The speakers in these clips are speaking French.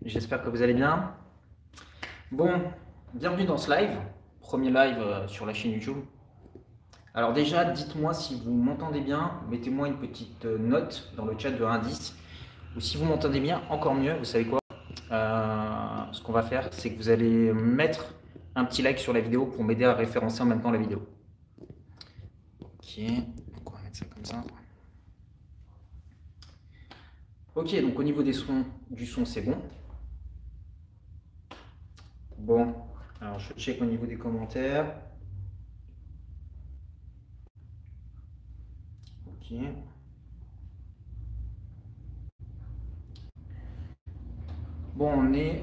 j'espère que vous allez bien. Bon, bienvenue dans ce live, premier live sur la chaîne YouTube. Alors déjà, dites-moi si vous m'entendez bien, mettez-moi une petite note dans le chat de 1 à 10. Ou si vous m'entendez bien, encore mieux, vous savez quoi? Ce qu'on va faire, c'est que vous allez mettre un petit like sur la vidéo pour m'aider à référencer en même temps la vidéo. Ok, donc on va mettre ça comme ça. Ok, donc au niveau du son, c'est bon. Bon, alors je check au niveau des commentaires. Ok. Bon, on est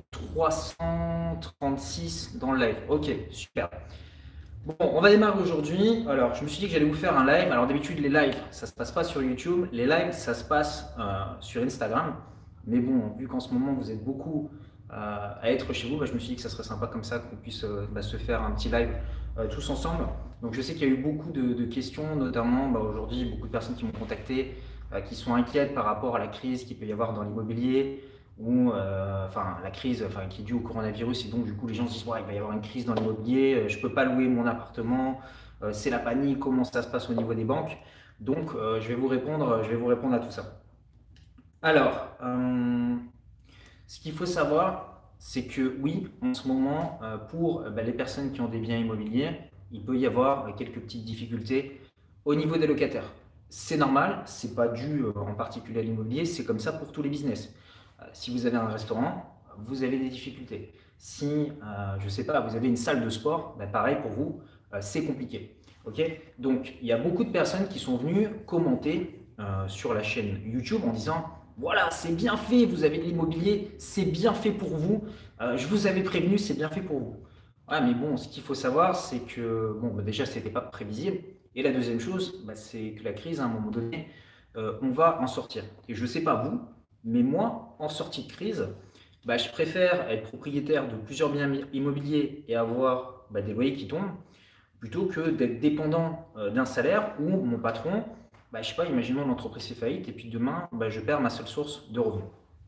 336 dans le live. Ok, super. Bon, on va démarrer aujourd'hui. Alors, je me suis dit que j'allais vous faire un live. Alors, d'habitude, les lives, ça se passe pas sur YouTube. Les lives, ça se passe sur Instagram. Mais bon, vu qu'en ce moment, vous êtes beaucoup à être chez vous, je me suis dit que ça serait sympa comme ça qu'on puisse se faire un petit live tous ensemble. Donc, je sais qu'il y a eu beaucoup de questions, notamment aujourd'hui, beaucoup de personnes qui m'ont contacté, qui sont inquiètes par rapport à la crise qu'il peut y avoir dans l'immobilier ou la crise qui est due au coronavirus, et donc du coup les gens se disent ouais, il va y avoir une crise dans l'immobilier, je peux pas louer mon appartement, c'est la panique, comment ça se passe au niveau des banques. Donc je vais vous répondre à tout ça. Alors, ce qu'il faut savoir, c'est que oui, en ce moment, pour les personnes qui ont des biens immobiliers, il peut y avoir quelques petites difficultés au niveau des locataires. C'est normal, c'est pas dû en particulier à l'immobilier, c'est comme ça pour tous les business. Si vous avez un restaurant, vous avez des difficultés. Si, je ne sais pas, vous avez une salle de sport, pareil pour vous, c'est compliqué. Ok. Donc, il y a beaucoup de personnes qui sont venues commenter sur la chaîne YouTube en disant voilà, c'est bien fait, vous avez de l'immobilier, c'est bien fait pour vous, je vous avais prévenu, c'est bien fait pour vous. Ouais, mais bon, ce qu'il faut savoir, c'est que bon, déjà, ce n'était pas prévisible. Et la deuxième chose, c'est que la crise, à un moment donné, on va en sortir. Et je ne sais pas vous, mais moi, en sortie de crise, je préfère être propriétaire de plusieurs biens immobiliers et avoir des loyers qui tombent, plutôt que d'être dépendant d'un salaire où mon patron, je sais pas, imaginons l'entreprise fait faillite et puis demain, je perds ma seule source de revenus.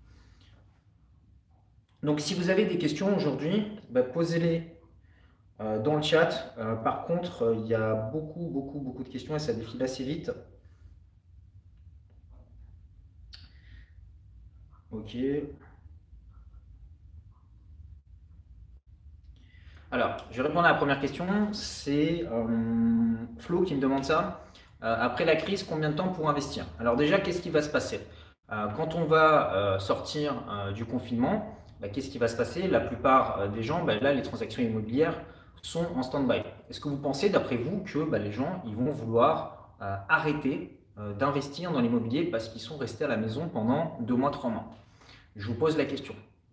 Donc si vous avez des questions aujourd'hui, posez-les dans le chat. Par contre, il y a beaucoup de questions et ça défile assez vite. Ok. Alors, je vais répondre à la première question. C'est Flo qui me demande ça. Après la crise, combien de temps pour investir? Alors déjà, qu'est-ce qui va se passer? Quand on va sortir du confinement, qu'est-ce qui va se passer? La plupart des gens, là, les transactions immobilières sont en stand-by. Est-ce que vous pensez, d'après vous, que les gens ils vont vouloir arrêter d'investir dans l'immobilier parce qu'ils sont restés à la maison pendant 2 mois, 3 mois? Je vous pose la question.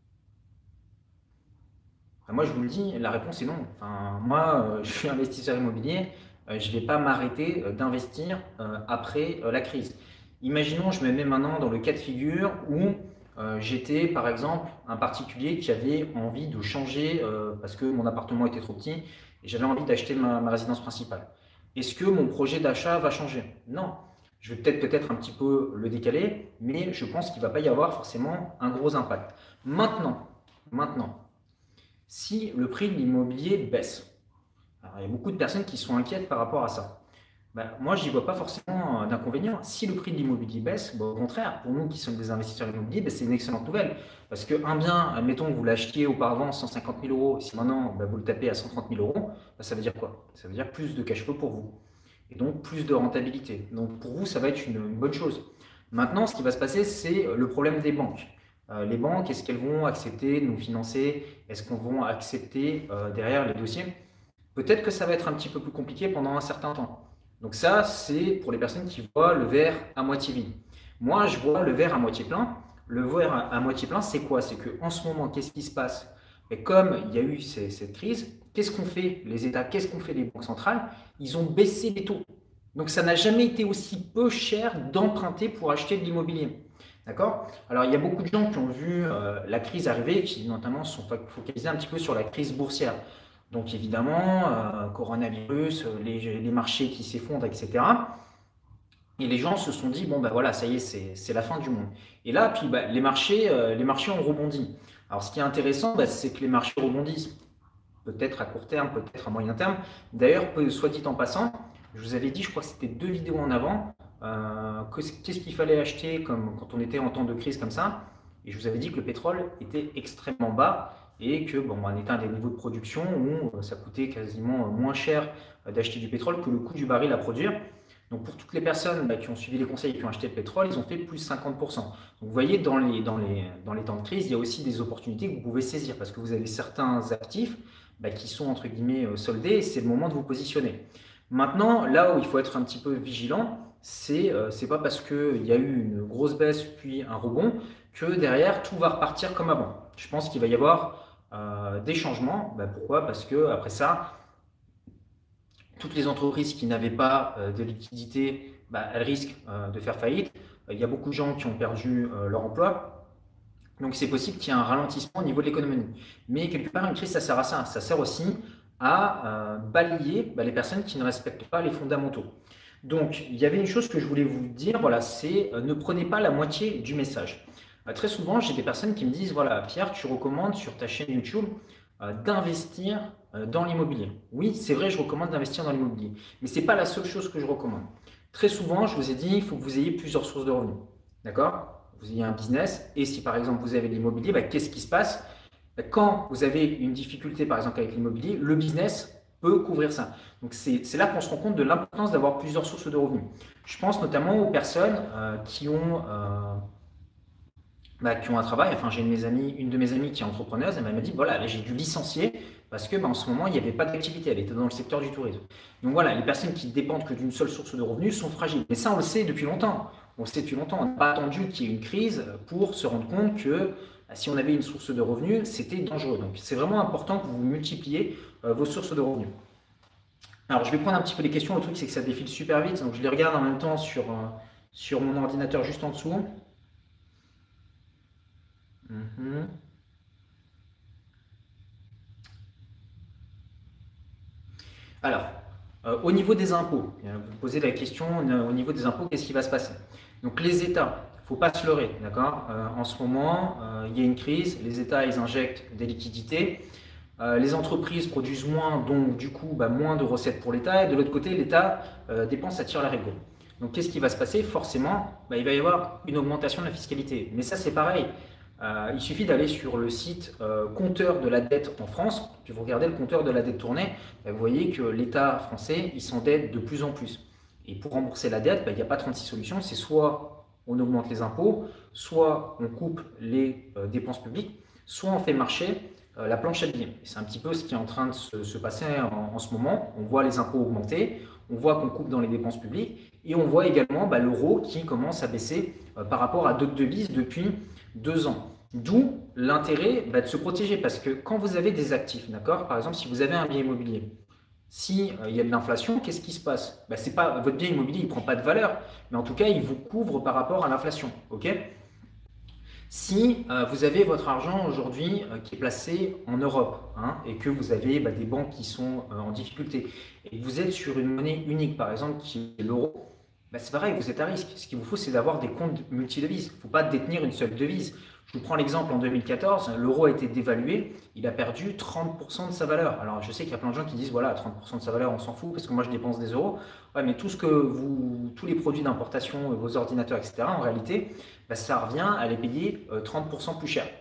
Moi, je vous le dis, la réponse est non. Moi, je suis investisseur immobilier, je ne vais pas m'arrêter d'investir après la crise. Imaginons, je me mets maintenant dans le cas de figure où j'étais, par exemple, un particulier qui avait envie de changer parce que mon appartement était trop petit et j'avais envie d'acheter ma résidence principale. Est-ce que mon projet d'achat va changer? Non. Je vais peut-être un petit peu le décaler, mais je pense qu'il ne va pas y avoir forcément un gros impact. Maintenant, si le prix de l'immobilier baisse. Alors, il y a beaucoup de personnes qui sont inquiètes par rapport à ça. Moi, je n'y vois pas forcément d'inconvénient. Si le prix de l'immobilier baisse, au contraire, pour nous qui sommes des investisseurs immobiliers, c'est une excellente nouvelle. Parce qu'un bien, admettons que vous l'achetiez auparavant 150 000 euros, et si maintenant vous le tapez à 130 000 euros, ça veut dire quoi? Ça veut dire plus de cash flow pour vous. Et donc plus de rentabilité. Donc pour vous, ça va être une bonne chose. Maintenant, ce qui va se passer, c'est le problème des banques. Les banques, est-ce qu'elles vont accepter de nous financer? Est-ce qu'on va accepter derrière les dossiers? Peut-être que ça va être un petit peu plus compliqué pendant un certain temps. Donc ça, c'est pour les personnes qui voient le verre à moitié vide. Moi, je vois le verre à moitié plein. Le verre à moitié plein, c'est quoi? C'est qu'en ce moment, qu'est-ce qui se passe? Et comme il y a eu cette crise, qu'est-ce qu'ont fait les États? Qu'est-ce qu'ont fait les banques centrales? Ils ont baissé les taux. Donc ça n'a jamais été aussi peu cher d'emprunter pour acheter de l'immobilier. D'accord? Alors il y a beaucoup de gens qui ont vu la crise arriver, qui notamment sont focalisés un petit peu sur la crise boursière. Donc évidemment, coronavirus, les marchés qui s'effondrent, etc. Et les gens se sont dit, bon, ben voilà, ça y est, c'est la fin du monde. Et là, puis bah, les marchés ont rebondi. Alors, ce qui est intéressant, bah, c'est que les marchés rebondissent, peut-être à court terme, peut-être à moyen terme. D'ailleurs, soit dit en passant, je vous avais dit, je crois que c'était 2 vidéos en avant, qu'est-ce qu'il fallait acheter comme, quand on était en temps de crise comme ça. Et je vous avais dit que le pétrole était extrêmement bas et que bon, on était à des niveaux de production où ça coûtait quasiment moins cher d'acheter du pétrole que le coût du baril à produire. Donc pour toutes les personnes qui ont suivi les conseils et qui ont acheté le pétrole, ils ont fait plus 50%. Donc vous voyez, dans les temps de crise, il y a aussi des opportunités que vous pouvez saisir parce que vous avez certains actifs qui sont entre guillemets soldés et c'est le moment de vous positionner. Maintenant, là où il faut être un petit peu vigilant, c'est pas parce qu'il y a eu une grosse baisse puis un rebond que derrière tout va repartir comme avant. Je pense qu'il va y avoir des changements. Pourquoi? Parce que après ça, toutes les entreprises qui n'avaient pas de liquidité, elles risquent de faire faillite. Il y a beaucoup de gens qui ont perdu leur emploi. Donc c'est possible qu'il y ait un ralentissement au niveau de l'économie. Mais quelque part, une crise, ça sert à ça. Ça sert aussi à balayer les personnes qui ne respectent pas les fondamentaux. Donc il y avait une chose que je voulais vous dire, voilà, c'est ne prenez pas la moitié du message. Très souvent, j'ai des personnes qui me disent, voilà, Pierre, tu recommandes sur ta chaîne YouTube d'investir dans l'immobilier. Oui, c'est vrai, je recommande d'investir dans l'immobilier, mais ce n'est pas la seule chose que je recommande. Très souvent, je vous ai dit, il faut que vous ayez plusieurs sources de revenus. D'accord? Vous ayez un business, et si par exemple vous avez de l'immobilier, qu'est-ce qui se passe? Quand vous avez une difficulté par exemple avec l'immobilier, le business peut couvrir ça. Donc c'est là qu'on se rend compte de l'importance d'avoir plusieurs sources de revenus. Je pense notamment aux personnes qui ont un travail. Enfin, j'ai une de mes amies qui est entrepreneuse, elle m'a dit, voilà, là, j'ai dû licencier parce que en ce moment, il n'y avait pas d'activité, elle était dans le secteur du tourisme. Donc voilà, les personnes qui dépendent que d'une seule source de revenus sont fragiles. Mais ça, on le sait depuis longtemps. On le sait depuis longtemps. On n'a pas attendu qu'il y ait une crise pour se rendre compte que si on avait une source de revenus, c'était dangereux. Donc c'est vraiment important que vous multipliez vos sources de revenus. Alors, je vais prendre un petit peu les questions. Le truc, c'est que ça défile super vite. Donc, je les regarde en même temps sur mon ordinateur juste en dessous. Mhm. Alors, au niveau des impôts, vous posez la question, au niveau des impôts, qu'est-ce qui va se passer? Donc les États, il ne faut pas se leurrer, d'accord? En ce moment, il y a une crise, les États, ils injectent des liquidités, les entreprises produisent moins, donc du coup, moins de recettes pour l'État, et de l'autre côté, l'État dépense, ça tire la rigo. Donc qu'est-ce qui va se passer? Forcément, il va y avoir une augmentation de la fiscalité. Mais ça, c'est pareil. Il suffit d'aller sur le site compteur de la dette en France, puis vous regardez le compteur de la dette tournée, vous voyez que l'État français, il s'endette de plus en plus. Et pour rembourser la dette, il n'y a pas 36 solutions, c'est soit on augmente les impôts, soit on coupe les dépenses publiques, soit on fait marcher la planche à billets. C'est un petit peu ce qui est en train de se passer en ce moment. On voit les impôts augmenter, on voit qu'on coupe dans les dépenses publiques, et on voit également l'euro qui commence à baisser par rapport à d'autres devises depuis 2 ans. D'où l'intérêt de se protéger, parce que quand vous avez des actifs, d'accord, par exemple, si vous avez un bien immobilier, si il y a de l'inflation, qu'est-ce qui se passe? C'est pas, votre bien immobilier, il ne prend pas de valeur, mais en tout cas, il vous couvre par rapport à l'inflation. Ok? Si vous avez votre argent aujourd'hui qui est placé en Europe et que vous avez des banques qui sont en difficulté et que vous êtes sur une monnaie unique, par exemple, qui est l'euro, c'est pareil, vous êtes à risque. Ce qu'il vous faut, c'est d'avoir des comptes multidevises. Il ne faut pas détenir une seule devise. Je vous prends l'exemple en 2014, l'euro a été dévalué, il a perdu 30% de sa valeur. Alors je sais qu'il y a plein de gens qui disent voilà, 30% de sa valeur, on s'en fout parce que moi je dépense des euros. Ouais, mais tous les produits d'importation, vos ordinateurs, etc., en réalité, ça revient à les payer 30% plus cher.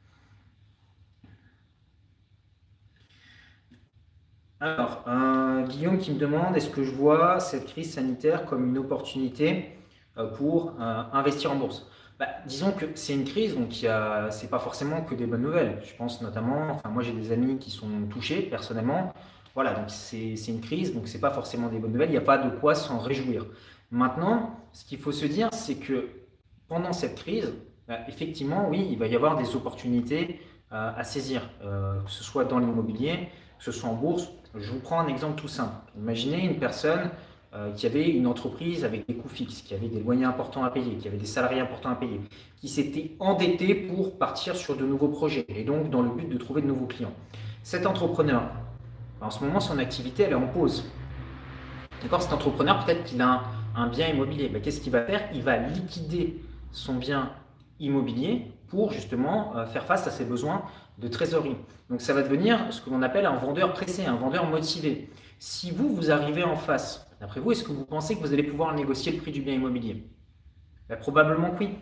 Alors, Guillaume qui me demande, est-ce que je vois cette crise sanitaire comme une opportunité pour investir en bourse? Disons que c'est une crise, donc c'est pas forcément que des bonnes nouvelles. Je pense notamment, enfin moi j'ai des amis qui sont touchés personnellement. Voilà, donc c'est une crise, donc c'est pas forcément des bonnes nouvelles. Il n'y a pas de quoi s'en réjouir. Maintenant, ce qu'il faut se dire, c'est que pendant cette crise, effectivement, oui, il va y avoir des opportunités à saisir, que ce soit dans l'immobilier, que ce soit en bourse. Je vous prends un exemple tout simple. Imaginez une personne qui avait une entreprise avec des coûts fixes, qui avait des loyers importants à payer, qui avait des salariés importants à payer, qui s'était endetté pour partir sur de nouveaux projets et donc dans le but de trouver de nouveaux clients. Cet entrepreneur, en ce moment, son activité, elle est en pause. D'accord, cet entrepreneur, peut-être qu'il a un bien immobilier. Ben, qu'est-ce qu'il va faire? Il va liquider son bien immobilier pour justement faire face à ses besoins de trésorerie. Donc ça va devenir ce que l'on appelle un vendeur pressé, un vendeur motivé. Si vous, vous arrivez en face, d'après vous, est-ce que vous pensez que vous allez pouvoir négocier le prix du bien immobilier? Ben, probablement que oui.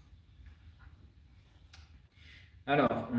Alors,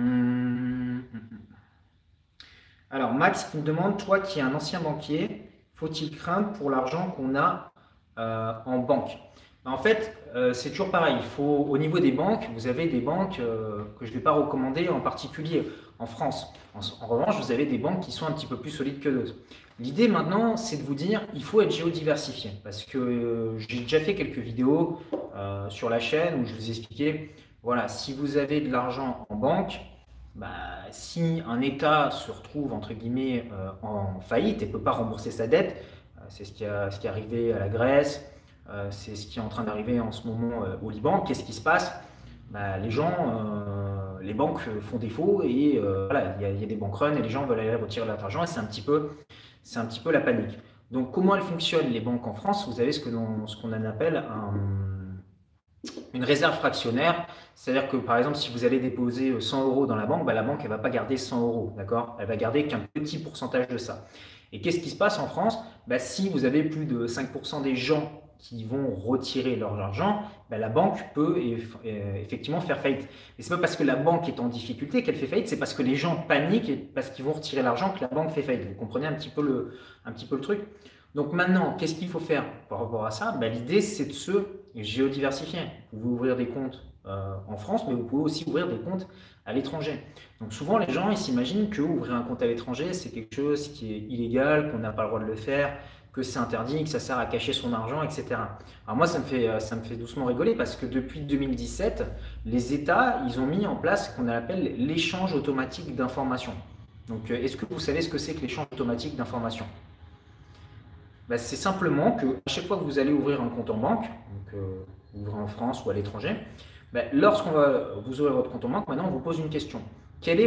alors, Max qui me demande, toi qui es un ancien banquier, faut-il craindre pour l'argent qu'on a en banque? En fait, c'est toujours pareil. Il faut, au niveau des banques, vous avez des banques que je ne vais pas recommander en particulier en France. En revanche, vous avez des banques qui sont un petit peu plus solides que d'autres. L'idée maintenant, c'est de vous dire, il faut être géodiversifié. Parce que j'ai déjà fait quelques vidéos sur la chaîne où je vous expliquais, voilà, si vous avez de l'argent en banque, bah, si un État se retrouve entre guillemets en faillite et ne peut pas rembourser sa dette, c'est ce qui est arrivé à la Grèce, c'est ce qui est en train d'arriver en ce moment au Liban. Qu'est-ce qui se passe? Bah, les banques font défaut et voilà, il y a des bank runs et les gens veulent aller retirer leur argent et c'est un petit peu la panique. Donc comment elles fonctionnent les banques en France? Vous avez ce qu'on appelle une réserve fractionnaire, c'est-à-dire que par exemple, si vous allez déposer 100 euros dans la banque, bah, la banque elle va pas garder 100 euros, d'accord? Elle va garder qu'un petit pourcentage de ça. Et qu'est-ce qui se passe en France? Bah, si vous avez plus de 5% des gens qui vont retirer leur argent, bah, la banque peut effectivement faire faillite. Mais c'est pas parce que la banque est en difficulté qu'elle fait faillite, c'est parce que les gens paniquent et parce qu'ils vont retirer l'argent que la banque fait faillite. Vous comprenez un petit peu le truc? Donc maintenant, qu'est-ce qu'il faut faire par rapport à ça? Bah, l'idée, c'est de se géodiversifier. Vous pouvez ouvrir des comptes en France, mais vous pouvez aussi ouvrir des comptes à l'étranger. Donc souvent, les gens ils s'imaginent que ouvrir un compte à l'étranger, c'est quelque chose qui est illégal, qu'on n'a pas le droit de le faire, que c'est interdit, que ça sert à cacher son argent, etc. Alors moi, ça me fait doucement rigoler parce que depuis 2017, les États, ils ont mis en place ce qu'on appelle l'échange automatique d'informations. Donc, est-ce que vous savez ce que c'est que l'échange automatique d'informations? Bah, c'est simplement que à chaque fois que vous allez ouvrir un compte en banque, donc ouvrez en France ou à l'étranger, bah, lorsqu'on va vous ouvrir votre compte en banque, maintenant on vous pose une question. Quel est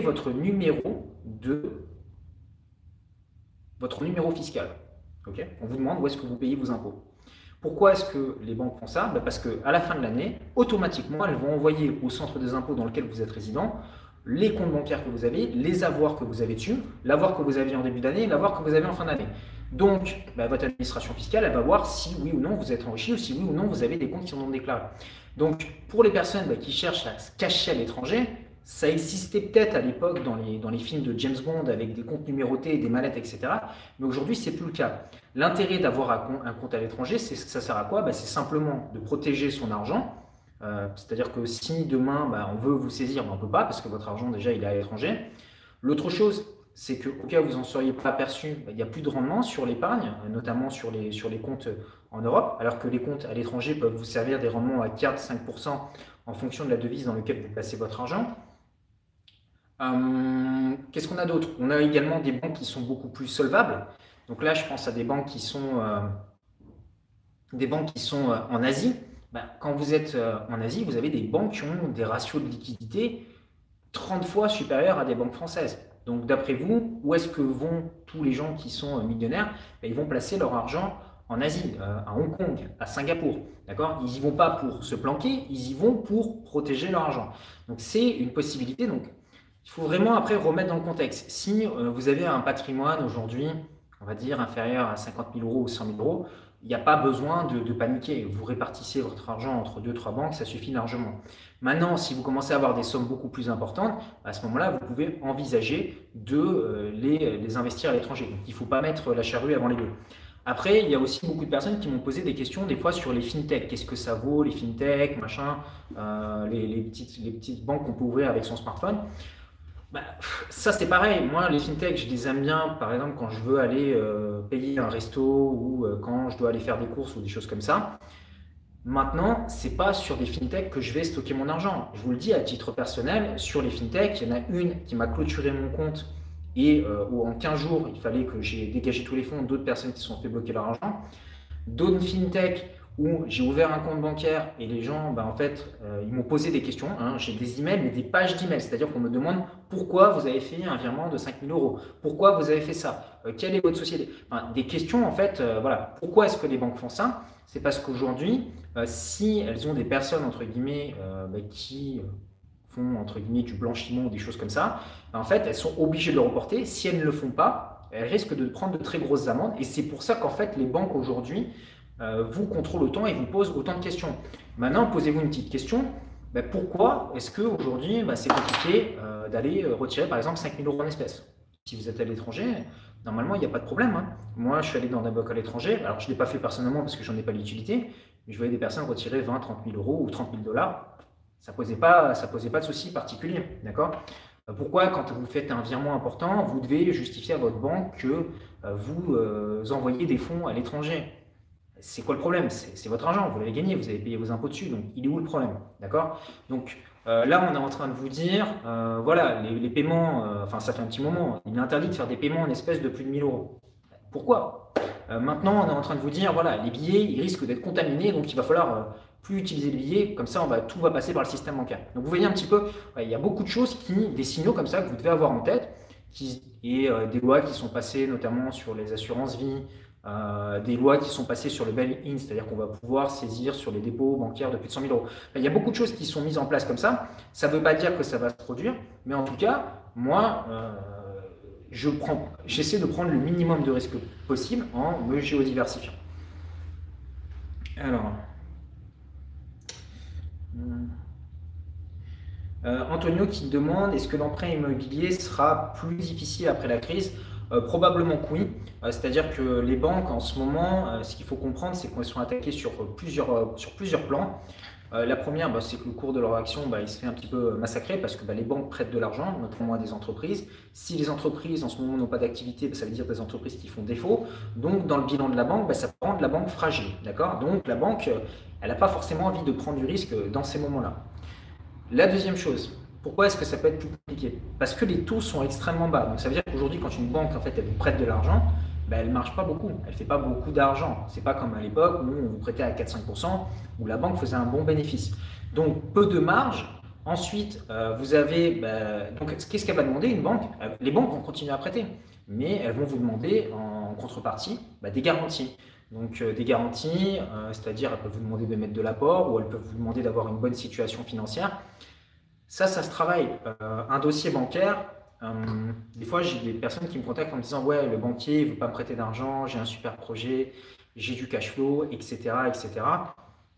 votre numéro fiscal? Okay, on vous demande où est-ce que vous payez vos impôts. Pourquoi est-ce que les banques font ça? Bah, parce qu'à la fin de l'année, automatiquement, elles vont envoyer au centre des impôts dans lequel vous êtes résident les comptes bancaires que vous avez, les avoirs que vous avez dessus, l'avoir que vous aviez en début d'année, l'avoir que vous avez en fin d'année. Donc, bah, votre administration fiscale, elle va voir si oui ou non vous êtes enrichi ou si oui ou non vous avez des comptes qui sont non déclarés. Donc, pour les personnes qui cherchent à se cacher à l'étranger, ça existait peut-être à l'époque dans les films de James Bond avec des comptes numérotés, des mallettes, etc. Mais aujourd'hui, ce n'est plus le cas. L'intérêt d'avoir un compte à l'étranger, ça sert à quoi? C'est simplement de protéger son argent. C'est-à-dire que si demain, on veut vous saisir, on ne peut pas parce que votre argent, déjà, il est à l'étranger. L'autre chose, c'est qu'au cas où vous n'en seriez pas aperçu, il n'y a plus de rendement sur l'épargne, notamment sur les comptes en Europe, alors que les comptes à l'étranger peuvent vous servir des rendements à 4-5% en fonction de la devise dans laquelle vous placez votre argent. Qu'est-ce qu'on a d'autre? On a également des banques qui sont beaucoup plus solvables. Donc là, je pense à des banques qui sont en Asie. Quand vous êtes en Asie, vous avez des banques qui ont des ratios de liquidité 30 fois supérieurs à des banques françaises. Donc d'après vous, où est-ce que vont tous les gens qui sont millionnaires? Ils vont placer leur argent en Asie, à Hong Kong, à Singapour. D'accord? Ils n'y vont pas pour se planquer, ils y vont pour protéger leur argent. Donc c'est une possibilité. Donc il faut vraiment après remettre dans le contexte. Si vous avez un patrimoine aujourd'hui, on va dire inférieur à 50 000 euros ou 100 000 euros, il n'y a pas besoin de paniquer. Vous répartissez votre argent entre 2-3 banques, ça suffit largement. Maintenant, si vous commencez à avoir des sommes beaucoup plus importantes, à ce moment-là, vous pouvez envisager de les investir à l'étranger. Donc, il ne faut pas mettre la charrue avant les bœufs. Après, il y a aussi beaucoup de personnes qui m'ont posé des questions des fois sur les fintechs. Qu'est-ce que ça vaut, les fintechs, machin, les petites banques qu'on peut ouvrir avec son smartphone. Ça c'est pareil, moi les fintechs je les aime bien par exemple quand je veux aller payer un resto ou quand je dois aller faire des courses ou des choses comme ça. Maintenant, c'est pas sur des fintechs que je vais stocker mon argent. Je vous le dis à titre personnel, sur les fintechs, il y en a une qui m'a clôturé mon compte et en 15 jours il fallait que j'ai dégagé tous les fonds, d'autres personnes qui se sont fait bloquer leur argent. D'autres fintechs où j'ai ouvert un compte bancaire et les gens, en fait, ils m'ont posé des questions. Hein. J'ai des emails, mais des pages d'emails. C'est-à-dire qu'on me demande pourquoi vous avez fait un virement de 5 000 euros, pourquoi vous avez fait ça, quelle est votre société. Enfin, des questions, en fait, voilà. Pourquoi est-ce que les banques font ça? C'est parce qu'aujourd'hui, si elles ont des personnes, entre guillemets, qui font, entre guillemets, du blanchiment ou des choses comme ça, en fait, elles sont obligées de le reporter. Si elles ne le font pas, elles risquent de prendre de très grosses amendes. Et c'est pour ça qu'en fait, les banques aujourd'hui vous contrôlent autant et vous posent autant de questions. Maintenant, posez-vous une petite question. Pourquoi est-ce qu'aujourd'hui, c'est compliqué d'aller retirer, par exemple, 5 000 euros en espèces? Si vous êtes à l'étranger, normalement, il n'y a pas de problème. Hein. Moi, je suis allé dans des banques à l'étranger. Alors, je ne l'ai pas fait personnellement parce que j'en ai pas l'utilité. Mais je voyais des personnes retirer 20, 30 000 euros ou 30 000 dollars. Ça ne posait pas de souci particulier. D'accord? Pourquoi, quand vous faites un virement important, vous devez justifier à votre banque que vous envoyez des fonds à l'étranger? C'est quoi le problème? C'est votre argent, vous l'avez gagné, vous avez payé vos impôts dessus, donc il est où le problème? D'accord? Donc là, on est en train de vous dire, voilà, les paiements, enfin ça fait un petit moment, il est interdit de faire des paiements en espèces de plus de 1 000 euros. Pourquoi? Maintenant, on est en train de vous dire, voilà, les billets, ils risquent d'être contaminés, donc il va falloir plus utiliser le billet, comme ça, tout va passer par le système bancaire. Donc vous voyez un petit peu, il y a beaucoup de choses des signaux comme ça que vous devez avoir en tête, et des lois qui sont passées notamment sur les assurances vie, des lois qui sont passées sur le bail-in, c'est-à-dire qu'on va pouvoir saisir sur les dépôts bancaires de plus de 100 000 euros. Il y a beaucoup de choses qui sont mises en place comme ça. Ça ne veut pas dire que ça va se produire, mais en tout cas, moi, j'essaie de prendre le minimum de risques possible en me géodiversifiant. Alors, Antonio qui demande, est-ce que l'emprunt immobilier sera plus difficile après la crise? Probablement que oui. C'est-à-dire que les banques en ce moment, ce qu'il faut comprendre, c'est qu'elles sont attaquées sur plusieurs plans. La première, c'est que le cours de leur action, il se fait un petit peu massacrer parce que les banques prêtent de l'argent, notamment à des entreprises. Si les entreprises en ce moment n'ont pas d'activité, ça veut dire des entreprises qui font défaut. Donc dans le bilan de la banque, ça rend la banque fragile. D'accord? Donc la banque, elle n'a pas forcément envie de prendre du risque dans ces moments-là. La deuxième chose, pourquoi est-ce que ça peut être plus compliqué? Parce que les taux sont extrêmement bas. Donc ça veut dire qu'aujourd'hui, quand une banque elle vous prête de l'argent, elle ne marche pas beaucoup, elle ne fait pas beaucoup d'argent. C'est pas comme à l'époque où on vous prêtait à 4-5%, où la banque faisait un bon bénéfice. Donc peu de marge. Ensuite, vous avez. Donc qu'est-ce qu'elle va demander une banque? Les banques vont continuer à prêter, mais elles vont vous demander en contrepartie des garanties. Donc des garanties, c'est-à-dire elles peuvent vous demander de mettre de l'apport ou elles peuvent vous demander d'avoir une bonne situation financière. Ça se travaille. Un dossier bancaire, des fois j'ai des personnes qui me contactent en me disant ouais, le banquier ne veut pas me prêter d'argent, j'ai un super projet, j'ai du cash flow, etc. etc.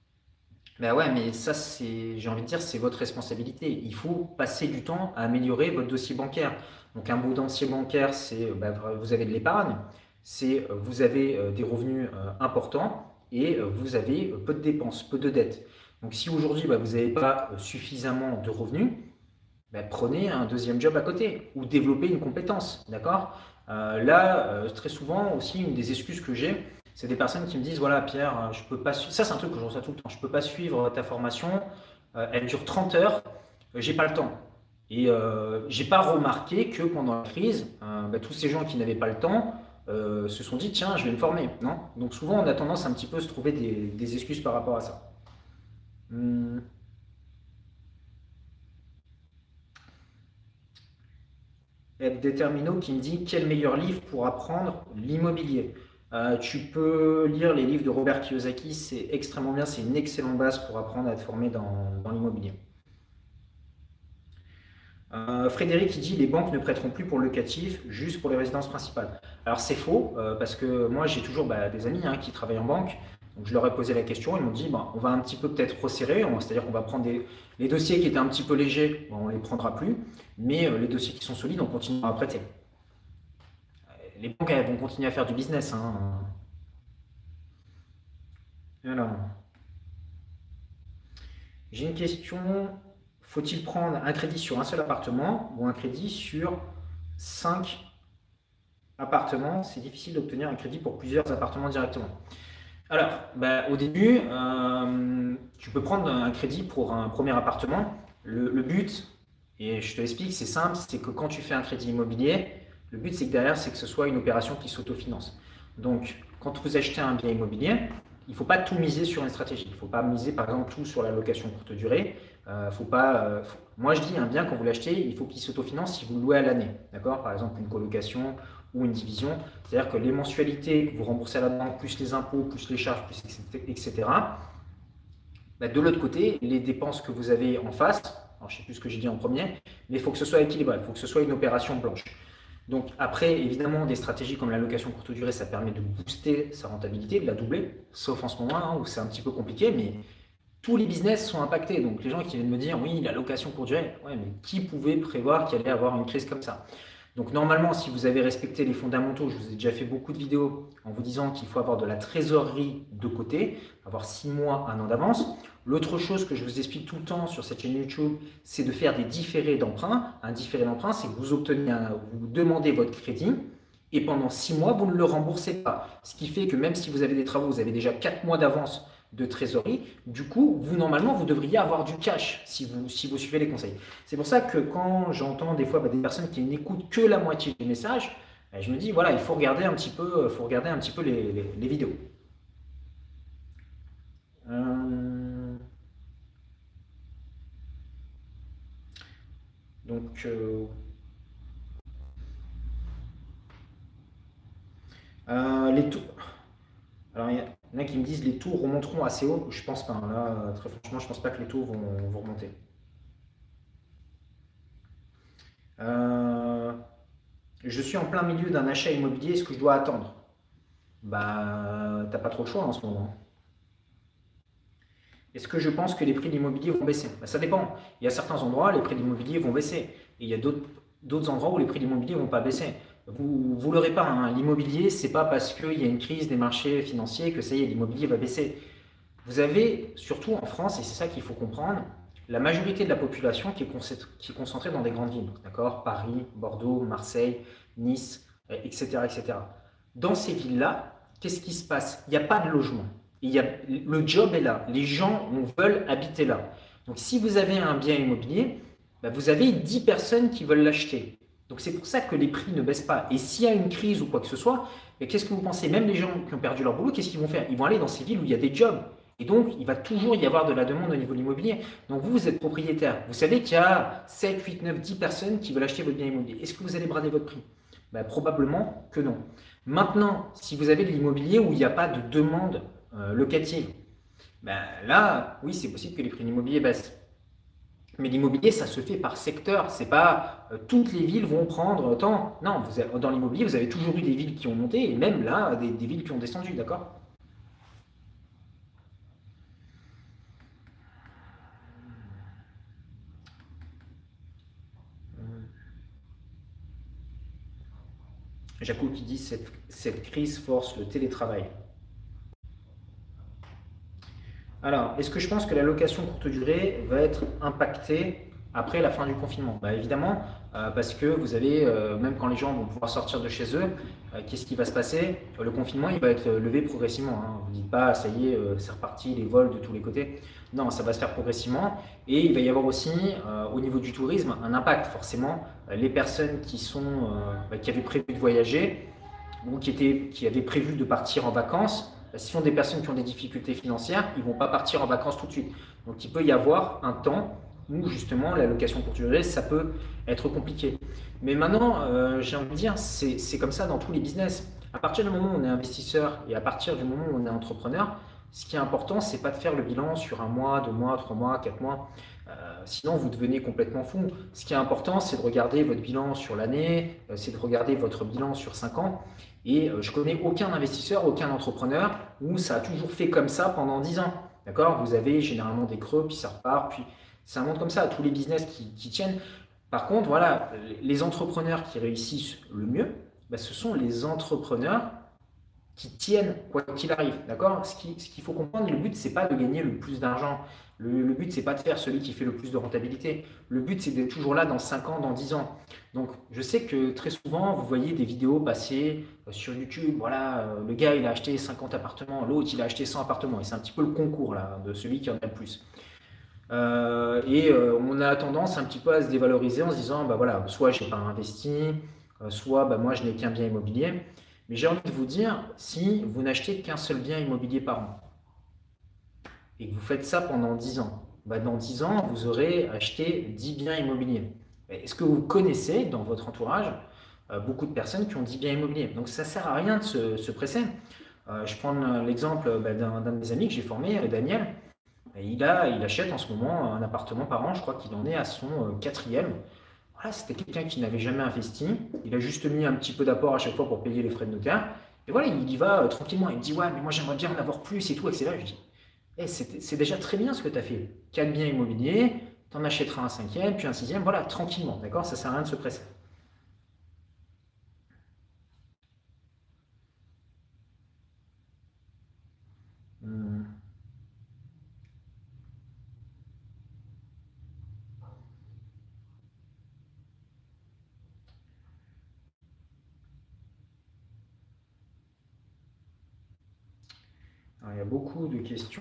Ouais, mais ça, j'ai envie de dire, c'est votre responsabilité. Il faut passer du temps à améliorer votre dossier bancaire. Donc un beau dossier bancaire, c'est vous avez de l'épargne, c'est vous avez des revenus importants et vous avez peu de dépenses, peu de dettes. Donc si aujourd'hui vous n'avez pas suffisamment de revenus, prenez un deuxième job à côté ou développez une compétence, d'accord? Là, très souvent aussi, une des excuses que j'ai, c'est des personnes qui me disent, voilà Pierre, je peux pas suivre, ça c'est un truc que je reçois tout le temps, je peux pas suivre ta formation, elle dure 30 heures, j'ai pas le temps. Et j'ai pas remarqué que pendant la crise, tous ces gens qui n'avaient pas le temps se sont dit, tiens, je vais me former, non? Donc souvent, on a tendance à un petit peu se trouver des excuses par rapport à ça. Détermino qui me dit quel meilleur livre pour apprendre l'immobilier. Tu peux lire les livres de Robert Kiyosaki, c'est extrêmement bien, c'est une excellente base pour apprendre à être formé dans l'immobilier. Frédéric qui dit les banques ne prêteront plus pour le locatif, juste pour les résidences principales. Alors c'est faux, parce que moi j'ai toujours des amis qui travaillent en banque, donc je leur ai posé la question, ils m'ont dit on va un petit peu peut-être resserrer, c'est-à-dire qu'on va prendre les dossiers qui étaient un petit peu légers, on ne les prendra plus, mais les dossiers qui sont solides, on continuera à prêter. Les banques elles vont continuer à faire du business. Alors, j'ai une question. Faut-il prendre un crédit sur un seul appartement ou un crédit sur 5 appartements? C'est difficile d'obtenir un crédit pour plusieurs appartements directement. Alors, au début, tu peux prendre un crédit pour un premier appartement. Le but, et je te l'explique, c'est simple, c'est que quand tu fais un crédit immobilier, le but c'est que derrière, c'est que ce soit une opération qui s'autofinance. Donc, quand vous achetez un bien immobilier, il ne faut pas tout miser sur une stratégie. Il ne faut pas miser, par exemple, tout sur la location courte durée. Moi, je dis un bien, quand vous l'achetez, il faut qu'il s'autofinance si vous le louez à l'année. D'accord? Par exemple, une colocation ou une division. C'est-à-dire que les mensualités que vous remboursez à la banque, plus les impôts, plus les charges, plus etc. Bah, de l'autre côté, les dépenses que vous avez en face, alors je ne sais plus ce que j'ai dit en premier, mais il faut que ce soit équilibré, il faut que ce soit une opération blanche. Donc après, évidemment, des stratégies comme la location courte durée, ça permet de booster sa rentabilité, de la doubler, sauf en ce moment hein, où c'est un petit peu compliqué, mais tous les business sont impactés. Donc les gens qui viennent me dire, oui, la location courte durée, ouais, mais qui pouvait prévoir qu'il allait avoir une crise comme ça? Donc normalement, si vous avez respecté les fondamentaux, je vous ai déjà fait beaucoup de vidéos en vous disant qu'il faut avoir de la trésorerie de côté, avoir 6 mois, 1 an d'avance. L'autre chose que je vous explique tout le temps sur cette chaîne YouTube, c'est de faire des différés d'emprunt. Un différé d'emprunt, c'est que vous demandez votre crédit et pendant 6 mois, vous ne le remboursez pas. Ce qui fait que même si vous avez des travaux, vous avez déjà 4 mois d'avance de trésorerie. Du coup, normalement, vous devriez avoir du cash si vous suivez les conseils. C'est pour ça que quand j'entends des fois des personnes qui n'écoutent que la moitié des messages, je me dis, voilà, il faut regarder un petit peu, les vidéos. Donc, les taux. Alors, il y en a qui me disent les taux remonteront assez haut. Je pense pas. Hein. Là, très franchement, je pense pas que les taux vont remonter. Je suis en plein milieu d'un achat immobilier. Est-ce que je dois attendre? Bah, t'as pas trop le choix en ce moment. Est-ce que je pense que les prix de l'immobilier vont baisser? Bah, ça dépend. Il y a certains endroits, les prix de l'immobilier vont baisser. Et il y a d'autres endroits où les prix de l'immobilier ne vont pas baisser. Vous l'aurez pas, hein. L'immobilier, c'est pas parce qu'il y a une crise des marchés financiers que ça y est, l'immobilier va baisser. Vous avez, surtout en France, et c'est ça qu'il faut comprendre, la majorité de la population qui est concentrée dans des grandes villes. D'accord? Paris, Bordeaux, Marseille, Nice, etc., etc. Dans ces villes-là, qu'est-ce qui se passe? Il n'y a pas de logement. Le job est là. Les gens veulent habiter là. Donc si vous avez un bien immobilier, bah, vous avez 10 personnes qui veulent l'acheter. Donc c'est pour ça que les prix ne baissent pas. Et s'il y a une crise ou quoi que ce soit, qu'est-ce que vous pensez? Même les gens qui ont perdu leur boulot, qu'est-ce qu'ils vont faire? Ils vont aller dans ces villes où il y a des jobs. Et donc, il va toujours y avoir de la demande au niveau de l'immobilier. Donc vous êtes propriétaire. Vous savez qu'il y a 7, 8, 9, 10 personnes qui veulent acheter votre bien immobilier. Est-ce que vous allez brader votre prix? Ben, probablement que non. Maintenant, si vous avez de l'immobilier où il n'y a pas de demande locative, ben là, oui, c'est possible que les prix de l'immobilier baissent. Mais l'immobilier, ça se fait par secteur. C'est pas toutes les villes vont prendre tant. Non, dans l'immobilier, vous avez toujours eu des villes qui ont monté et même là, des villes qui ont descendu, d'accord? Jaco qui dit cette crise force le télétravail. Alors, est-ce que je pense que la location courte durée va être impactée après la fin du confinement? Bah, évidemment, parce que vous avez, même quand les gens vont pouvoir sortir de chez eux, qu'est-ce qui va se passer? Le confinement, il va être levé progressivement. Hein. Vous ne dites pas, ça y est, c'est reparti, les vols de tous les côtés. Non, ça va se faire progressivement. Et il va y avoir aussi, au niveau du tourisme, un impact. Forcément, les personnes qui avaient prévu de voyager ou qui avaient prévu de partir en vacances, si ce sont des personnes qui ont des difficultés financières, ils ne vont pas partir en vacances tout de suite. Donc il peut y avoir un temps où justement la location courte durée, ça peut être compliqué. Mais maintenant, j'ai envie de dire, c'est comme ça dans tous les business. À partir du moment où on est investisseur et à partir du moment où on est entrepreneur, ce qui est important, c'est pas de faire le bilan sur 1 mois, 2 mois, 3 mois, 4 mois. Sinon, vous devenez complètement fou. Ce qui est important, c'est de regarder votre bilan sur l'année, c'est de regarder votre bilan sur 5 ans. Et je connais aucun investisseur, aucun entrepreneur où ça a toujours fait comme ça pendant 10 ans. D'accord? Vous avez généralement des creux, puis ça repart, puis c'est un monde comme ça, tous les business qui tiennent. Par contre, voilà, les entrepreneurs qui réussissent le mieux, bah, ce sont les entrepreneurs qui tiennent quoi qu'il arrive. D'accord? Ce qu'il faut comprendre, le but, c'est pas de gagner le plus d'argent. Le but, c'est pas de faire celui qui fait le plus de rentabilité. Le but, c'est d'être toujours là dans 5 ans, dans 10 ans. Donc, je sais que très souvent, vous voyez des vidéos passer sur YouTube. Voilà, le gars, il a acheté 50 appartements, l'autre, il a acheté 100 appartements. Et c'est un petit peu le concours là, de celui qui en a le plus. On a tendance un petit peu à se dévaloriser en se disant, bah voilà, soit je n'ai pas investi, soit bah, moi je n'ai qu'un bien immobilier. Mais j'ai envie de vous dire, si vous n'achetez qu'un seul bien immobilier par an, et que vous faites ça pendant 10 ans, bah, dans 10 ans, vous aurez acheté 10 biens immobiliers. Est-ce que vous connaissez dans votre entourage beaucoup de personnes qui ont 10 biens immobiliers? Donc ça ne sert à rien de se presser. Je prends l'exemple bah, d'un de mes amis que j'ai formé, Daniel. Et il achète en ce moment un appartement par an, je crois qu'il en est à son quatrième. Voilà, c'était quelqu'un qui n'avait jamais investi. Il a juste mis un petit peu d'apport à chaque fois pour payer les frais de notaire. Et voilà, il y va tranquillement. Il me dit, ouais, mais moi j'aimerais bien en avoir plus et tout, etc. Je dis, eh, c'est déjà très bien ce que tu as fait. 4 biens immobiliers, tu en achèteras un cinquième, puis un sixième, voilà, tranquillement, d'accord? Ça sert à rien de se presser. Hmm. Alors, il y a beaucoup de questions.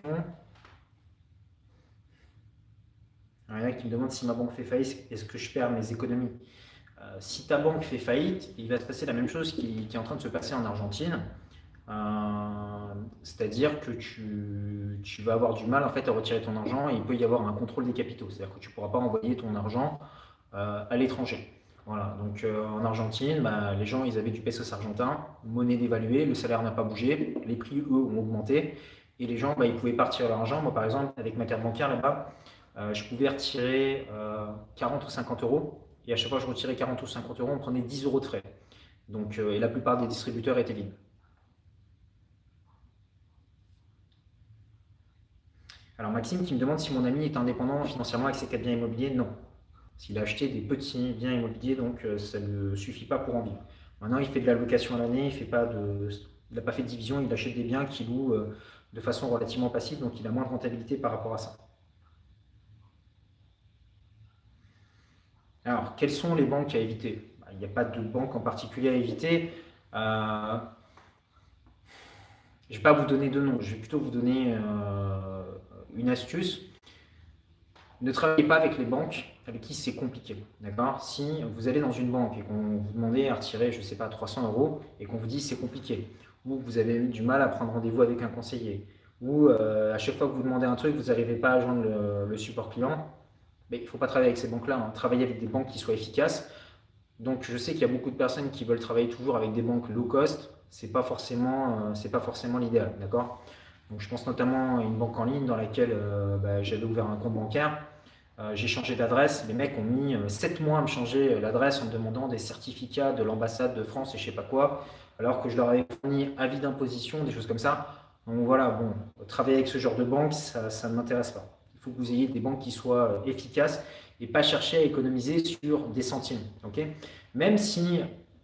Alors, il y en a qui me demandent si ma banque fait faillite, est-ce que je perds mes économies? Si ta banque fait faillite, il va se passer la même chose qui est en train de se passer en Argentine. C'est-à-dire que tu vas avoir du mal en fait à retirer ton argent et il peut y avoir un contrôle des capitaux. C'est-à-dire que tu ne pourras pas envoyer ton argent à l'étranger. Voilà, donc en Argentine, bah, les gens ils avaient du pesos argentin, monnaie dévaluée, le salaire n'a pas bougé, les prix eux ont augmenté et les gens bah, ils pouvaient partir leur argent. Moi par exemple, avec ma carte bancaire là-bas, je pouvais retirer 40 ou 50 euros et à chaque fois que je retirais 40 ou 50 euros, on prenait 10 euros de frais. Donc, et la plupart des distributeurs étaient vides. Alors Maxime qui me demande si mon ami est indépendant financièrement avec ses 4 biens immobiliers. Non. S'il a acheté des petits biens immobiliers, donc ça ne suffit pas pour en vivre. Maintenant, il fait de la location à l'année, il n'a pas fait de division, il achète des biens qu'il loue de façon relativement passive, donc il a moins de rentabilité par rapport à ça. Alors, quelles sont les banques à éviter? Bah, il n'y a pas de banque en particulier à éviter. Euh, je ne vais pas vous donner de nom, je vais plutôt vous donner une astuce. Ne travaillez pas avec les banques avec qui c'est compliqué. D'accord? Si vous allez dans une banque et qu'on vous demande à retirer, je ne sais pas, 300 euros et qu'on vous dit c'est compliqué, ou vous avez eu du mal à prendre rendez-vous avec un conseiller, ou à chaque fois que vous demandez un truc, vous n'arrivez pas à joindre le support client, mais il ne faut pas travailler avec ces banques-là. Hein. Travaillez avec des banques qui soient efficaces. Donc je sais qu'il y a beaucoup de personnes qui veulent travailler toujours avec des banques low cost. C'est pas forcément l'idéal. D'accord? Donc je pense notamment à une banque en ligne dans laquelle bah, j'avais ouvert un compte bancaire. J'ai changé d'adresse. Les mecs ont mis 7 mois à me changer l'adresse en me demandant des certificats de l'ambassade de France et je sais pas quoi, alors que je leur avais fourni avis d'imposition, des choses comme ça. Donc voilà, bon, travailler avec ce genre de banque, ça ne m'intéresse pas. Il faut que vous ayez des banques qui soient efficaces et pas chercher à économiser sur des centimes. Ok? Même si,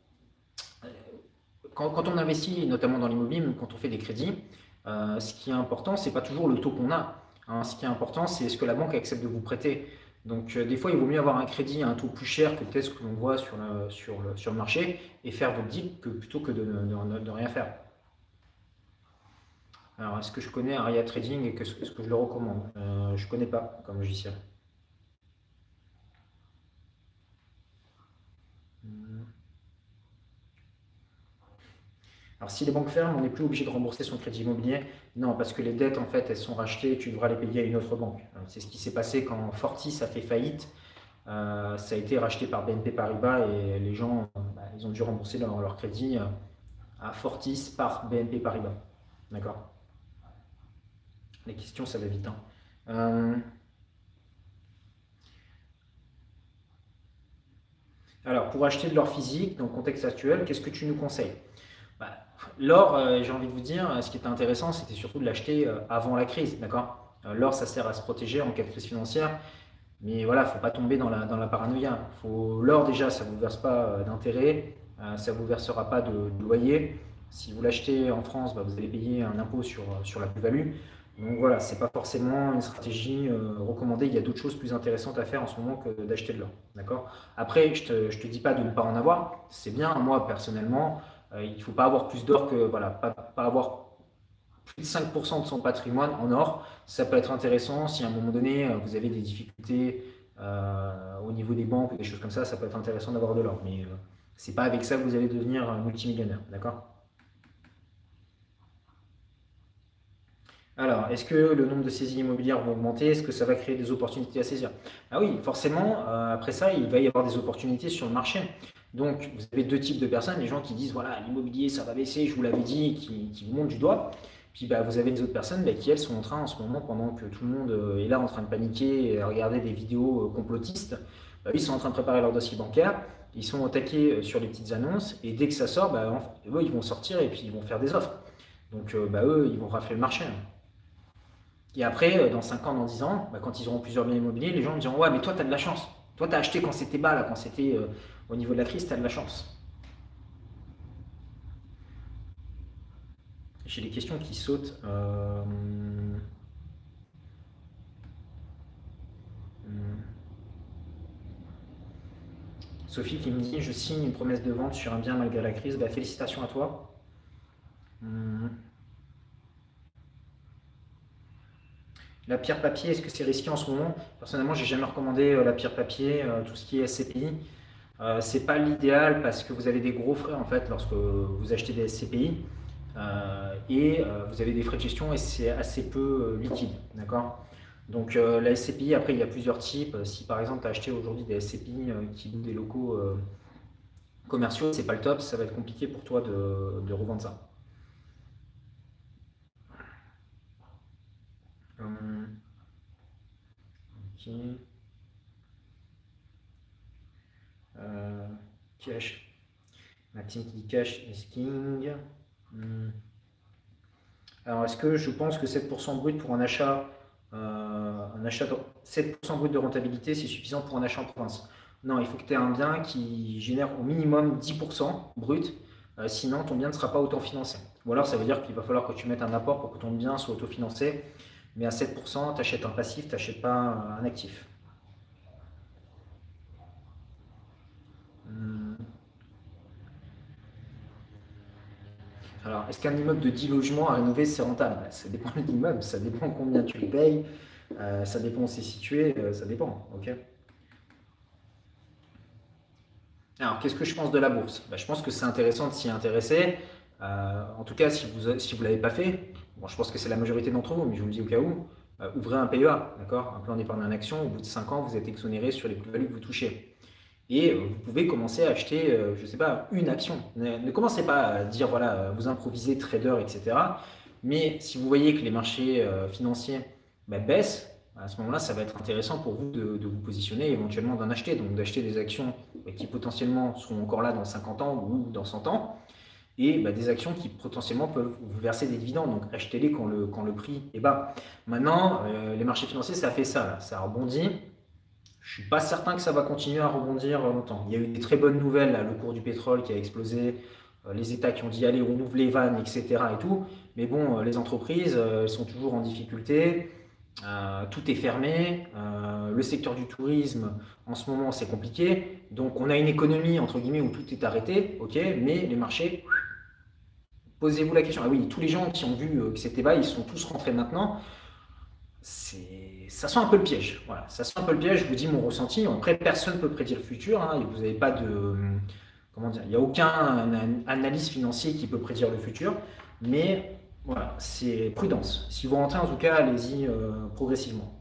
quand on investit, notamment dans l'immobilier, même quand on fait des crédits, ce qui est important, c'est pas toujours le taux qu'on a. Hein. Ce qui est important, c'est ce que la banque accepte de vous prêter. Donc, des fois, il vaut mieux avoir un crédit à un taux plus cher que peut-être ce que l'on voit sur le marché et faire votre deal plutôt que de rien faire. Alors, est-ce que je connais Aria Trading et est-ce que je le recommande? Je ne connais pas comme logiciel. Hmm. Alors, si les banques ferment, on n'est plus obligé de rembourser son crédit immobilier. Non, parce que les dettes, en fait, elles sont rachetées et tu devras les payer à une autre banque. C'est ce qui s'est passé quand Fortis a fait faillite. Ça a été racheté par BNP Paribas et les gens, bah, ils ont dû rembourser leur crédit à Fortis par BNP Paribas. D'accord? Les questions, ça va vite. Hein. Euh, alors, pour acheter de l'or physique, dans le contexte actuel, qu'est-ce que tu nous conseilles? Bah, l'or, j'ai envie de vous dire, ce qui était intéressant, c'était surtout de l'acheter avant la crise, d'accord? L'or, ça sert à se protéger en cas de crise financière, mais voilà, il ne faut pas tomber dans la paranoïa. L'or, déjà, ça ne vous verse pas d'intérêt, ça ne vous versera pas de loyer. Si vous l'achetez en France, bah, vous allez payer un impôt sur la plus-value. Donc voilà, ce n'est pas forcément une stratégie recommandée. Il y a d'autres choses plus intéressantes à faire en ce moment que d'acheter de l'or. D'accord? Après, je te dis pas de ne pas en avoir. C'est bien, moi personnellement, il ne faut pas avoir plus d'or que, voilà, pas avoir plus de 5% de son patrimoine en or. Ça peut être intéressant si à un moment donné vous avez des difficultés au niveau des banques ou des choses comme ça peut être intéressant d'avoir de l'or. Mais c'est pas avec ça que vous allez devenir multimillionnaire, d'accord? Alors, est-ce que le nombre de saisies immobilières va augmenter? Est-ce que ça va créer des opportunités à saisir? Ah oui, forcément, après ça, il va y avoir des opportunités sur le marché. Donc, vous avez deux types de personnes, les gens qui disent, voilà, l'immobilier, ça va baisser, je vous l'avais dit, qui vous montrent du doigt. Puis bah, vous avez des autres personnes bah, qui, elles, sont en train, en ce moment, pendant que tout le monde est là en train de paniquer et à regarder des vidéos complotistes, bah, ils sont en train de préparer leur dossier bancaire, ils sont attaqués sur les petites annonces, et dès que ça sort, bah, eux, ils vont sortir et puis ils vont faire des offres. Donc, bah, eux, ils vont rafler le marché. Et après, dans 5 ans, dans 10 ans, bah, quand ils auront plusieurs biens immobiliers, les gens me diront, ouais, mais toi, tu as de la chance. Toi, tu as acheté quand c'était bas, là, quand c'était au niveau de la crise, tu as de la chance. J'ai des questions qui sautent. Sophie qui me dit, je signe une promesse de vente sur un bien malgré la crise. Bah, félicitations à toi. Hum. La pierre papier, est-ce que c'est risqué en ce moment? Personnellement, j'ai jamais recommandé la pierre papier, tout ce qui est SCPI. C'est pas l'idéal parce que vous avez des gros frais en fait lorsque vous achetez des SCPI vous avez des frais de gestion et c'est assez peu liquide, d'accord? Donc la SCPI, après il y a plusieurs types. Si par exemple tu as acheté aujourd'hui des SCPI qui louent des locaux commerciaux, c'est pas le top, ça va être compliqué pour toi de revendre ça. Hum, ok. Euh, cash. Maxime qui dit cash is king. Hum. Alors, est-ce que je pense que 7% brut pour un achat 7% brut de rentabilité, c'est suffisant pour un achat en province? Non, il faut que tu aies un bien qui génère au minimum 10% brut, sinon ton bien ne sera pas autofinancé. Ou alors ça veut dire qu'il va falloir que tu mettes un apport pour que ton bien soit autofinancé, mais à 7%, tu achètes un passif, tu n'achètes pas un actif. Hum. Alors, est-ce qu'un immeuble de 10 logements à rénover, c'est rentable? Bah, ça dépend de l'immeuble, ça dépend combien tu le payes, ça dépend où c'est situé, ça dépend. Ok. Alors, qu'est-ce que je pense de la bourse? Bah, je pense que c'est intéressant de s'y intéresser. En tout cas, si vous l'avez pas fait, bon, je pense que c'est la majorité d'entre vous, mais je vous le dis au cas où, ouvrez un PEA, d'accord? Un plan d'épargne en action. Au bout de 5 ans, vous êtes exonéré sur les plus-values que vous touchez. Et vous pouvez commencer à acheter, je ne sais pas, une action. Ne commencez pas à dire, voilà, vous improvisez trader, etc. Mais si vous voyez que les marchés financiers bah, baissent, à ce moment-là, ça va être intéressant pour vous de vous positionner et éventuellement d'en acheter. Donc d'acheter des actions qui potentiellement seront encore là dans 50 ans ou dans 100 ans, et bah, des actions qui potentiellement peuvent vous verser des dividendes. Donc achetez-les quand le prix est bas. Maintenant, les marchés financiers, ça fait ça, là. Ça rebondit. Je ne suis pas certain que ça va continuer à rebondir longtemps. Il y a eu des très bonnes nouvelles, là, le cours du pétrole qui a explosé, les États qui ont dit allez, on ouvre les vannes, etc. Et tout. Mais bon, les entreprises, elles sont toujours en difficulté. Tout est fermé. Le secteur du tourisme, en ce moment, c'est compliqué. Donc, on a une économie, entre guillemets, où tout est arrêté, ok, mais les marchés, posez-vous la question. Ah oui, tous les gens qui ont vu que c'était bas, ils sont tous rentrés maintenant. Ça sent un peu le piège. Voilà, ça sent un peu le piège, je vous dis mon ressenti. Après, personne ne peut prédire le futur, hein, et vous n'avez pas de. Comment dire? Il n'y a aucun analyse financier qui peut prédire le futur. Mais voilà, c'est prudence. Si vous rentrez, en tout cas, allez-y progressivement.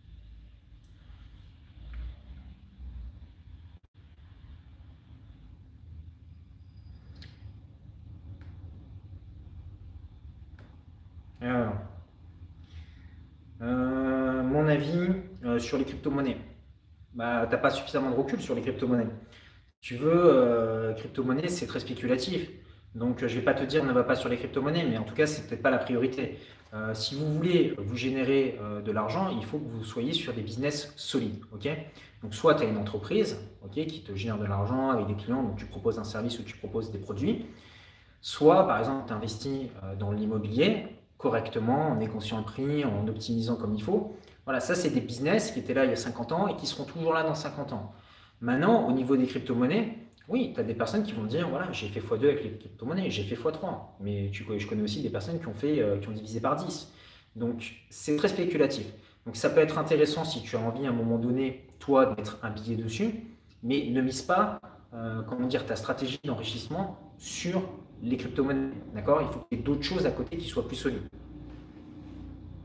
Alors, mon avis sur les crypto-monnaies. Bah, t'as pas suffisamment de recul sur les crypto-monnaies. Tu veux, crypto-monnaie, c'est très spéculatif. Donc, je ne vais pas te dire ne va pas sur les crypto-monnaies, mais en tout cas, c'est peut-être pas la priorité. Si vous voulez vous générer de l'argent, il faut que vous soyez sur des business solides. Ok. Donc, soit tu as une entreprise ok, qui te génère de l'argent avec des clients, donc tu proposes un service ou tu proposes des produits. Soit, par exemple, tu investis dans l'immobilier correctement, en négociant le prix, en optimisant comme il faut. Voilà, ça, c'est des business qui étaient là il y a 50 ans et qui seront toujours là dans 50 ans. Maintenant, au niveau des crypto-monnaies, oui, tu as des personnes qui vont dire, voilà, j'ai fait x2 avec les crypto-monnaies, j'ai fait x3. Mais je connais aussi des personnes qui ont divisé par 10. Donc, c'est très spéculatif. Donc, ça peut être intéressant si tu as envie à un moment donné, toi, de mettre un billet dessus, mais ne mise pas, comment dire, ta stratégie d'enrichissement sur les crypto-monnaies. D'accord? Il faut qu'il y ait d'autres choses à côté qui soient plus solides.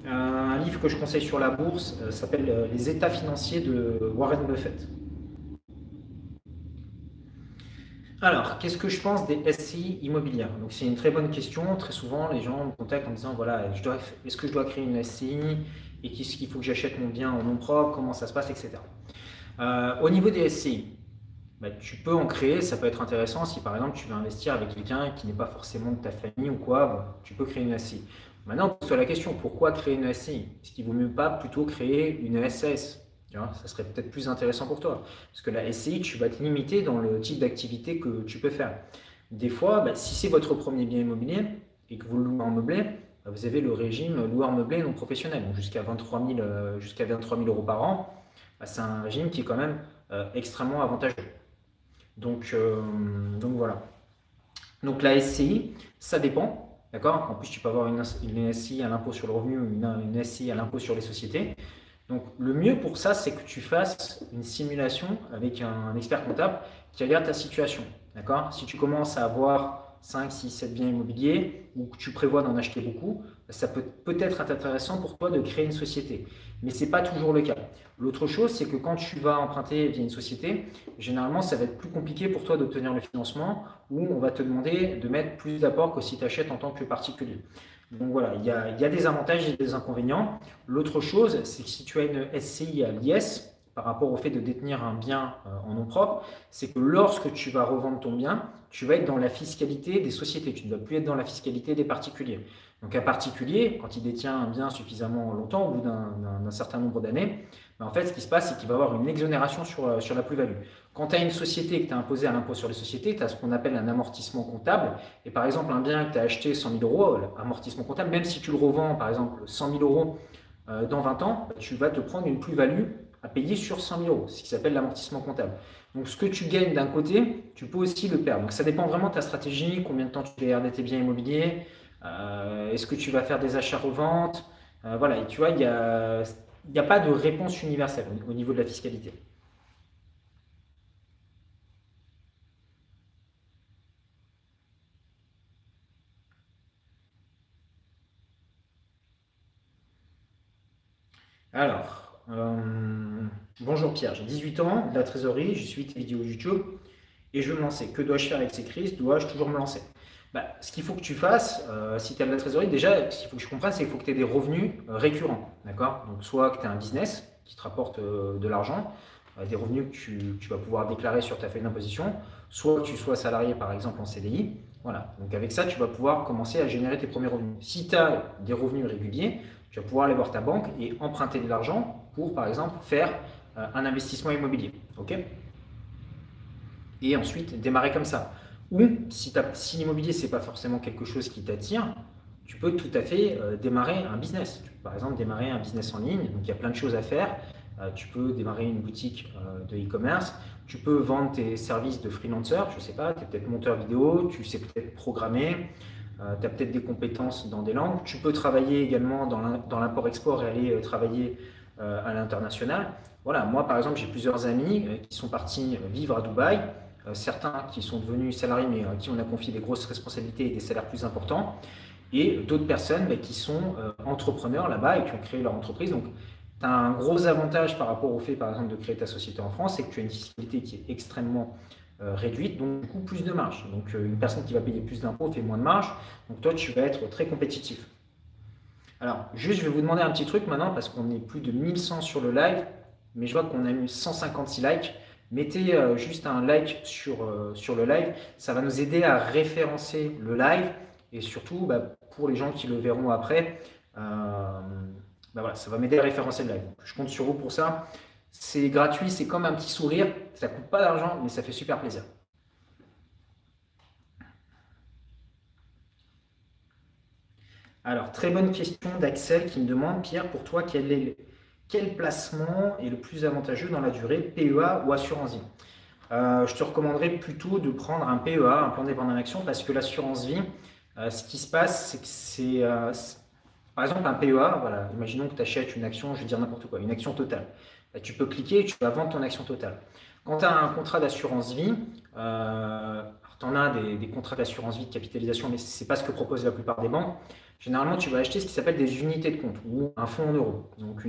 Un livre que je conseille sur la bourse s'appelle Les États financiers de Warren Buffett. Alors, qu'est-ce que je pense des SCI immobilières? Donc, c'est une très bonne question. Très souvent, les gens me contactent en me disant, voilà, est-ce que je dois créer une SCI et qu'est-ce qu'il faut que j'achète mon bien en nom propre, comment ça se passe, etc. Au niveau des SCI, bah, tu peux en créer, ça peut être intéressant si par exemple tu veux investir avec quelqu'un qui n'est pas forcément de ta famille ou quoi, bon, tu peux créer une SCI. Maintenant, pose-toi la question, pourquoi créer une SCI? Est-ce qu'il vaut mieux pas plutôt créer une SAS? Tu vois, ça serait peut-être plus intéressant pour toi. Parce que la SCI, tu vas te limiter dans le type d'activité que tu peux faire. Des fois, bah, si c'est votre premier bien immobilier et que vous le louez en meublé, bah, vous avez le régime loueur meublé non professionnel, donc jusqu'à 23 000 euros par an. Bah, c'est un régime qui est quand même extrêmement avantageux. Donc, euh, donc voilà. Donc la SCI, ça dépend. D'accord. En plus, tu peux avoir une SCI à l'impôt sur le revenu ou une SCI à l'impôt sur les sociétés. Donc le mieux pour ça, c'est que tu fasses une simulation avec un expert comptable qui regarde ta situation. D'accord. Si tu commences à avoir 5, 6, 7 biens immobiliers ou que tu prévois d'en acheter beaucoup, ça peut peut-être être intéressant pour toi de créer une société. Mais ce n'est pas toujours le cas. L'autre chose, c'est que quand tu vas emprunter via une société, généralement, ça va être plus compliqué pour toi d'obtenir le financement ou on va te demander de mettre plus d'apport que si tu achètes en tant que particulier. Donc voilà, il y a des avantages et des inconvénients. L'autre chose, c'est que si tu as une SCI à l'IS, par rapport au fait de détenir un bien en nom propre, c'est que lorsque tu vas revendre ton bien, tu vas être dans la fiscalité des sociétés, tu ne vas plus être dans la fiscalité des particuliers. Donc un particulier, quand il détient un bien suffisamment longtemps, au bout d'un certain nombre d'années, ben en fait ce qui se passe, c'est qu'il va avoir une exonération sur la plus-value. Quand tu as une société que tu as imposé à l'impôt sur les sociétés, tu as ce qu'on appelle un amortissement comptable. Et par exemple, un bien que tu as acheté 100 000 euros, amortissement comptable, même si tu le revends par exemple 100 000 euros dans 20 ans, tu vas te prendre une plus-value à payer sur 100 000 euros, ce qui s'appelle l'amortissement comptable. Donc ce que tu gagnes d'un côté, tu peux aussi le perdre. Donc ça dépend vraiment de ta stratégie, combien de temps tu vas garder tes biens immobiliers, est-ce que tu vas faire des achats-reventes, voilà, et tu vois, il y a pas de réponse universelle au niveau de la fiscalité. Alors, bonjour Pierre, j'ai 18 ans, de la trésorerie, je suis tes vidéos YouTube et je veux me lancer. Que dois-je faire avec ces crises? Dois-je toujours me lancer? Bah, ce qu'il faut que tu fasses, si tu as de la trésorerie, déjà, ce qu'il faut que je comprenne, c'est qu'il faut que tu aies des revenus récurrents. D'accord. Donc, soit que tu as un business qui te rapporte de l'argent, des revenus que tu vas pouvoir déclarer sur ta feuille d'imposition, soit que tu sois salarié par exemple en CDI. Voilà. Donc, avec ça, tu vas pouvoir commencer à générer tes premiers revenus. Si tu as des revenus réguliers, tu vas pouvoir aller voir ta banque et emprunter de l'argent pour, par exemple, faire un investissement immobilier. OK. Et ensuite démarrer comme ça. Ou si l'immobilier, ce n'est pas forcément quelque chose qui t'attire, tu peux tout à fait démarrer un business. Tu peux par exemple démarrer un business en ligne, donc il y a plein de choses à faire. Tu peux démarrer une boutique de e-commerce, tu peux vendre tes services de freelancer, je ne sais pas, tu es peut-être monteur vidéo, tu sais peut-être programmer, tu as peut-être des compétences dans des langues, tu peux travailler également dans l'import-export et aller travailler à l'international. Voilà, moi par exemple j'ai plusieurs amis qui sont partis vivre à Dubaï, certains qui sont devenus salariés mais à qui on a confié des grosses responsabilités et des salaires plus importants, et d'autres personnes qui sont entrepreneurs là-bas et qui ont créé leur entreprise. Donc tu as un gros avantage par rapport au fait par exemple de créer ta société en France, c'est que tu as une fiscalité qui est extrêmement réduite, donc du coup plus de marge. Donc une personne qui va payer plus d'impôts fait moins de marge, donc toi tu vas être très compétitif. Alors juste je vais vous demander un petit truc maintenant parce qu'on est plus de 1100 sur le live, mais je vois qu'on a eu 156 likes. Mettez juste un like sur le live, ça va nous aider à référencer le live et surtout pour les gens qui le verront après, voilà, ça va m'aider à référencer le live. Je compte sur vous pour ça. C'est gratuit, c'est comme un petit sourire, ça ne coûte pas d'argent, mais ça fait super plaisir. Alors, très bonne question d'Axel qui me demande, Pierre, pour toi, quel placement est le plus avantageux dans la durée, PEA ou assurance vie? Je te recommanderais plutôt de prendre un PEA, un plan d'épargne en action, parce que l'assurance vie, ce qui se passe, c'est que par exemple, un PEA, voilà, imaginons que tu achètes une action, je vais dire n'importe quoi, une action totale. Tu peux cliquer et tu vas vendre ton action totale. Quand tu as un contrat d'assurance vie, tu en as des contrats d'assurance vie de capitalisation, mais ce n'est pas ce que proposent la plupart des banques. Généralement, tu vas acheter ce qui s'appelle des unités de compte ou un fonds en euros. Donc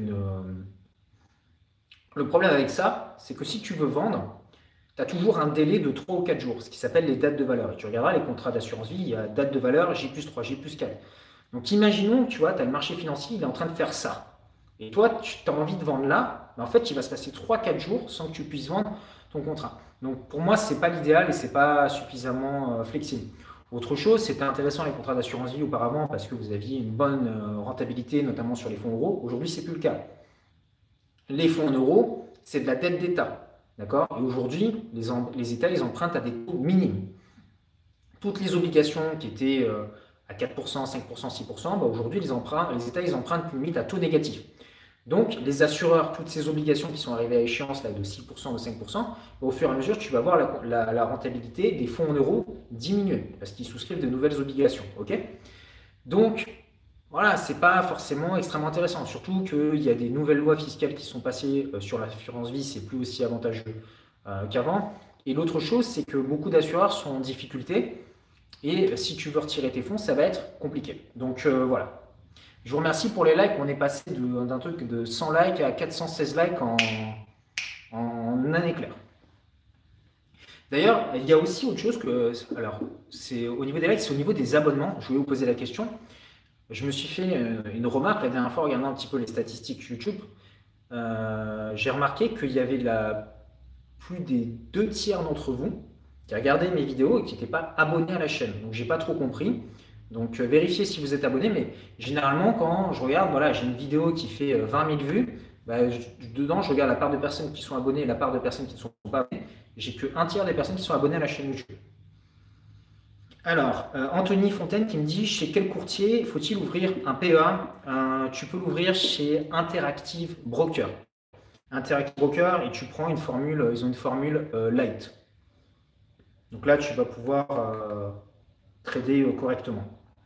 le problème avec ça, c'est que si tu veux vendre, tu as toujours un délai de 3 ou 4 jours, ce qui s'appelle les dates de valeur. Et tu regarderas les contrats d'assurance vie, il y a date de valeur J+3, J+4. Donc imaginons que tu vois, tu as le marché financier, il est en train de faire ça. Et toi, tu as envie de vendre là, mais en fait, il va se passer 3-4 jours sans que tu puisses vendre ton contrat. Donc pour moi, ce n'est pas l'idéal et ce n'est pas suffisamment flexible. Autre chose, c'était intéressant les contrats d'assurance vie auparavant parce que vous aviez une bonne rentabilité, notamment sur les fonds euros. Aujourd'hui, ce n'est plus le cas. Les fonds en euros, c'est de la dette d'État. D'accord? Et aujourd'hui, les États, ils empruntent à des taux minimes. Toutes les obligations qui étaient à 4%, 5%, 6%, bah aujourd'hui, les États, ils empruntent limite à taux négatif. Donc, les assureurs, toutes ces obligations qui sont arrivées à échéance là, de 6% ou 5%, bah, au fur et à mesure, tu vas voir la rentabilité des fonds en euros diminuer parce qu'ils souscrivent de nouvelles obligations. Ok? Donc, voilà, c'est pas forcément extrêmement intéressant. Surtout qu'il y a des nouvelles lois fiscales qui sont passées sur l'assurance vie, c'est plus aussi avantageux qu'avant. Et l'autre chose, c'est que beaucoup d'assureurs sont en difficulté. Et si tu veux retirer tes fonds, ça va être compliqué. Donc voilà. Je vous remercie pour les likes. On est passé d'un truc de 100 likes à 416 likes en année claire. D'ailleurs, il y a aussi autre chose que. Alors, c'est au niveau des likes, c'est au niveau des abonnements. Je voulais vous poser la question. Je me suis fait une remarque la dernière fois en regardant un petit peu les statistiques YouTube. J'ai remarqué qu'il y avait plus des 2 tiers d'entre vous qui regardaient mes vidéos et qui n'étaient pas abonnés à la chaîne. Donc, j'ai pas trop compris. Donc, vérifiez si vous êtes abonné. Mais généralement, quand je regarde, voilà, j'ai une vidéo qui fait 20 000 vues. Bah, dedans, je regarde la part de personnes qui sont abonnées et la part de personnes qui ne sont pas abonnées. J'ai que 1 tiers des personnes qui sont abonnées à la chaîne YouTube. Alors, Anthony Fontaine qui me dit chez quel courtier faut-il ouvrir un PEA? Tu peux l'ouvrir chez Interactive Broker. Interactive Broker et tu prends une formule, ils ont une formule light. Donc là, tu vas pouvoir trader correctement.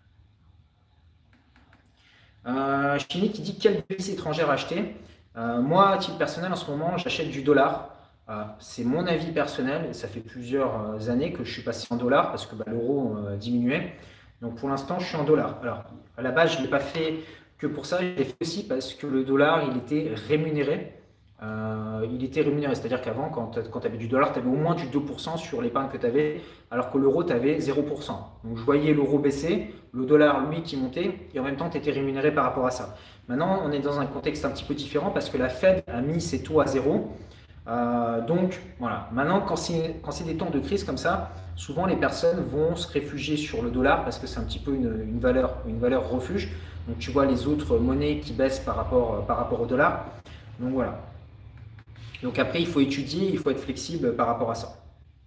Chini qui dit quelle devise étrangère acheter? Moi, à titre personnel, en ce moment, j'achète du dollar. C'est mon avis personnel, et ça fait plusieurs années que je suis passé en dollars parce que l'euro diminuait. Donc pour l'instant, je suis en dollars. Alors, à la base, je ne l'ai pas fait que pour ça, je l'ai fait aussi parce que le dollar, il était rémunéré. C'est-à-dire qu'avant, quand tu avais du dollar, tu avais au moins du 2% sur l'épargne que tu avais, alors que l'euro, tu avais 0%. Donc je voyais l'euro baisser, le dollar, lui, qui montait, et en même temps, tu étais rémunéré par rapport à ça. Maintenant, on est dans un contexte un petit peu différent parce que la Fed a mis ses taux à zéro. Donc voilà, maintenant quand c'est des temps de crise comme ça, souvent les personnes vont se réfugier sur le dollar parce que c'est un petit peu une valeur refuge. Donc tu vois les autres monnaies qui baissent par rapport au dollar. Donc voilà. Donc après il faut étudier, il faut être flexible par rapport à ça.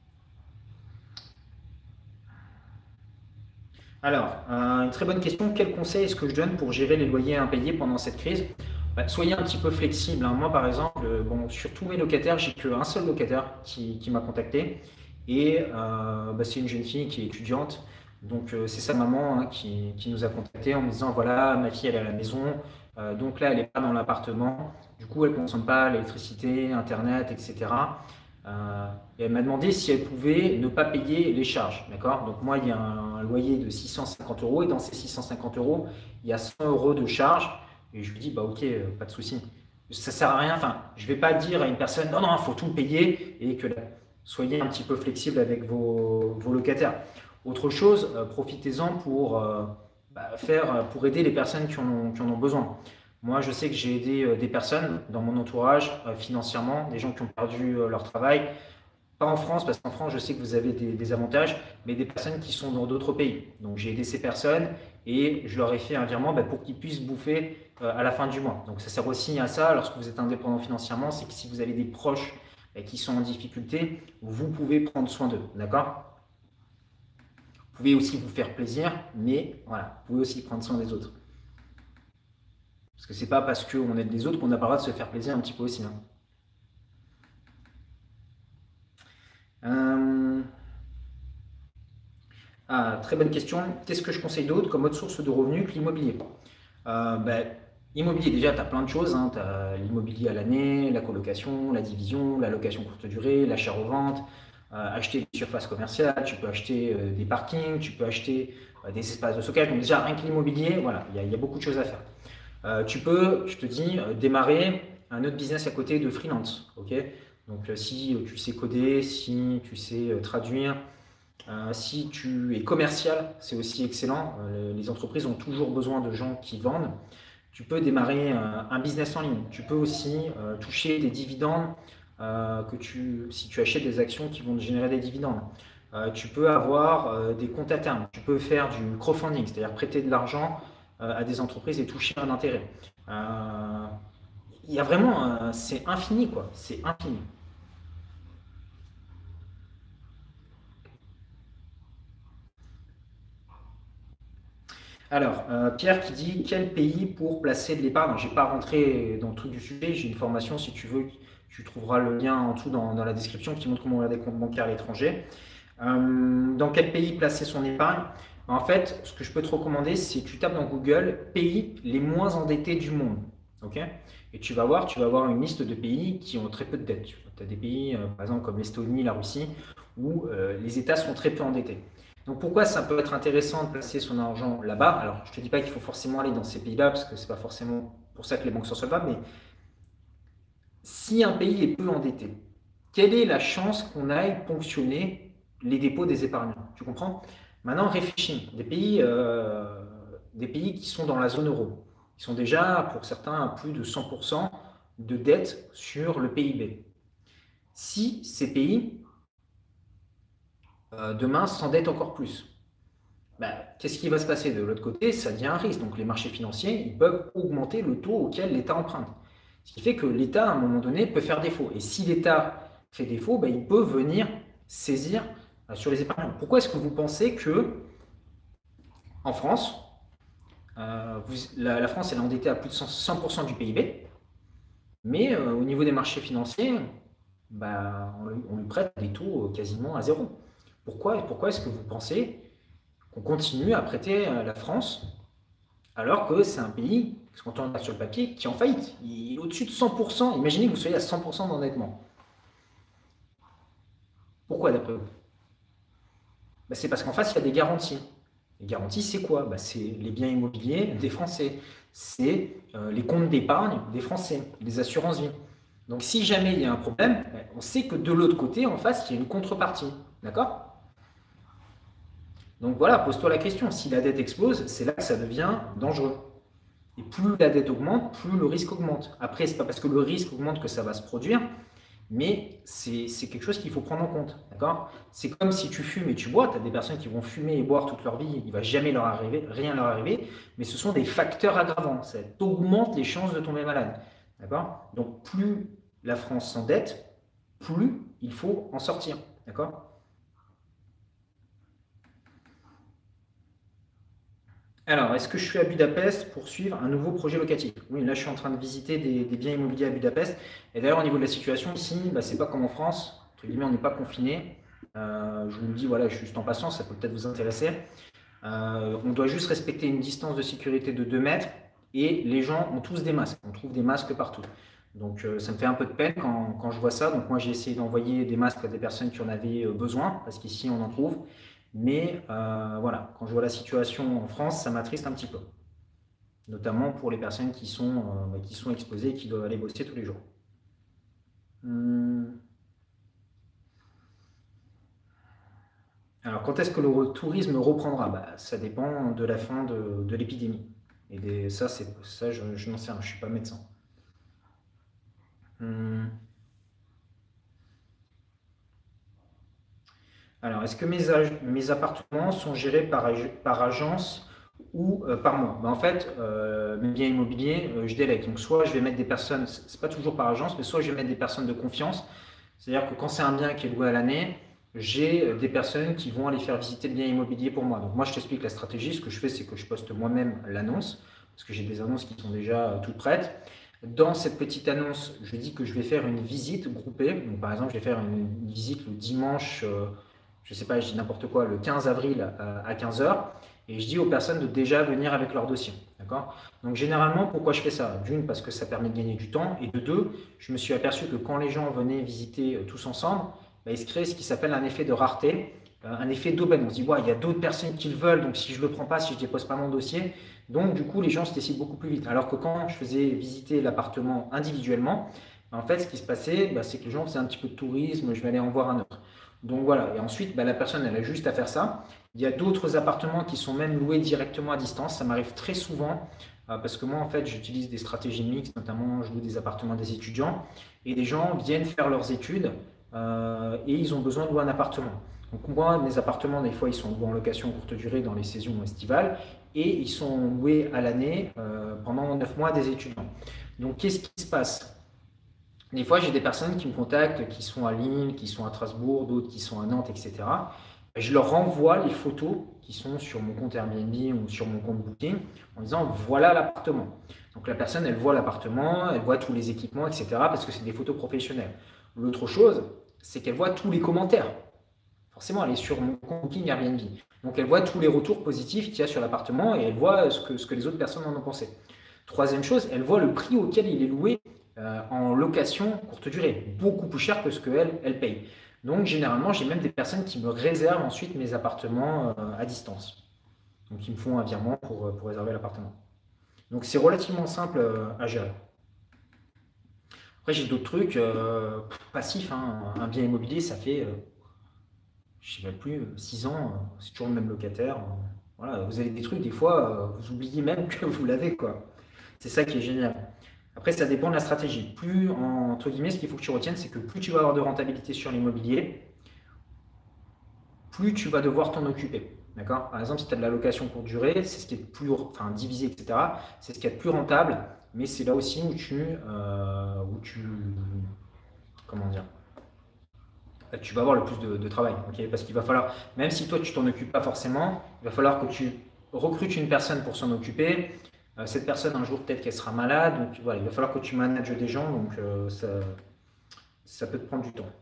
Alors, une très bonne question. Quel conseil est-ce que je donne pour gérer les loyers impayés pendant cette crise? Soyez un petit peu flexible. Moi, par exemple, sur tous mes locataires, j'ai qu'un seul locataire qui m'a contacté. Et c'est une jeune fille qui est étudiante. Donc, c'est sa maman qui nous a contacté en me disant, voilà, ma fille, elle est à la maison. Donc là, elle n'est pas dans l'appartement. Du coup, elle ne consomme pas l'électricité, Internet, etc. Et elle m'a demandé si elle pouvait ne pas payer les charges. D'accord? Donc moi, il y a un loyer de 650 euros et dans ces 650 euros, il y a 100 euros de charges. Et je lui dis, ok, pas de souci. Ça sert à rien. Enfin, je vais pas dire à une personne, non, non, il faut tout payer et que soyez un petit peu flexible avec vos locataires. Autre chose, profitez-en pour aider les personnes qui en ont besoin. Moi, je sais que j'ai aidé des personnes dans mon entourage financièrement, des gens qui ont perdu leur travail. Pas en France, parce qu'en France, je sais que vous avez des avantages, mais des personnes qui sont dans d'autres pays. Donc, j'ai aidé ces personnes et je leur ai fait un virement pour qu'ils puissent bouffer à la fin du mois. Donc, ça sert aussi à ça lorsque vous êtes indépendant financièrement, c'est que si vous avez des proches qui sont en difficulté, vous pouvez prendre soin d'eux. D'accord? Vous pouvez aussi vous faire plaisir, mais voilà, vous pouvez aussi prendre soin des autres. Parce que c'est pas parce qu'on aide les autres qu'on n'a pas le droit de se faire plaisir un petit peu aussi. Très bonne question. Qu'est-ce que je conseille d'autre comme autre source de revenus que l'immobilier? Immobilier, déjà, tu as plein de choses. Tu as l'immobilier à l'année, la colocation, la division, la location courte durée, l'achat-revente. acheter des surfaces commerciales, tu peux acheter des parkings, tu peux acheter des espaces de stockage. Donc déjà, rien que l'immobilier, voilà, il y a beaucoup de choses à faire. Tu peux, je te dis, démarrer un autre business à côté de freelance. Ok. Donc si tu sais coder, si tu sais traduire, si tu es commercial, c'est aussi excellent. Les entreprises ont toujours besoin de gens qui vendent. Tu peux démarrer un business en ligne. Tu peux aussi toucher des dividendes si tu achètes des actions qui vont te générer des dividendes. Tu peux avoir des comptes à terme. Tu peux faire du crowdfunding, c'est-à-dire prêter de l'argent à des entreprises et toucher un intérêt. Il y a vraiment, c'est infini quoi, c'est infini. Alors, Pierre qui dit quel pays pour placer de l'épargne. Je n'ai pas rentré dans le truc du sujet, j'ai une formation, si tu veux, tu trouveras le lien en dessous dans la description qui montre comment ouvrir des comptes bancaires à l'étranger. Dans quel pays placer son épargne? En fait, ce que je peux te recommander, c'est que tu tapes dans Google pays les moins endettés du monde. Ok. Et tu vas voir une liste de pays qui ont très peu de dettes. Tu as des pays, par exemple, comme l'Estonie, la Russie, où les États sont très peu endettés. Donc pourquoi ça peut être intéressant de placer son argent là-bas? Alors je ne te dis pas qu'il faut forcément aller dans ces pays-là, parce que ce n'est pas forcément pour ça que les banques sont solvables, mais si un pays est peu endetté, quelle est la chance qu'on aille ponctionner les dépôts des épargnants? Tu comprends? Maintenant, réfléchis. Des pays qui sont dans la zone euro, qui sont déjà, pour certains, à plus de 100% de dette sur le PIB. Si ces pays, demain, s'endettent encore plus, bah, qu'est-ce qui va se passer de l'autre côté? Ça devient un risque. Donc les marchés financiers, ils peuvent augmenter le taux auquel l'État emprunte. Ce qui fait que l'État, à un moment donné, peut faire défaut. Et si l'État fait défaut, bah, il peut venir saisir sur les épargnants. Pourquoi est-ce que vous pensez que en France, la France elle est endettée à plus de 100% du PIB, mais au niveau des marchés financiers, bah, on lui prête des taux quasiment à zéro. Pourquoi est-ce que vous pensez qu'on continue à prêter la France alors que c'est un pays, quand on regarde sur le papier, qui est en faillite? Il est au-dessus de 100%. Imaginez que vous soyez à 100% d'endettement. Pourquoi d'après vous? Bah, c'est parce qu'en face, il y a des garanties. Les garanties, c'est quoi? Bah, c'est les biens immobiliers des Français. C'est les comptes d'épargne des Français, les assurances vie. Donc si jamais il y a un problème, bah, on sait que de l'autre côté, en face, il y a une contrepartie. D'accord? Donc voilà, pose-toi la question. Si la dette explose, c'est là que ça devient dangereux. Et plus la dette augmente, plus le risque augmente. Après, ce n'est pas parce que le risque augmente que ça va se produire, mais c'est quelque chose qu'il faut prendre en compte. D'accord? C'est comme si tu fumes et tu bois. Tu as des personnes qui vont fumer et boire toute leur vie, il ne va jamais leur arriver, rien leur arriver, mais ce sont des facteurs aggravants. Ça augmente les chances de tomber malade. D'accord? Donc plus la France s'endette, plus il faut en sortir. D'accord? Alors, est-ce que je suis à Budapest pour suivre un nouveau projet locatif? Oui, là, je suis en train de visiter des biens immobiliers à Budapest. Et d'ailleurs, au niveau de la situation ici, bah, c'est pas comme en France. Entre guillemets, on n'est pas confiné. Je vous le dis, voilà, je suis juste en passant, ça peut peut-être vous intéresser. On doit juste respecter une distance de sécurité de 2 mètres et les gens ont tous des masques. On trouve des masques partout. Donc, ça me fait un peu de peine quand je vois ça. Donc, moi, j'ai essayé d'envoyer des masques à des personnes qui en avaient besoin, parce qu'ici, on en trouve. Mais voilà, quand je vois la situation en France, ça m'attriste un petit peu. Notamment pour les personnes qui sont exposées et qui doivent aller bosser tous les jours. Hum. Alors, quand est-ce que le tourisme reprendra? Bah, ça dépend de la fin de l'épidémie. Ça, je n'en sais rien, je ne suis pas médecin. Hum. Alors, est-ce que mes appartements sont gérés par agence ou par mois? En fait, mes biens immobiliers, je délègue. Donc, soit je vais mettre des personnes, c'est pas toujours par agence, mais soit je vais mettre des personnes de confiance. C'est-à-dire que quand c'est un bien qui est loué à l'année, j'ai des personnes qui vont aller faire visiter le bien immobilier pour moi. Donc, moi, je t'explique la stratégie. Ce que je fais, c'est que je poste moi-même l'annonce, parce que j'ai des annonces qui sont déjà toutes prêtes. Dans cette petite annonce, je dis que je vais faire une visite groupée. Donc, par exemple, je vais faire une visite le dimanche, je ne sais pas, je dis n'importe quoi, le 15 avril à 15 heures. Et je dis aux personnes de déjà venir avec leur dossier. D'accord? Donc, généralement, pourquoi je fais ça? D'une, parce que ça permet de gagner du temps. Et de deux, je me suis aperçu que quand les gens venaient visiter tous ensemble, bah, il se crée ce qui s'appelle un effet de rareté, un effet d'aubaine. On se dit, ouais, il y a d'autres personnes qui le veulent, donc si je ne le prends pas, si je ne dépose pas mon dossier, donc du coup, les gens se décident beaucoup plus vite. Alors que quand je faisais visiter l'appartement individuellement, en fait, ce qui se passait, bah, c'est que les gens faisaient un petit peu de tourisme, je vais aller en voir un autre. Donc voilà, et ensuite, bah, la personne, elle a juste à faire ça. Il y a d'autres appartements qui sont même loués directement à distance. Ça m'arrive très souvent parce que moi, en fait, j'utilise des stratégies mixtes, notamment je loue des appartements des étudiants et des gens viennent faire leurs études et ils ont besoin de louer un appartement. Donc moi, mes appartements, des fois, ils sont loués en location courte durée dans les saisons estivales et ils sont loués à l'année pendant 9 mois des étudiants. Donc qu'est-ce qui se passe? Des fois, j'ai des personnes qui me contactent, qui sont à Lille, qui sont à Strasbourg, d'autres qui sont à Nantes, etc. Je leur renvoie les photos qui sont sur mon compte Airbnb ou sur mon compte Booking en disant voilà l'appartement. Donc la personne, elle voit l'appartement, elle voit tous les équipements, etc. parce que c'est des photos professionnelles. L'autre chose, c'est qu'elle voit tous les commentaires. Forcément, elle est sur mon compte Booking Airbnb. Donc elle voit tous les retours positifs qu'il y a sur l'appartement et elle voit ce que les autres personnes en ont pensé. Troisième chose, elle voit le prix auquel il est loué en location courte durée, beaucoup plus cher que ce qu'elle elle paye. Donc généralement, j'ai même des personnes qui me réservent ensuite mes appartements à distance. Donc ils me font un virement pour réserver l'appartement. Donc c'est relativement simple à gérer. Après j'ai d'autres trucs passifs. Hein. Un bien immobilier, ça fait, je ne sais même plus, 6 ans, c'est toujours le même locataire. Voilà, vous avez des trucs, des fois, vous oubliez même que vous l'avez, quoi. C'est ça qui est génial. Après, ça dépend de la stratégie. Plus, entre guillemets, ce qu'il faut que tu retiennes, c'est que plus tu vas avoir de rentabilité sur l'immobilier, plus tu vas devoir t'en occuper. D'accord? Par exemple, si tu as de la location courte durée, c'est ce qui est plus, enfin, divisé, etc. C'est ce qui est le plus rentable, mais c'est là aussi comment dire, tu vas avoir le plus de travail. Okay, parce qu'il va falloir, même si toi tu t'en occupes pas forcément, il va falloir que tu recrutes une personne pour s'en occuper. Cette personne, un jour, peut-être qu'elle sera malade. Donc voilà, il va falloir que tu manages des gens. Donc ça peut te prendre du temps.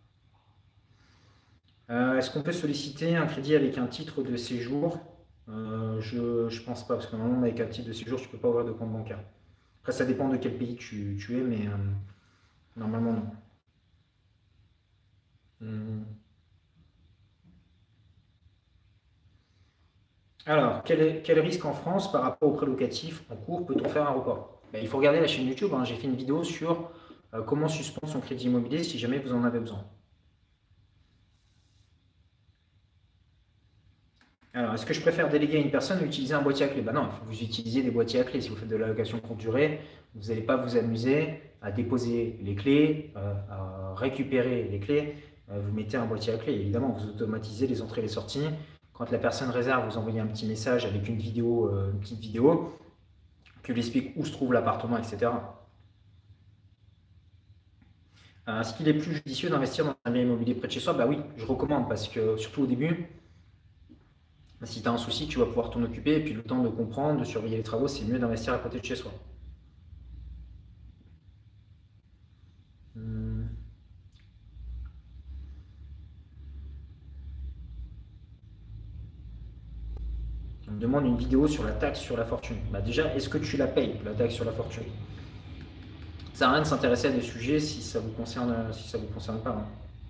Est-ce qu'on peut solliciter un crédit avec un titre de séjour? Je ne pense pas, parce que normalement, avec un titre de séjour, tu ne peux pas avoir de compte bancaire. Après, ça dépend de quel pays tu es, mais normalement, non. Hum. Alors, quel risque en France par rapport aux prêts locatifs en cours peut-on faire un report? Ben, il faut regarder la chaîne YouTube. Hein. J'ai fait une vidéo sur comment suspendre son crédit immobilier si jamais vous en avez besoin. Alors, est-ce que je préfère déléguer à une personne ou utiliser un boîtier à clé? Ben non, il faut que vous utilisiez des boîtiers à clé. Si vous faites de la location courte durée, vous n'allez pas vous amuser à déposer les clés, à récupérer les clés. Vous mettez un boîtier à clé. Évidemment, vous automatisez les entrées et les sorties. Quand la personne réserve, vous envoyez un petit message avec une vidéo, une petite vidéo qui lui explique où se trouve l'appartement, etc. Est-ce qu'il est plus judicieux d'investir dans un bien immobilier près de chez soi? Bah oui, je recommande parce que surtout au début, si tu as un souci, tu vas pouvoir t'en occuper et puis le temps de comprendre, de surveiller les travaux, c'est mieux d'investir à côté de chez soi. Hmm. On me demande une vidéo sur la taxe sur la fortune. Bah déjà, est-ce que tu la payes, la taxe sur la fortune? Ça sert à rien de s'intéresser à des sujets si ça vous concerne, si ça vous concerne pas. Hein.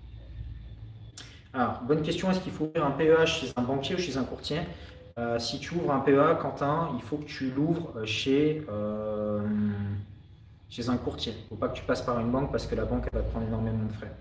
Alors, bonne question, est-ce qu'il faut ouvrir un PEA chez un banquier ou chez un courtier? Si tu ouvres un PEA, Quentin, il faut que tu l'ouvres chez un courtier. Il ne faut pas que tu passes par une banque parce que la banque elle va te prendre énormément de frais.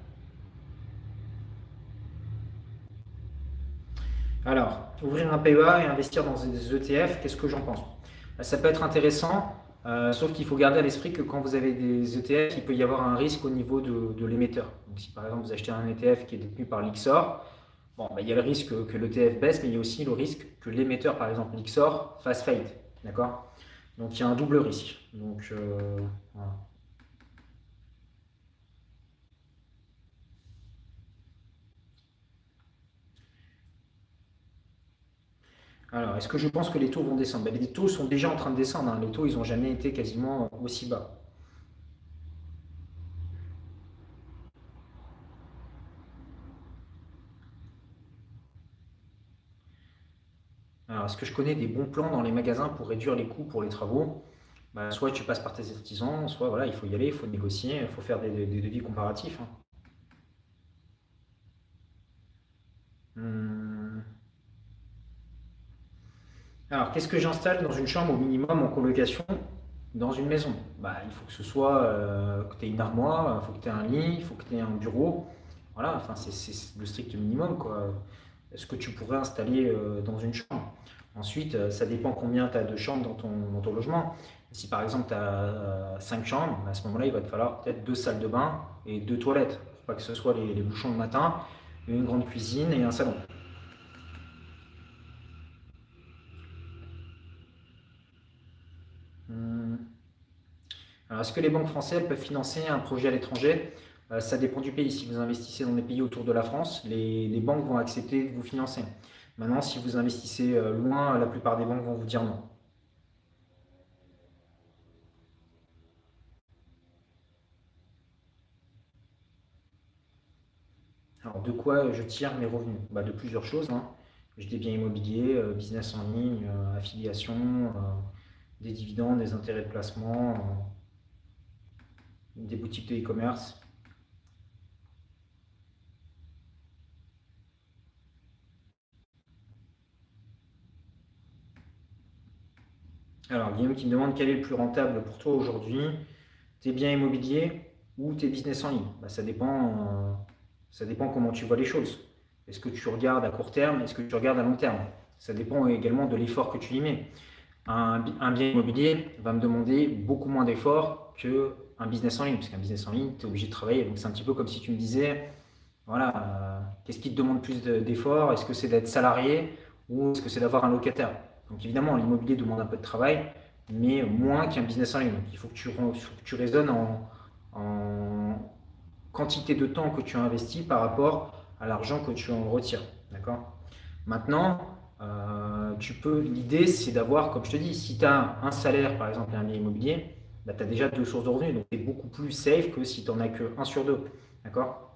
Alors, ouvrir un PEA et investir dans des ETF, qu'est-ce que j'en pense? Ça peut être intéressant, sauf qu'il faut garder à l'esprit que quand vous avez des ETF, il peut y avoir un risque au niveau de l'émetteur. Donc, si par exemple vous achetez un ETF qui est détenu par l'IXOR, bon, bah, il y a le risque que l'ETF baisse, mais il y a aussi le risque que l'émetteur, par exemple l'IXOR, fasse faillite. D'accord? Donc il y a un double risque. Donc, voilà. Alors, est-ce que je pense que les taux vont descendre? Ben, les taux sont déjà en train de descendre. Hein. Les taux, ils n'ont jamais été quasiment aussi bas. Alors, est-ce que je connais des bons plans dans les magasins pour réduire les coûts pour les travaux? Ben, soit tu passes par tes artisans, soit voilà, il faut y aller, il faut négocier, il faut faire des devis comparatifs. Hein. Alors, qu'est-ce que j'installe dans une chambre au minimum en colocation dans une maison? Bah, il faut que ce soit, que tu aies une armoire, il faut que tu aies un lit, il faut que tu aies un bureau. Voilà, enfin, c'est le strict minimum, quoi. Est-ce que tu pourrais installer dans une chambre? Ensuite, ça dépend combien tu as de chambres dans ton logement. Si par exemple tu as 5 chambres, à ce moment-là, il va te falloir peut-être 2 salles de bain et 2 toilettes. Pour pas que ce soit les bouchons le matin, une grande cuisine et un salon. Hmm. Alors, est-ce que les banques françaises peuvent financer un projet à l'étranger? Ça dépend du pays. Si vous investissez dans des pays autour de la France, les banques vont accepter de vous financer. Maintenant, si vous investissez loin, la plupart des banques vont vous dire non. Alors, de quoi je tire mes revenus? Bah, de plusieurs choses, hein. J'ai des biens immobiliers, business en ligne, affiliation, des dividendes, des intérêts de placement, des boutiques de e-commerce. Alors, Guillaume qui me demande quel est le plus rentable pour toi aujourd'hui, tes biens immobiliers ou tes business en ligne? Bah, ça dépend comment tu vois les choses. Est-ce que tu regardes à court terme? Est-ce que tu regardes à long terme? Ça dépend également de l'effort que tu y mets. Un bien immobilier va me demander beaucoup moins d'efforts qu'un business en ligne, parce qu'un business en ligne, tu es obligé de travailler. Donc c'est un petit peu comme si tu me disais, voilà, qu'est-ce qui te demande plus d'efforts? Est-ce que c'est d'être salarié ou est-ce que c'est d'avoir un locataire? Donc évidemment, l'immobilier demande un peu de travail, mais moins qu'un business en ligne. Donc il faut que tu raisonnes en quantité de temps que tu investis par rapport à l'argent que tu en retires. D'accord? Maintenant, l'idée c'est d'avoir, comme je te dis, si tu as un salaire par exemple et un bien immobilier, bah, tu as déjà 2 sources de revenus, donc tu es beaucoup plus safe que si tu n'en as que un sur deux. D'accord?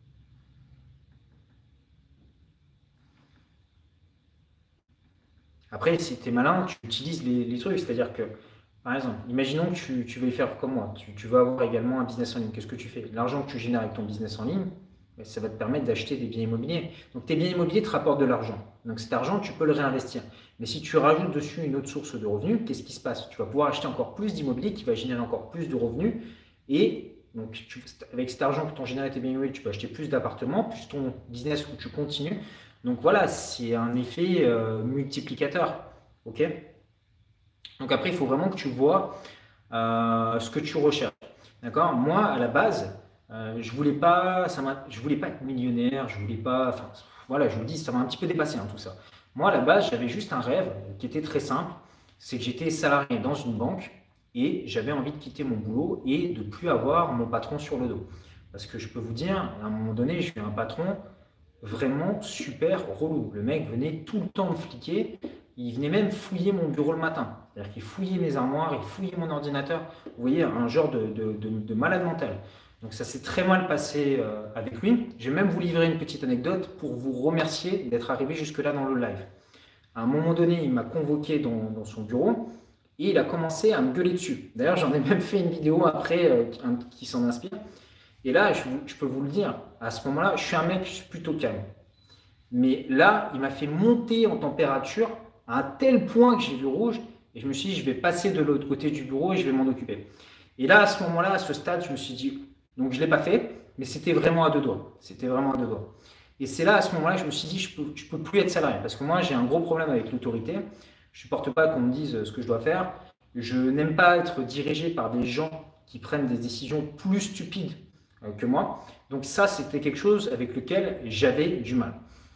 Après, si tu es malin, tu utilises les trucs. C'est-à-dire que, par exemple, imaginons que tu veux faire comme moi. Tu veux avoir également un business en ligne. Qu'est-ce que tu fais? L'argent que tu génères avec ton business en ligne, ben, ça va te permettre d'acheter des biens immobiliers. Donc, tes biens immobiliers te rapportent de l'argent. Donc, cet argent, tu peux le réinvestir. Mais si tu rajoutes dessus une autre source de revenus, qu'est-ce qui se passe? Tu vas pouvoir acheter encore plus d'immobilier qui va générer encore plus de revenus. Et donc, avec cet argent que tu as généré tes biens immobiliers, tu peux acheter plus d'appartements, plus ton business où tu continues. Donc voilà, c'est un effet multiplicateur. Ok? Donc après, il faut vraiment que tu vois ce que tu recherches. D'accord? Moi, à la base, je voulais pas être millionnaire, je voulais pas. Enfin, voilà, je vous le dis, ça m'a un petit peu dépassé, hein, tout ça. Moi, à la base, j'avais juste un rêve qui était très simple, c'est que j'étais salarié dans une banque et j'avais envie de quitter mon boulot et de plus avoir mon patron sur le dos. Parce que je peux vous dire, à un moment donné, j'ai eu un patron vraiment super relou. Le mec venait tout le temps me fliquer. Il venait même fouiller mon bureau le matin. C'est-à-dire qu'il fouillait mes armoires, il fouillait mon ordinateur. Vous voyez, un genre de malade mental. Donc ça s'est très mal passé avec lui. Je vais même vous livrer une petite anecdote pour vous remercier d'être arrivé jusque-là dans le live. À un moment donné, il m'a convoqué dans son bureau et il a commencé à me gueuler dessus. D'ailleurs, j'en ai même fait une vidéo après qui s'en inspire. Et là, je peux vous le dire, à ce moment-là, je suis un mec plutôt calme. Mais là, il m'a fait monter en température à un tel point que j'ai vu rouge et je me suis dit, je vais passer de l'autre côté du bureau et je vais m'en occuper. Et là, à ce moment-là, à ce stade, je me suis dit, donc je ne l'ai pas fait, mais c'était vraiment à deux doigts. C'était vraiment à deux doigts. Et c'est là, à ce moment-là, que je me suis dit, je peux plus être salarié parce que moi, j'ai un gros problème avec l'autorité. Je ne supporte pas qu'on me dise ce que je dois faire. Je n'aime pas être dirigé par des gens qui prennent des décisions plus stupides que moi. Donc ça, c'était quelque chose avec lequel j'avais du mal.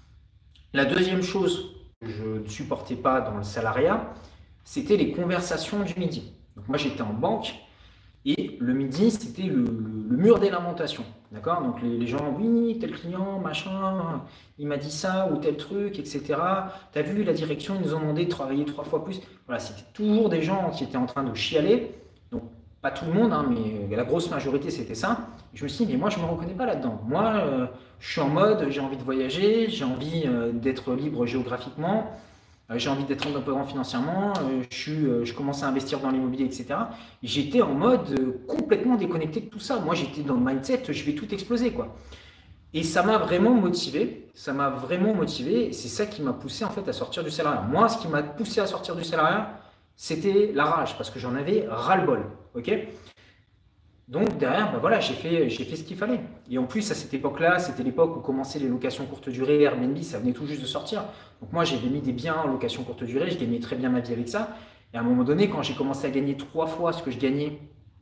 La deuxième chose que je ne supportais pas dans le salariat, c'était les conversations du midi. Donc moi, j'étais en banque et le midi, c'était le mur des lamentations. D'accord? Donc les gens, oui, tel client, machin, il m'a dit ça ou tel truc, etc. T'as vu, la direction, ils nous ont demandé de travailler 3 fois plus. Voilà, c'était toujours des gens qui étaient en train de chialer. Donc, pas tout le monde, hein, mais la grosse majorité, c'était ça. Et je me suis dit, mais moi, je ne me reconnais pas là-dedans. Moi, je suis en mode, j'ai envie de voyager, j'ai envie d'être libre géographiquement, j'ai envie d'être indépendant financièrement, je commence à investir dans l'immobilier, etc. J'étais en mode complètement déconnecté de tout ça. Moi, j'étais dans le mindset, je vais tout exploser, quoi. Et ça m'a vraiment motivé. Ça m'a vraiment motivé. Et c'est ça qui m'a poussé en fait à sortir du salariat. Moi, ce qui m'a poussé à sortir du salariat, c'était la rage parce que j'en avais ras-le-bol. Ok. Donc derrière, bah voilà, j'ai fait ce qu'il fallait. Et en plus, à cette époque-là, c'était l'époque où commençaient les locations courte durée, Airbnb, ça venait tout juste de sortir. Donc moi, j'avais mis des biens en location courte durée, je gagnais très bien ma vie avec ça. Et à un moment donné, quand j'ai commencé à gagner 3 fois ce que je gagnais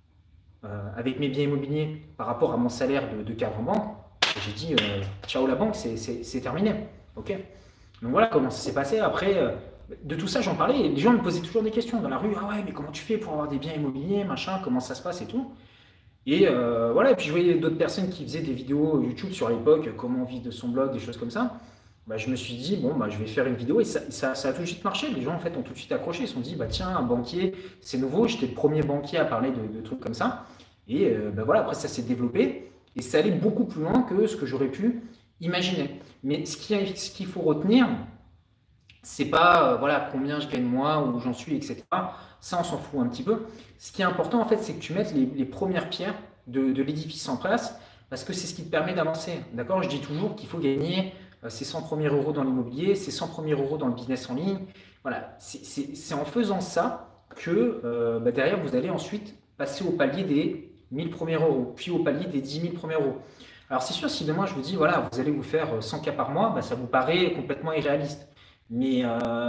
avec mes biens immobiliers par rapport à mon salaire de cadre en banque, j'ai dit ciao la banque, c'est terminé. Ok. Donc voilà comment ça s'est passé. Après, de tout ça, j'en parlais et les gens me posaient toujours des questions dans la rue. Ah ouais, mais comment tu fais pour avoir des biens immobiliers, machin, comment ça se passe et tout. Et voilà, et puis je voyais d'autres personnes qui faisaient des vidéos YouTube sur l'époque, comment vivre de son blog, des choses comme ça. Bah, je me suis dit, bon, bah, je vais faire une vidéo et ça a tout de suite marché. Les gens en fait ont tout de suite accroché. Ils se sont dit, bah, tiens, un banquier, c'est nouveau. J'étais le premier banquier à parler de trucs comme ça. Et bah, voilà, après ça s'est développé et ça allait beaucoup plus loin que ce que j'aurais pu imaginer. Mais ce qu'il faut retenir, c'est pas voilà, combien je gagne moi, où j'en suis, etc. Ça, on s'en fout un petit peu. Ce qui est important, en fait, c'est que tu mettes les premières pierres de l'édifice en place, parce que c'est ce qui te permet d'avancer. D'accord. Je dis toujours qu'il faut gagner ses 100 premiers euros dans l'immobilier, ses 100 premiers euros dans le business en ligne. Voilà, c'est en faisant ça que bah, derrière, vous allez ensuite passer au palier des 1000 premiers euros, puis au palier des 10 000 premiers euros. Alors c'est sûr, si demain je vous dis, voilà, vous allez vous faire 100 cas par mois, bah, ça vous paraît complètement irréaliste. Mais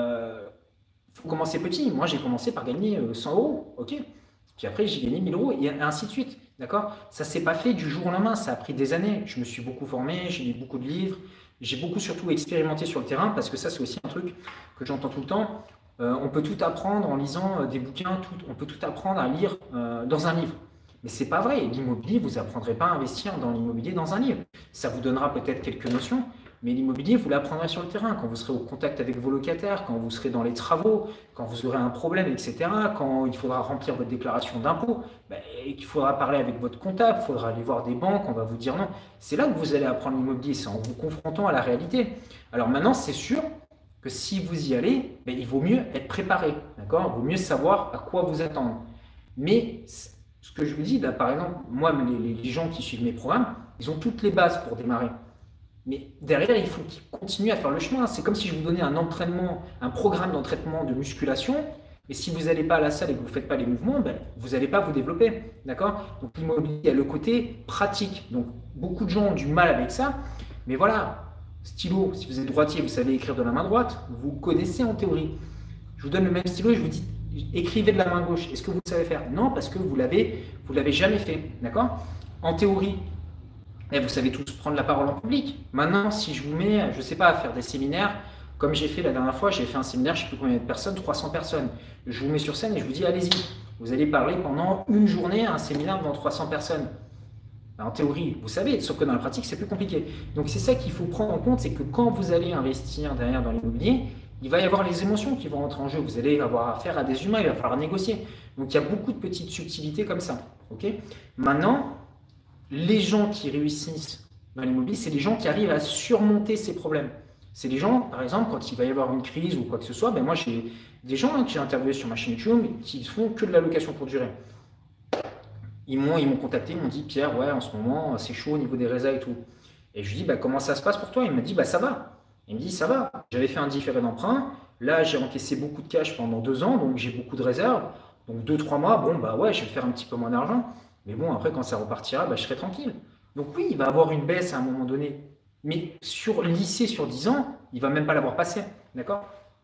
faut commencer petit. Moi, j'ai commencé par gagner 100 euros, ok. Puis après, j'ai gagné 1000 euros et ainsi de suite, d'accord. Ça s'est pas fait du jour au lendemain, ça a pris des années. Je me suis beaucoup formé, j'ai lu beaucoup de livres, j'ai beaucoup surtout expérimenté sur le terrain parce que ça, c'est aussi un truc que j'entends tout le temps. On peut tout apprendre en lisant des bouquins, on peut tout apprendre à lire dans un livre. Mais c'est pas vrai. L'immobilier, vous apprendrez pas à investir dans l'immobilier dans un livre. Ça vous donnera peut-être quelques notions, mais l'immobilier, vous l'apprendrez sur le terrain, quand vous serez au contact avec vos locataires, quand vous serez dans les travaux, quand vous aurez un problème, etc., quand il faudra remplir votre déclaration d'impôt, ben, et qu'il faudra parler avec votre comptable, il faudra aller voir des banques, on va vous dire non. C'est là que vous allez apprendre l'immobilier, c'est en vous confrontant à la réalité. Alors maintenant, c'est sûr que si vous y allez, ben, il vaut mieux être préparé, d'accord. Il vaut mieux savoir à quoi vous attendre. Mais ce que je vous dis, là, par exemple, moi, les gens qui suivent mes programmes, ils ont toutes les bases pour démarrer. Mais derrière, il faut qu'ils continuent à faire le chemin. C'est comme si je vous donnais un entraînement, un programme d'entraînement de musculation. Et si vous n'allez pas à la salle et que vous ne faites pas les mouvements, ben, vous n'allez pas vous développer. D'accord. Donc l'immobilier, il y a le côté pratique. Donc beaucoup de gens ont du mal avec ça. Mais voilà, stylo, si vous êtes droitier, vous savez écrire de la main droite, vous connaissez en théorie. Je vous donne le même stylo et je vous dis écrivez de la main gauche. Est-ce que vous savez faire? Non, parce que vous l'avez jamais fait. D'accord. En théorie, et vous savez tous prendre la parole en public. Maintenant, si je vous mets, je ne sais pas, à faire des séminaires, comme j'ai fait la dernière fois, j'ai fait un séminaire, je ne sais plus combien de personnes, 300 personnes. Je vous mets sur scène et je vous dis, allez-y, vous allez parler pendant une journée à un séminaire devant 300 personnes. En théorie, vous savez, sauf que dans la pratique, c'est plus compliqué. Donc c'est ça qu'il faut prendre en compte, c'est que quand vous allez investir derrière dans l'immobilier, il va y avoir les émotions qui vont entrer en jeu. Vous allez avoir affaire à des humains, il va falloir négocier. Donc il y a beaucoup de petites subtilités comme ça. Okay. Maintenant, les gens qui réussissent dans l'immobilier, c'est les gens qui arrivent à surmonter ces problèmes. C'est les gens, par exemple, quand il va y avoir une crise ou quoi que ce soit, ben moi j'ai des gens que j'ai interviewés sur ma chaîne YouTube qui font que de la location pour durée. Ils m'ont contacté, ils m'ont dit Pierre, ouais, en ce moment c'est chaud au niveau des résas et tout. Et je lui dis bah, comment ça se passe pour toi? Il m'a dit bah ça va. Il me dit ça va. J'avais fait un différé d'emprunt. Là j'ai encaissé beaucoup de cash pendant 2 ans, donc j'ai beaucoup de réserves. Donc 2, 3 mois, bon bah ouais, je vais faire un petit peu moins d'argent. Mais bon, après, quand ça repartira, bah, je serai tranquille. Donc oui, il va avoir une baisse à un moment donné. Mais sur lycée sur 10 ans, il ne va même pas l'avoir passé. D'accord.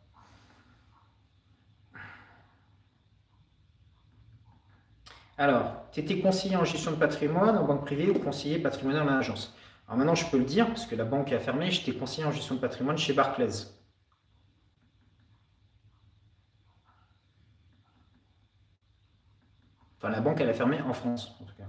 Alors, tu étais conseiller en gestion de patrimoine en banque privée ou conseiller patrimonial en agence? Alors maintenant, je peux le dire, parce que la banque a fermé, j'étais conseiller en gestion de patrimoine chez Barclays. Enfin, la banque, elle a fermé en France, en tout cas.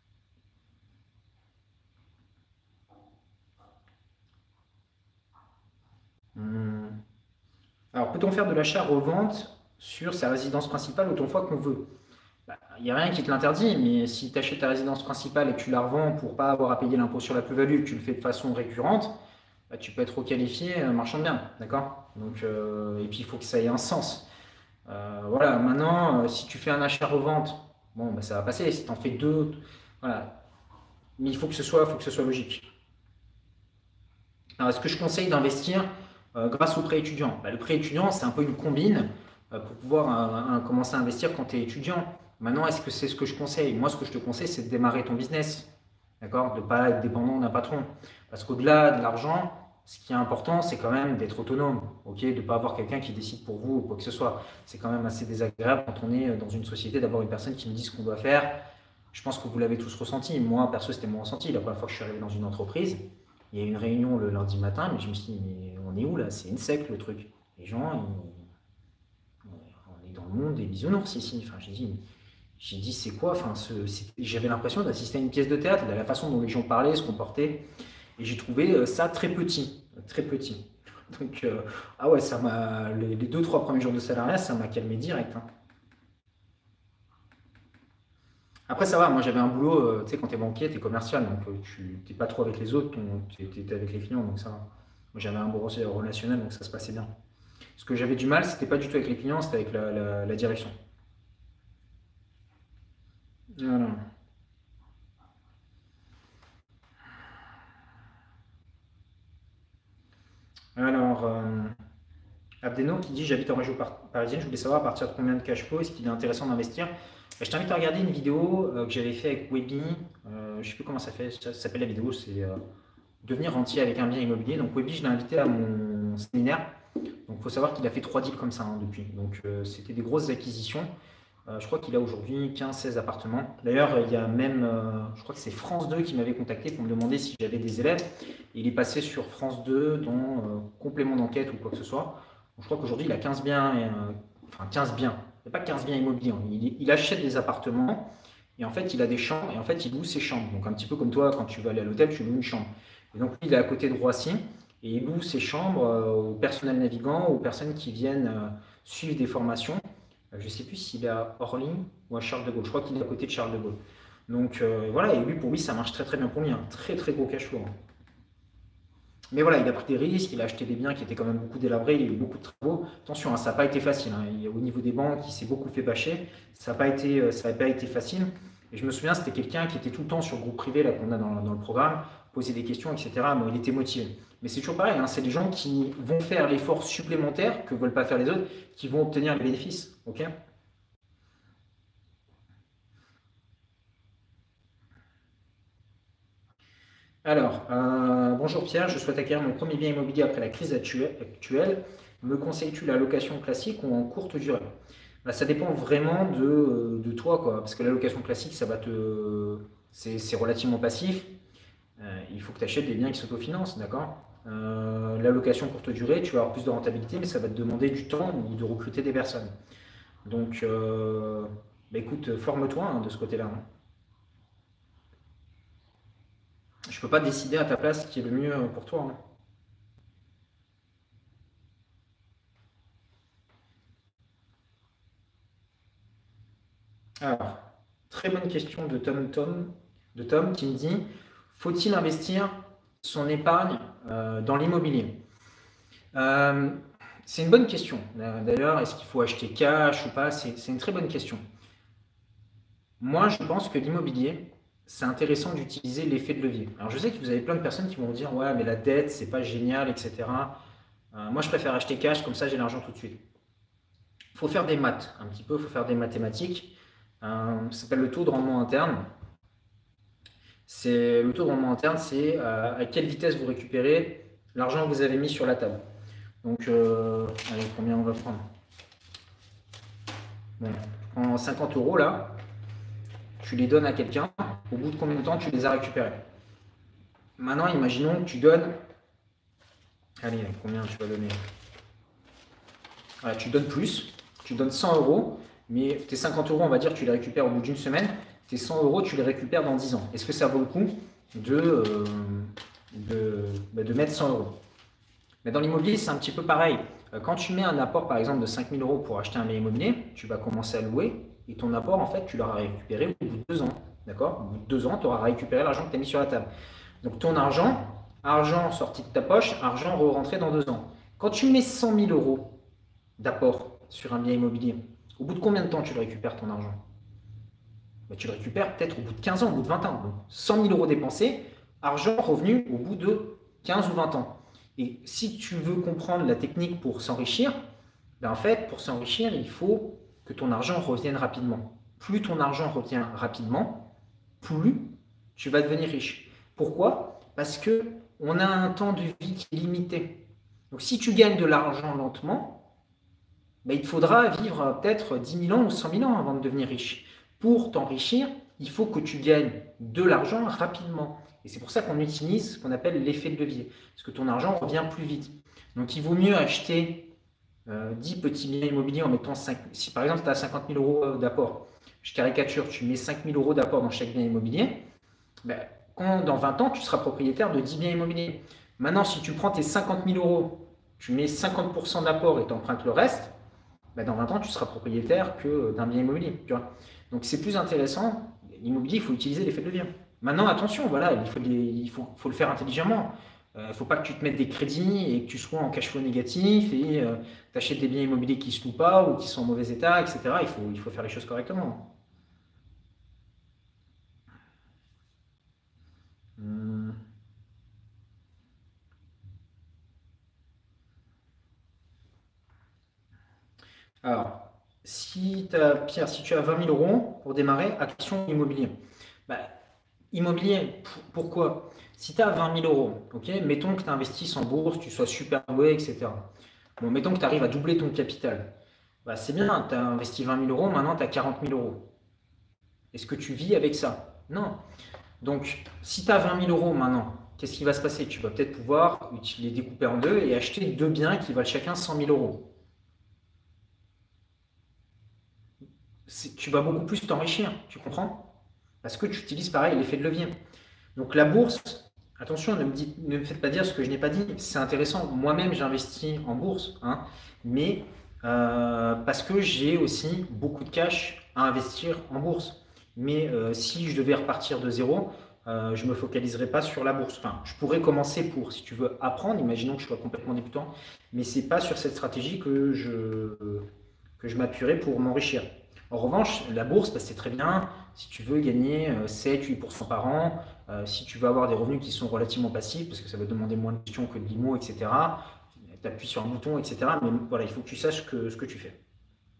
Hmm. Alors, peut-on faire de l'achat-revente sur sa résidence principale autant de fois qu'on veut? Bah, il n'y a rien qui te l'interdit, mais si tu achètes ta résidence principale et que tu la revends pour pas avoir à payer l'impôt sur la plus-value, que tu le fais de façon récurrente, bah, tu peux être requalifié marchand de biens, d'accord. Donc, et puis il faut que ça ait un sens. Voilà, maintenant, si tu fais un achat-revente, bon, bah, ça va passer. Si tu en fais deux, voilà. Mais il faut que ce soit logique. Alors, est-ce que je conseille d'investir grâce au prêt étudiant? Le prêt étudiant, c'est un peu une combine pour pouvoir commencer à investir quand tu es étudiant. Maintenant, est-ce que c'est ce que je conseille? Moi, ce que je te conseille, c'est de démarrer ton business. D'accord? De ne pas être dépendant d'un patron. Parce qu'au-delà de l'argent, ce qui est important, c'est quand même d'être autonome. Ok? De ne pas avoir quelqu'un qui décide pour vous ou quoi que ce soit. C'est quand même assez désagréable quand on est dans une société d'avoir une personne qui nous dit ce qu'on doit faire. Je pense que vous l'avez tous ressenti. Moi, perso, c'était mon ressenti. La première fois que je suis arrivé dans une entreprise, il y a eu une réunion le lundi matin, mais je me suis dit, mais on est où là? C'est une secte le truc. Les gens, on est dans le monde des bisounours ici. Enfin, j'ai dit c'est quoi? Enfin, j'avais l'impression d'assister à une pièce de théâtre, de la façon dont les gens parlaient, se comportaient. Et j'ai trouvé ça très petit. Très petit. Donc, ah ouais, les 2-3 premiers jours de salariat, ça m'a calmé direct, hein. Après, ça va, moi j'avais un boulot, tu sais, quand t'es banquier, t'es commercial, donc tu t'es pas trop avec les autres, t'es avec les clients, donc ça va. Moi j'avais un bon relationnel, donc ça se passait bien. Ce que j'avais du mal, c'était pas du tout avec les clients, c'était avec la direction. Voilà. Alors, Abdeno qui dit j'habite en région parisienne, je voulais savoir à partir de combien de cash flow est-ce qu'il est intéressant d'investir. Je t'invite à regarder une vidéo que j'avais fait avec Webby, je sais plus comment ça s'appelle la vidéo, c'est devenir rentier avec un bien immobilier. Donc Webby, je l'ai invité à mon séminaire. Donc il faut savoir qu'il a fait 3 deals comme ça depuis. Donc c'était des grosses acquisitions. Je crois qu'il a aujourd'hui 15-16 appartements. D'ailleurs, il y a même, je crois que c'est France 2 qui m'avait contacté pour me demander si j'avais des élèves. Et il est passé sur France 2 dans complément d'enquête ou quoi que ce soit. Donc, je crois qu'aujourd'hui, il a 15 biens, enfin 15 biens. Il n'y a pas 15 biens immobiliers, hein. Il achète des appartements et en fait, il a des chambres et en fait, il loue ses chambres. Donc un petit peu comme toi, quand tu vas aller à l'hôtel, tu loues une chambre. Et donc lui, il est à côté de Roissy et il loue ses chambres au personnel navigant, aux personnes qui viennent suivre des formations. Je ne sais plus s'il est à Orly ou à Charles de Gaulle. Je crois qu'il est à côté de Charles de Gaulle. Donc voilà, et lui, pour lui, ça marche très très bien pour lui. Un très très gros cash flow, hein. Mais voilà, il a pris des risques, il a acheté des biens qui étaient quand même beaucoup délabrés, il y a eu beaucoup de travaux. Attention, hein, ça n'a pas été facile, hein. Au niveau des banques, il s'est beaucoup fait bâcher. Ça n'a pas été facile. Et je me souviens, c'était quelqu'un qui était tout le temps sur le groupe privé là, qu'on a dans le programme, poser des questions, etc. Bon, il était motivé. Mais c'est toujours pareil, hein, c'est des gens qui vont faire l'effort supplémentaire que ne veulent pas faire les autres, qui vont obtenir les bénéfices. Ok? Alors, bonjour Pierre, je souhaite acquérir mon premier bien immobilier après la crise actuelle. Me conseilles-tu la location classique ou en courte durée? Ça dépend vraiment de toi, quoi. Parce que la location classique, c'est relativement passif. Il faut que tu achètes des biens qui s'autofinancent, d'accord? La location courte durée, tu vas avoir plus de rentabilité, mais ça va te demander du temps ou de recruter des personnes. Donc, écoute, forme-toi hein, de ce côté-là, hein. Je ne peux pas décider à ta place ce qui est le mieux pour toi, hein. Alors, très bonne question de Tom qui me dit, faut-il investir son épargne dans l'immobilier? Euh, c'est une bonne question. D'ailleurs, est-ce qu'il faut acheter cash ou pas? C'est une très bonne question. Moi, je pense que l'immobilier, c'est intéressant d'utiliser l'effet de levier. Alors, je sais que vous avez plein de personnes qui vont vous dire, ouais, mais la dette, c'est pas génial, etc. Moi, je préfère acheter cash, comme ça, j'ai l'argent tout de suite. Il faut faire des maths, un petit peu, il faut faire des mathématiques. Ça s'appelle le taux de rendement interne. Le taux de rendement interne, c'est à quelle vitesse vous récupérez l'argent que vous avez mis sur la table. Donc, allez, combien on va prendre? Bon, je prends 50 euros là, tu les donnes à quelqu'un, au bout de combien de temps tu les as récupérés? Maintenant, imaginons que tu donnes. Allez, combien tu vas donner? Voilà, tu donnes plus, tu donnes 100 euros, mais tes 50 euros, on va dire, tu les récupères au bout d'une semaine. Tes 100 euros, tu les récupères dans 10 ans. Est-ce que ça vaut le coup de mettre 100 euros? Mais dans l'immobilier, c'est un petit peu pareil. Quand tu mets un apport, par exemple, de 5 000 euros pour acheter un bien immobilier, tu vas commencer à louer et ton apport, en fait, tu l'auras récupéré au bout de 2 ans. D'accord? Au bout de 2 ans, tu auras récupéré l'argent que tu as mis sur la table. Donc ton argent sorti de ta poche, argent re-rentré dans 2 ans. Quand tu mets 100 000 euros d'apport sur un bien immobilier, au bout de combien de temps tu le récupères ton argent? Tu le récupères peut-être au bout de 15 ans, au bout de 20 ans. Donc 100 000 euros dépensés, argent revenu au bout de 15 ou 20 ans. Et si tu veux comprendre la technique pour s'enrichir, ben en fait, pour s'enrichir, il faut que ton argent revienne rapidement. Plus ton argent revient rapidement, plus tu vas devenir riche. Pourquoi? Parce que on a un temps de vie qui est limité. Donc si tu gagnes de l'argent lentement, ben, il te faudra vivre peut-être 10 000 ans ou 100 000 ans avant de devenir riche. Pour t'enrichir, il faut que tu gagnes de l'argent rapidement. Et c'est pour ça qu'on utilise ce qu'on appelle l'effet de levier. Parce que ton argent revient plus vite. Donc il vaut mieux acheter 10 petits biens immobiliers en mettant 5. Si par exemple tu as 50 000 euros d'apport, je caricature, tu mets 5 000 euros d'apport dans chaque bien immobilier, ben, quand dans 20 ans, tu seras propriétaire de 10 biens immobiliers. Maintenant, si tu prends tes 50 000 euros, tu mets 50% d'apport et tu empruntes le reste, ben, dans 20 ans, tu seras propriétaire que d'un bien immobilier. Tu vois. Donc c'est plus intéressant. L'immobilier, il faut utiliser l'effet de levier. Maintenant, attention, voilà, faut le faire intelligemment. Il ne faut pas que tu te mettes des crédits et que tu sois en cash flow négatif et tu achètes des biens immobiliers qui ne se louent pas ou qui sont en mauvais état, etc. Il faut faire les choses correctement. Hum. Alors, Pierre, si tu as 20 000 euros pour démarrer, action immobilier. Bah, immobilier, pourquoi? Si tu as 20 000 euros, ok, mettons que tu investisses en bourse, tu sois super doué, etc. Bon, mettons que tu arrives à doubler ton capital. Bah, c'est bien, tu as investi 20 000 euros, maintenant tu as 40 000 euros. Est-ce que tu vis avec ça? Non. Donc, si tu as 20 000 euros maintenant, qu'est-ce qui va se passer? Tu vas peut-être pouvoir les découper en deux et acheter deux biens qui valent chacun 100 000 euros. Tu vas beaucoup plus t'enrichir, tu comprends? Parce que tu utilises pareil l'effet de levier. Donc la bourse, attention, ne me faites pas dire ce que je n'ai pas dit, c'est intéressant. Moi-même, j'investis en bourse, hein, mais parce que j'ai aussi beaucoup de cash à investir en bourse. Mais si je devais repartir de zéro, je ne me focaliserais pas sur la bourse. Enfin, je pourrais commencer pour, si tu veux, apprendre, imaginons que je sois complètement débutant, mais ce n'est pas sur cette stratégie que je m'appuierai pour m'enrichir. En revanche, la bourse, bah, c'est très bien si tu veux gagner 7-8% par an, si tu veux avoir des revenus qui sont relativement passifs, parce que ça va demander moins de gestion que de l'IMO, etc. Tu appuies sur un bouton, etc. Mais voilà, il faut que tu saches ce que tu fais.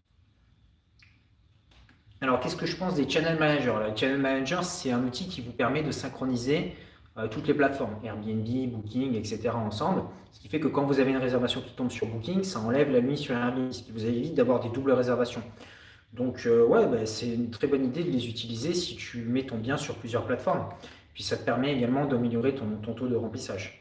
Alors, qu'est-ce que je pense des channel managers? Le channel manager, c'est un outil qui vous permet de synchroniser toutes les plateformes, Airbnb, Booking, etc. ensemble. Ce qui fait que quand vous avez une réservation qui tombe sur Booking, ça enlève la nuit sur Airbnb, ce qui vous évite d'avoir des doubles réservations. Donc, ouais, bah, c'est une très bonne idée de les utiliser si tu mets ton bien sur plusieurs plateformes. Puis ça te permet également d'améliorer ton taux de remplissage.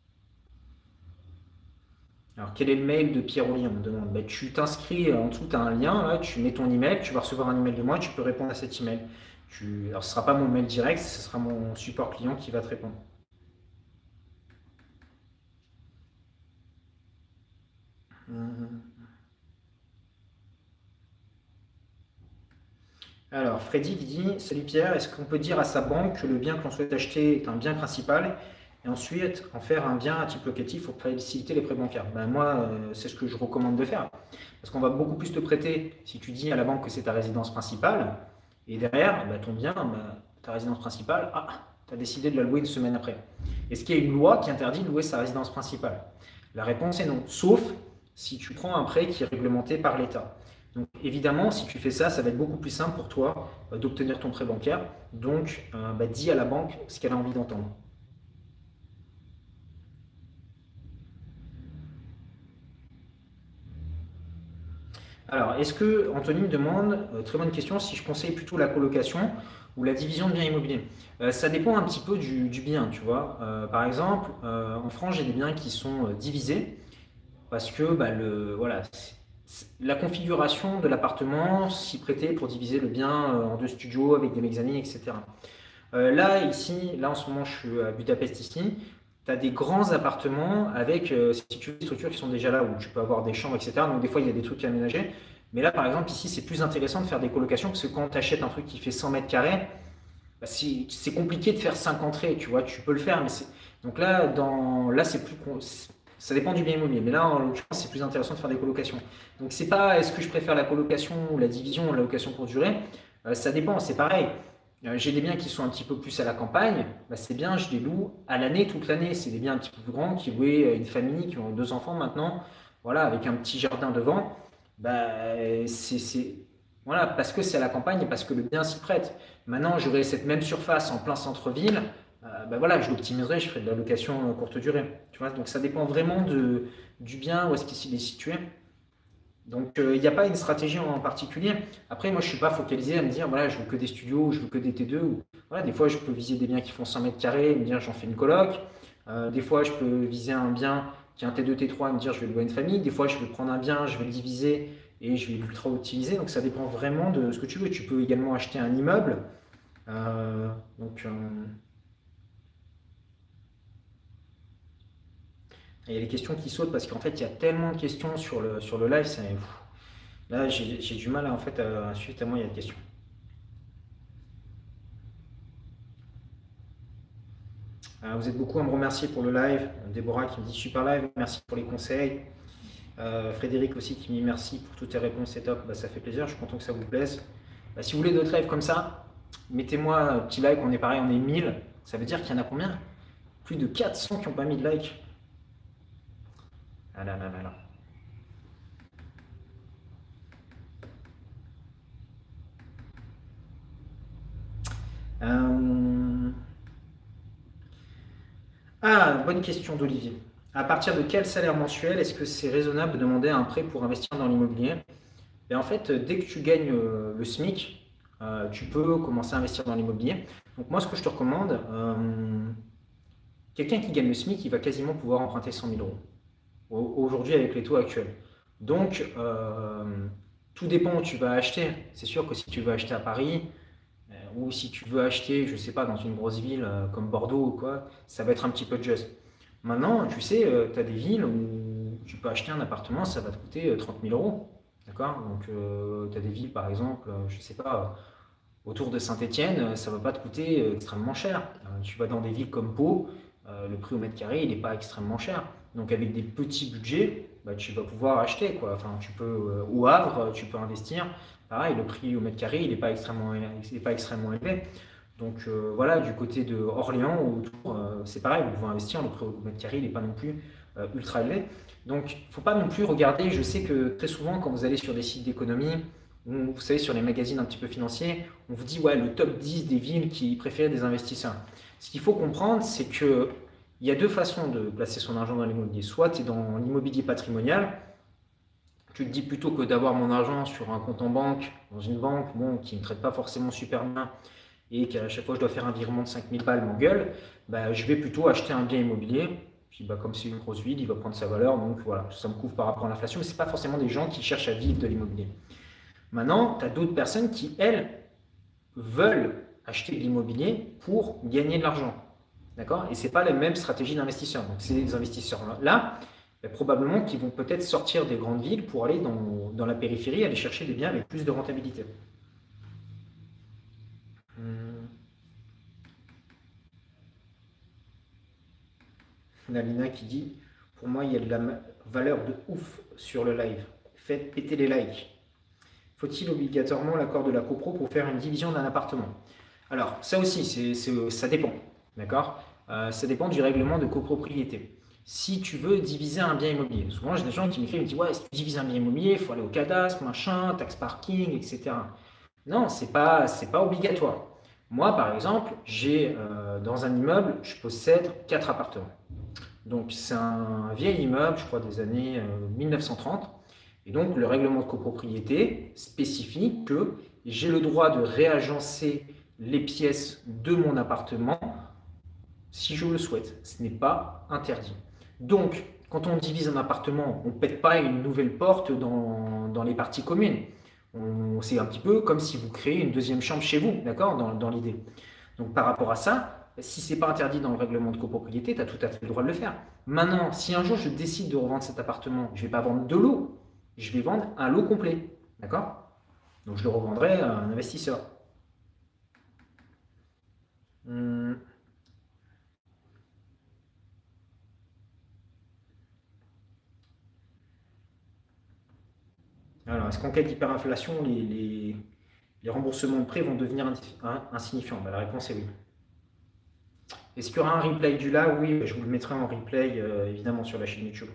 Alors, quel est le mail de Pierre-Oli? On me demande. Bah, tu t'inscris en dessous, tu as un lien, là, tu mets ton email, tu vas recevoir un email de moi, tu peux répondre à cet email. Alors, ce ne sera pas mon mail direct, ce sera mon support client qui va te répondre. Alors, Freddy qui dit: Salut Pierre, est-ce qu'on peut dire à sa banque que le bien que l'on souhaite acheter est un bien principal et ensuite en faire un bien à type locatif pour faciliter les prêts bancaires? Ben, moi, c'est ce que je recommande de faire. Parce qu'on va beaucoup plus te prêter si tu dis à la banque que c'est ta résidence principale et derrière, ben, ton bien, ben, ta résidence principale, tu as décidé de la louer une semaine après. Est-ce qu'il y a une loi qui interdit de louer sa résidence principale? La réponse est non, sauf si tu prends un prêt qui est réglementé par l'État. Donc évidemment, si tu fais ça, ça va être beaucoup plus simple pour toi d'obtenir ton prêt bancaire. Donc bah, dis à la banque ce qu'elle a envie d'entendre. Alors, est-ce que Anthony me demande, très bonne question, si je conseille plutôt la colocation ou la division de biens immobiliers? Ça dépend un petit peu du bien, tu vois. Par exemple, en France, j'ai des biens qui sont divisés parce que bah, voilà, la configuration de l'appartement s'y prêtait pour diviser le bien en deux studios avec des mezzanines, etc. Là, ici, là en ce moment, je suis à Budapest ici. Tu as des grands appartements avec, si tu veux, des structures qui sont déjà là où tu peux avoir des chambres, etc. Donc des fois, il y a des trucs à aménager. Mais là, par exemple, ici, c'est plus intéressant de faire des colocations parce que quand tu achètes un truc qui fait 100 mètres carrés, bah, c'est compliqué de faire 5 entrées, tu vois. Tu peux le faire, mais c'est. Donc là, c'est plus. Ça dépend du bien immobilier. Mais là, en l'occurrence, c'est plus intéressant de faire des colocations. Donc c'est pas est-ce que je préfère la colocation ou la division ou la location pour durée. Ça dépend, c'est pareil. J'ai des biens qui sont un petit peu plus à la campagne, bah, c'est bien, je les loue à l'année, toute l'année. C'est des biens un petit peu plus grands qui louaient à une famille qui ont 2 enfants maintenant, voilà, avec un petit jardin devant. Bah, voilà, parce que c'est à la campagne et parce que le bien s'y prête. Maintenant, j'aurais cette même surface en plein centre-ville, bah voilà, je l'optimiserai, je ferai de la location courte durée. Tu vois, donc ça dépend vraiment du bien, où est-ce qu'il est situé. Donc, il n'y a pas une stratégie en particulier. Après, moi, je ne suis pas focalisé à me dire, voilà, je veux que des studios, ou je veux que des T2. Voilà, des fois, je peux viser des biens qui font 100 mètres carrés et me dire, j'en fais une coloc. Des fois, je peux viser un bien qui est un T2, T3 et me dire, je vais le louer à une famille. Des fois, je vais prendre un bien, je vais le diviser et je vais l'ultra optimiser. Donc, ça dépend vraiment de ce que tu veux. Tu peux également acheter un immeuble. Euh, donc, il y a des questions qui sautent parce qu'en fait, il y a tellement de questions sur le live. Là, j'ai du mal en fait, à suivre tellement il y a de questions. Vous êtes beaucoup à me remercier pour le live. Déborah qui me dit super live, merci pour les conseils. Frédéric aussi qui me dit merci pour toutes tes réponses, c'est top. Bah, ça fait plaisir, je suis content que ça vous plaise. Bah, si vous voulez d'autres lives comme ça, mettez-moi un petit like, on est pareil, on est 1000. Ça veut dire qu'il y en a combien? Plus de 400 qui n'ont pas mis de like. Ah là là là là. Euh, Ah, bonne question d'Olivier. À partir de quel salaire mensuel est-ce que c'est raisonnable de demander un prêt pour investir dans l'immobilier? Et en fait, dès que tu gagnes le SMIC, tu peux commencer à investir dans l'immobilier. Donc moi, ce que je te recommande, quelqu'un qui gagne le SMIC, il va quasiment pouvoir emprunter 100 000 euros aujourd'hui avec les taux actuels. Donc, tout dépend où tu vas acheter. C'est sûr que si tu veux acheter à Paris, ou si tu veux acheter, je ne sais pas, dans une grosse ville comme Bordeaux ou quoi, ça va être un petit peu juste. Maintenant, tu sais, tu as des villes où tu peux acheter un appartement, ça va te coûter 30 000 euros. D'accord? Donc, tu as des villes, par exemple, je ne sais pas, autour de Saint-Étienne, ça ne va pas te coûter extrêmement cher. Tu vas dans des villes comme Pau, le prix au mètre carré, il n'est pas extrêmement cher. Donc, avec des petits budgets, bah, tu vas pouvoir acheter, quoi. Enfin, tu peux, au Havre, tu peux investir. Pareil, le prix au mètre carré, il n'est pas extrêmement élevé. Donc voilà, du côté de Orléans, autour, c'est pareil, vous pouvez investir, le prix au mètre carré, il n'est pas non plus ultra élevé. Donc il ne faut pas non plus regarder, je sais que très souvent quand vous allez sur des sites d'économie, ou vous savez sur les magazines un petit peu financiers, on vous dit ouais, le top 10 des villes qui préfèrent des investisseurs. Ce qu'il faut comprendre, c'est que il y a deux façons de placer son argent dans l'immobilier. Soit tu es dans l'immobilier patrimonial, tu te dis plutôt que d'avoir mon argent sur un compte en banque, dans une banque bon, qui ne me traite pas forcément super bien, et qu'à chaque fois je dois faire un virement de 5000 balles, m'engueule, bah, je vais plutôt acheter un bien immobilier. Puis bah, comme c'est une grosse ville, il va prendre sa valeur, donc voilà, ça me couvre par rapport à l'inflation, mais ce n'est pas forcément des gens qui cherchent à vivre de l'immobilier. Maintenant, tu as d'autres personnes qui, elles, veulent acheter de l'immobilier pour gagner de l'argent. D'accord? Et ce n'est pas la même stratégie d'investisseur. Donc ces investisseurs-là, bah, probablement qu'ils vont peut-être sortir des grandes villes pour aller dans la périphérie, aller chercher des biens avec plus de rentabilité. Hum. Nalina qui dit, pour moi, il y a de la valeur de ouf sur le live. Faites péter les likes. Faut-il obligatoirement l'accord de la copro pour faire une division d'un appartement? Alors, ça aussi, ça dépend. D'accord? Ça dépend du règlement de copropriété. Si tu veux diviser un bien immobilier, souvent j'ai des gens qui m'écrivent et me disent ouais, si tu divises un bien immobilier, il faut aller au cadastre, machin, taxe parking, etc. Non, c'est pas obligatoire. Moi, par exemple, j'ai dans un immeuble, je possède 4 appartements. Donc c'est un vieil immeuble, je crois des années 1930. Et donc le règlement de copropriété spécifie que j'ai le droit de réagencer les pièces de mon appartement si je le souhaite. Ce n'est pas interdit. Donc quand on divise un appartement, on ne pète pas une nouvelle porte dans les parties communes. C'est un petit peu comme si vous créez une deuxième chambre chez vous, d'accord, dans l'idée. Donc par rapport à ça, si ce n'est pas interdit dans le règlement de copropriété, tu as tout à fait le droit de le faire. Maintenant, si un jour je décide de revendre cet appartement, je ne vais pas vendre deux lots, je vais vendre un lot complet. D'accord? Donc je le revendrai à un investisseur. Hum. Alors, est-ce qu'en cas d'hyperinflation, les les remboursements de prêts vont devenir insignifiants. Bah, la réponse est oui. Est-ce qu'il y aura un replay du là? Oui, je vous le mettrai en replay évidemment sur la chaîne YouTube.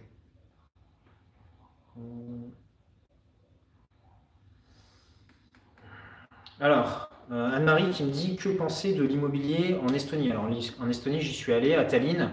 Alors, Anne-Marie qui me dit que penser de l'immobilier en Estonie. Alors en Estonie, j'y suis allé à Tallinn.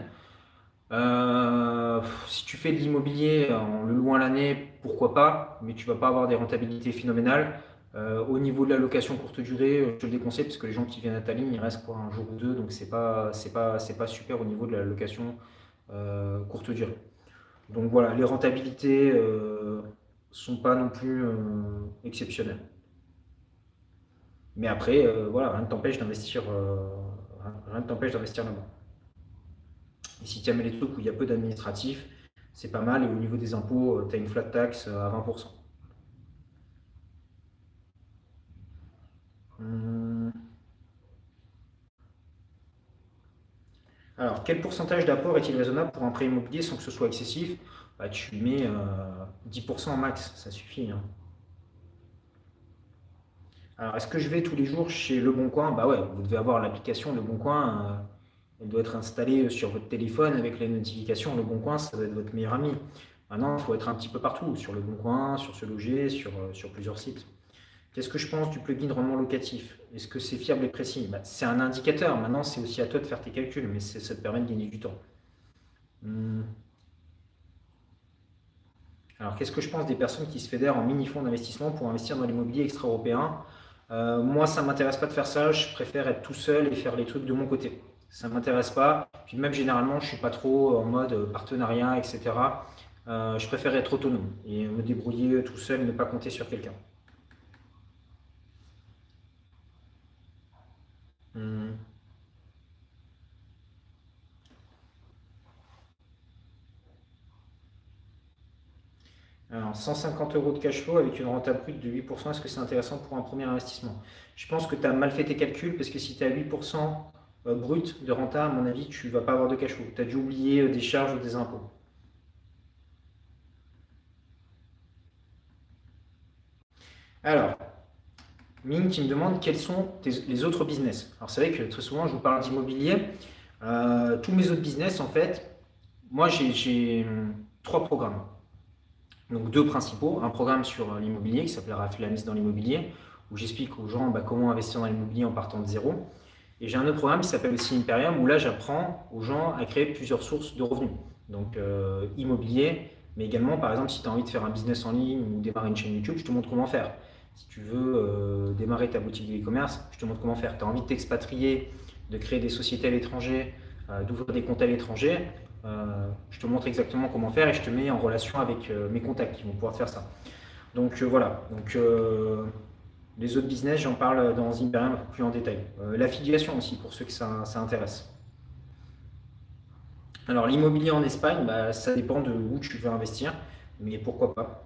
Si tu fais de l'immobilier en le louant l'année, pourquoi pas, mais tu vas pas avoir des rentabilités phénoménales. Au niveau de la location courte durée, je te le déconseille parce que les gens qui viennent à Tallinn, ils restent pour un jour ou deux, donc c'est pas super au niveau de la location courte durée. Donc voilà, les rentabilités sont pas non plus exceptionnelles. Mais après, voilà, rien ne t'empêche d'investir rien ne t'empêche d'investir là-bas. Et si tu aimes les trucs où il y a peu d'administratifs, c'est pas mal. Et au niveau des impôts, tu as une flat tax à 20%. Hum. Alors, quel pourcentage d'apport est-il raisonnable pour un prêt immobilier sans que ce soit excessif? Bah, tu mets 10% max, ça suffit, hein. Alors, est-ce que je vais tous les jours chez Le Bon Coin? Bah ouais, vous devez avoir l'application Le Bon Coin. Elle doit être installée sur votre téléphone avec les notifications. Le Bon Coin, ça doit être votre meilleur ami. Maintenant, il faut être un petit peu partout, sur Le Bon Coin, sur Se Loger, sur plusieurs sites. Qu'est-ce que je pense du plugin de rendement locatif? Est-ce que c'est fiable et précis? Bah, c'est un indicateur. Maintenant, c'est aussi à toi de faire tes calculs, mais ça te permet de gagner du temps. Hmm. Alors, qu'est-ce que je pense des personnes qui se fédèrent en mini-fonds d'investissement pour investir dans l'immobilier extra-européen? Moi, ça ne m'intéresse pas de faire ça. Je préfère être tout seul et faire les trucs de mon côté. Ça ne m'intéresse pas. Puis même généralement, je ne suis pas trop en mode partenariat, etc. Je préfère être autonome et me débrouiller tout seul, ne pas compter sur quelqu'un. Hmm. Alors, 150 euros de cash flow avec une rentable brute de 8%, est-ce que c'est intéressant pour un premier investissement? Je pense que tu as mal fait tes calculs parce que si tu as 8% brut de renta, à mon avis, tu ne vas pas avoir de cash flow. Tu as dû oublier des charges ou des impôts. Alors, Ming qui me demande quels sont les autres business. Alors, c'est vrai que très souvent, je vous parle d'immobilier. Tous mes autres business, en fait, moi, j'ai trois programmes. Donc deux principaux, un programme sur l'immobilier qui s'appellera La mise dans l'immobilier, où j'explique aux gens comment investir dans l'immobilier en partant de zéro. Et j'ai un autre programme qui s'appelle aussi Imperium, où là j'apprends aux gens à créer plusieurs sources de revenus. Donc immobilier, mais également par exemple si tu as envie de faire un business en ligne ou démarrer une chaîne YouTube, je te montre comment faire. Si tu veux démarrer ta boutique de e-commerce, je te montre comment faire. Tu as envie de t'expatrier, de créer des sociétés à l'étranger, d'ouvrir des comptes à l'étranger, je te montre exactement comment faire et je te mets en relation avec mes contacts qui vont pouvoir te faire ça. Donc voilà. Donc les autres business, j'en parle dans Imperium un peu plus en détail. L'affiliation aussi pour ceux que ça intéresse. Alors l'immobilier en Espagne, bah, ça dépend de où tu veux investir, mais pourquoi pas.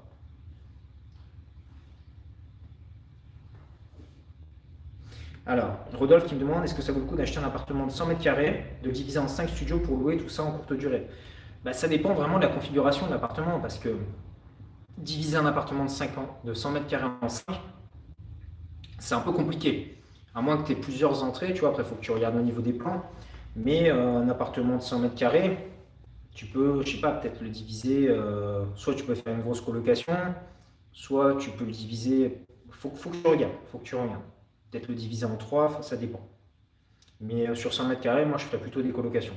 Alors, Rodolphe qui me demande est-ce que ça vaut le coup d'acheter un appartement de 100 mètres carrés, de le diviser en 5 studios pour louer tout ça en courte durée? Bah, ça dépend vraiment de la configuration de l'appartement parce que diviser un appartement de 100 mètres carrés en 5, c'est un peu compliqué. À moins que tu aies plusieurs entrées, tu vois, après il faut que tu regardes au niveau des plans. Mais un appartement de 100 mètres carrés, tu peux, je sais pas, peut-être le diviser, soit tu peux faire une grosse colocation, soit tu peux le diviser, faut que tu regardes, faut que tu regardes. Peut-être le diviser en trois, ça dépend. Mais sur 100 mètres carrés, moi je ferais plutôt des colocations.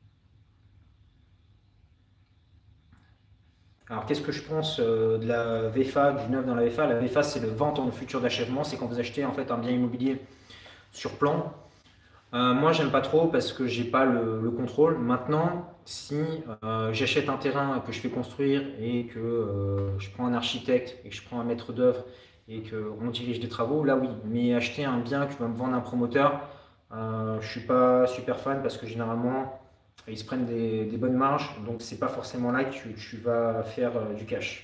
Alors qu'est-ce que je pense de la VFA, du neuf dans la VFA? La VFA c'est le vente en futur d'achèvement, c'est quand vous achetez en fait un bien immobilier sur plan. Moi, j'aime pas trop parce que j'ai pas le contrôle. Maintenant, si j'achète un terrain que je fais construire et que je prends un architecte et que je prends un maître d'œuvre et qu'on dirige des travaux, là oui. Mais acheter un bien que va me vendre un promoteur, je suis pas super fan parce que généralement ils se prennent des bonnes marges, donc c'est pas forcément là que tu vas faire du cash.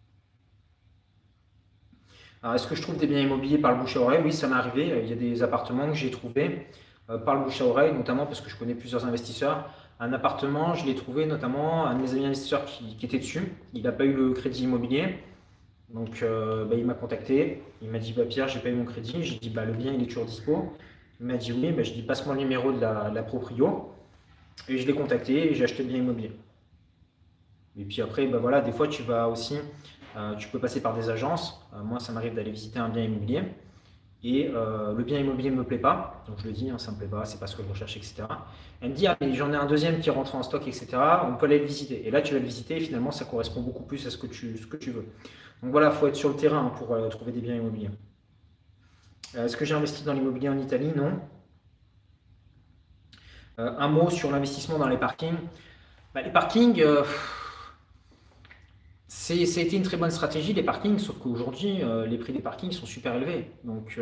Alors, est-ce que je trouve des biens immobiliers par le bouche à oreille? Oui, ça m'est arrivé. Il y a des appartements que j'ai trouvés par le bouche à oreille, notamment parce que je connais plusieurs investisseurs. Un appartement, je l'ai trouvé notamment un de mes amis investisseurs qui était dessus. Il n'a pas eu le crédit immobilier. Donc, il m'a contacté. Il m'a dit, bah, Pierre, j'ai pas eu mon crédit. J'ai dit, bah, le bien, il est toujours dispo. Il m'a dit oui. Bah, je dis, passe-moi le numéro de la proprio. Et je l'ai contacté et j'ai acheté le bien immobilier. Et puis après, bah, voilà, des fois, tu vas aussi, tu peux passer par des agences. Moi, ça m'arrive d'aller visiter un bien immobilier. Et le bien immobilier ne me plaît pas, donc je le dis, hein, ça ne me plaît pas, c'est pas ce que je recherche, etc. Elle me dit, ah, mais j'en ai un deuxième qui rentre en stock, etc. On peut aller le visiter. Et là, tu vas le visiter et finalement, ça correspond beaucoup plus à ce que tu veux. Donc voilà, il faut être sur le terrain pour trouver des biens immobiliers. Est-ce que j'ai investi dans l'immobilier en Italie? Non. Un mot sur l'investissement dans les parkings. Bah, les parkings, ça a été une très bonne stratégie, les parkings, sauf qu'aujourd'hui, les prix des parkings sont super élevés. Donc,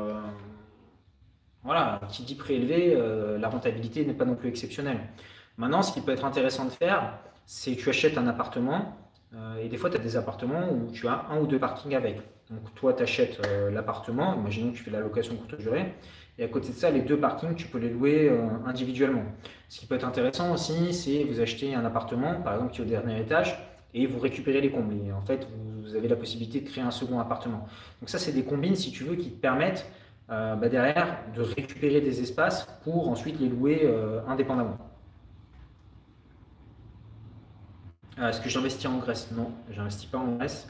voilà, qui dit prix élevé, la rentabilité n'est pas non plus exceptionnelle. Maintenant, ce qui peut être intéressant de faire, c'est que tu achètes un appartement, et des fois, tu as des appartements où tu as un ou deux parkings avec. Donc, toi, tu achètes l'appartement, imaginons que tu fais de la location courte durée, et à côté de ça, les deux parkings, tu peux les louer individuellement. Ce qui peut être intéressant aussi, c'est vous achetez un appartement, par exemple, qui est au dernier étage, et vous récupérez les combles. Et en fait, vous avez la possibilité de créer un second appartement. Donc ça, c'est des combines, si tu veux, qui te permettent derrière de récupérer des espaces pour ensuite les louer indépendamment. Est-ce que j'investis en Grèce? Non, j'investis pas en Grèce.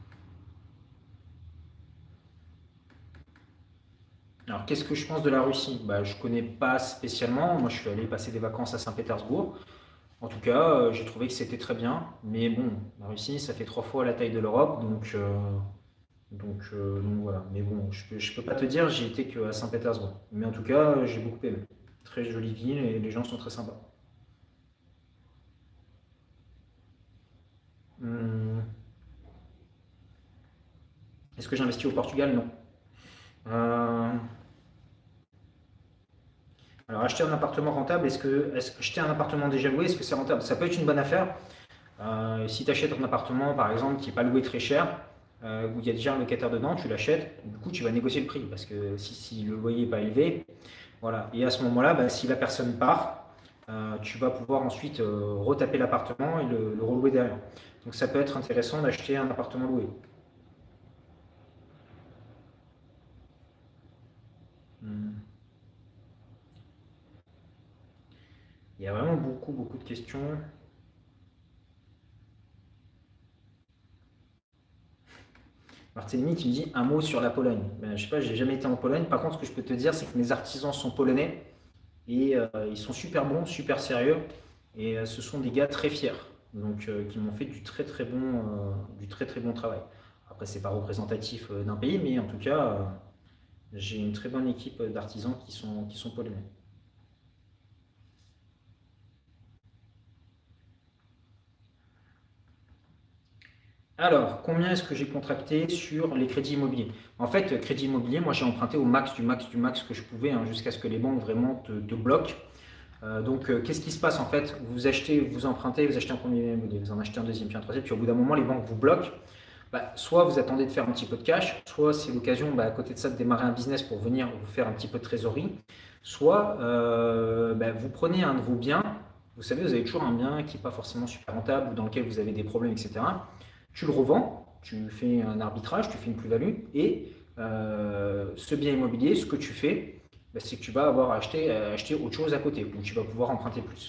Alors, qu'est-ce que je pense de la Russie? Bah, je connais pas spécialement. Moi, je suis allé passer des vacances à Saint-Pétersbourg. En tout cas, j'ai trouvé que c'était très bien. Mais bon, la Russie, ça fait 3 fois la taille de l'Europe, donc voilà. Mais bon, je peux pas te dire, j'y étais qu'à Saint-Pétersbourg. Mais en tout cas, j'ai beaucoup aimé. Très jolie ville et les gens sont très sympas. Hum, Est-ce que j'ai investi au Portugal? Non. Euh, alors, acheter un appartement rentable, acheter un appartement déjà loué, est-ce que c'est rentable? Ça peut être une bonne affaire. Si tu achètes un appartement, par exemple, qui n'est pas loué très cher, où il y a déjà un locataire dedans, tu l'achètes, du coup, tu vas négocier le prix, parce que si le loyer n'est pas élevé, voilà. Et à ce moment-là, bah, si la personne part, tu vas pouvoir ensuite retaper l'appartement et le relouer derrière. Donc, ça peut être intéressant d'acheter un appartement loué. Hmm. Il y a vraiment beaucoup, beaucoup de questions. Barthélemy qui me dit un mot sur la Pologne. Ben, je sais pas, j'ai jamais été en Pologne. Par contre, ce que je peux te dire, c'est que mes artisans sont polonais et ils sont super bons, super sérieux et ce sont des gars très fiers. Donc, qui m'ont fait du très très bon travail. Après, c'est pas représentatif d'un pays, mais en tout cas, j'ai une très bonne équipe d'artisans qui sont polonais. Alors, combien est-ce que j'ai contracté sur les crédits immobiliers? En fait, crédit immobilier, moi j'ai emprunté au max du max du max que je pouvais, hein, jusqu'à ce que les banques vraiment te bloquent. Donc, qu'est-ce qui se passe en fait? Vous achetez, vous empruntez, vous achetez un premier immobilier, vous en achetez un deuxième, puis un troisième, puis au bout d'un moment, les banques vous bloquent. Bah, soit vous attendez de faire un petit peu de cash, soit c'est l'occasion, bah, à côté de ça, de démarrer un business pour venir vous faire un petit peu de trésorerie, soit bah, vous prenez un de vos biens. Vous savez, vous avez toujours un bien qui n'est pas forcément super rentable ou dans lequel vous avez des problèmes, etc. Tu le revends, tu fais un arbitrage, tu fais une plus-value, et ce bien immobilier, ce que tu fais, bah, c'est que tu vas avoir acheté autre chose à côté, où tu vas pouvoir emprunter plus.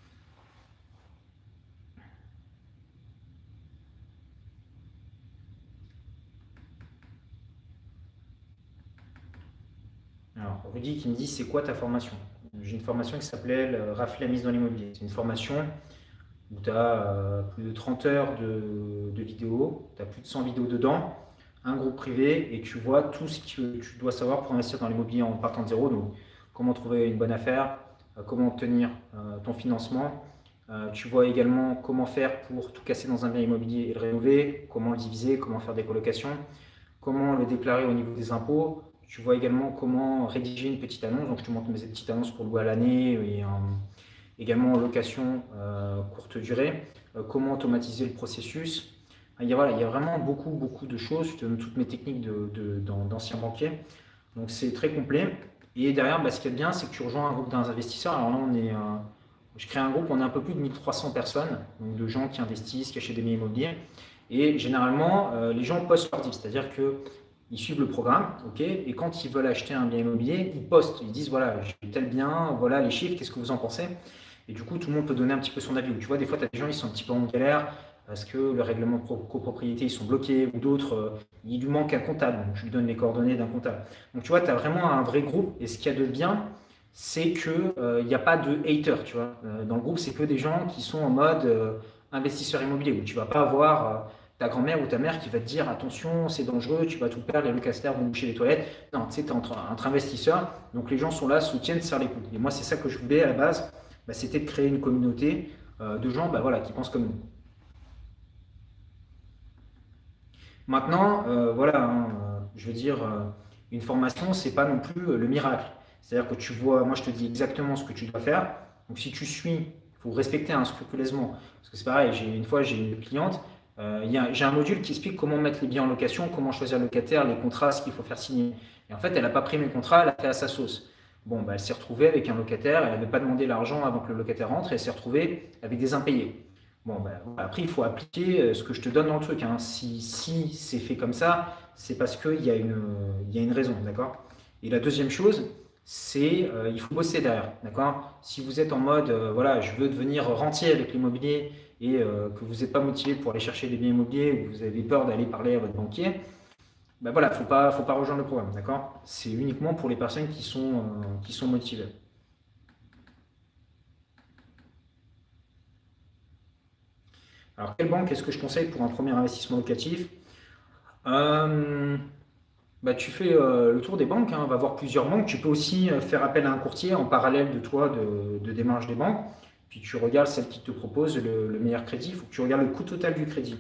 Alors, Rudy qui me dit, c'est quoi ta formation? J'ai une formation qui s'appelait Rafler la mise dans l'immobilier. C'est une formation où tu as plus de 30 heures de vidéos, tu as plus de 100 vidéos dedans, un groupe privé, et tu vois tout ce que tu dois savoir pour investir dans l'immobilier en partant de zéro. Donc, comment trouver une bonne affaire, comment obtenir ton financement. Tu vois également comment faire pour tout casser dans un bien immobilier et le rénover, comment le diviser, comment faire des colocations, comment le déclarer au niveau des impôts. Tu vois également comment rédiger une petite annonce. Donc, je te montre mes petites annonces pour louer à l'année et également en location courte durée, comment automatiser le processus. Voilà, il y a vraiment beaucoup, beaucoup de choses. Je te donne toutes mes techniques d'anciens banquiers. Donc c'est très complet. Et derrière, bah, ce qui est bien, c'est que tu rejoins un groupe d'investisseurs. Alors là, je crée un groupe, on est un peu plus de 1300 personnes, donc de gens qui investissent, qui achètent des biens immobiliers. Et généralement, les gens postent leur deal, c'est-à-dire qu'ils suivent le programme, ok, et quand ils veulent acheter un bien immobilier, ils postent, ils disent voilà, j'ai tel bien, voilà les chiffres, qu'est-ce que vous en pensez? Et du coup, tout le monde peut donner un petit peu son avis. Ou tu vois, des fois, tu as des gens, ils sont un petit peu en galère parce que le règlement de copropriété, ils sont bloqués, ou d'autres, il lui manque un comptable, donc je lui donne les coordonnées d'un comptable. Donc tu vois, tu as vraiment un vrai groupe, et ce qu'il y a de bien, c'est qu'il n'y a pas de haters, tu vois. Dans le groupe, c'est que des gens qui sont en mode investisseur immobilier, où tu vas pas avoir ta grand-mère ou ta mère qui va te dire attention, c'est dangereux, tu vas tout perdre, les locataires vont boucher les toilettes. Non, tu sais, tu es entre investisseurs, donc les gens sont là, soutiennent, serrent les coudes. Et moi, c'est ça que je voulais à la base, bah, c'était de créer une communauté de gens bah, voilà, qui pensent comme nous. Maintenant, voilà, hein, je veux dire, une formation, c'est pas non plus le miracle. C'est-à-dire que tu vois, moi je te dis exactement ce que tu dois faire. Donc si tu suis, il faut respecter scrupuleusement. Parce que c'est pareil, une fois j'ai une cliente, j'ai un module qui explique comment mettre les biens en location, comment choisir le locataire, les contrats, ce qu'il faut faire signer. Et en fait, elle n'a pas pris mes contrats, elle a fait à sa sauce. Bon, bah, elle s'est retrouvée avec un locataire, elle n'avait pas demandé l'argent avant que le locataire rentre, et elle s'est retrouvée avec des impayés. Bon, ben, voilà. Après, il faut appliquer ce que je te donne dans le truc, hein. Si c'est fait comme ça, c'est parce qu'il y a une raison, d'accord? Et la deuxième chose, c'est il faut bosser derrière, d'accord? Si vous êtes en mode, voilà, je veux devenir rentier avec l'immobilier et que vous n'êtes pas motivé pour aller chercher des biens immobiliers ou que vous avez peur d'aller parler à votre banquier, ben voilà, faut pas rejoindre le programme, d'accord? C'est uniquement pour les personnes qui sont motivées. Alors, quelle banque est-ce que je conseille pour un premier investissement locatif? Euh, Bah, tu fais le tour des banques, hein, on va voir plusieurs banques. Tu peux aussi faire appel à un courtier en parallèle de toi de démarche des banques. Puis tu regardes celle qui te propose le meilleur crédit. Il faut que tu regardes le coût total du crédit.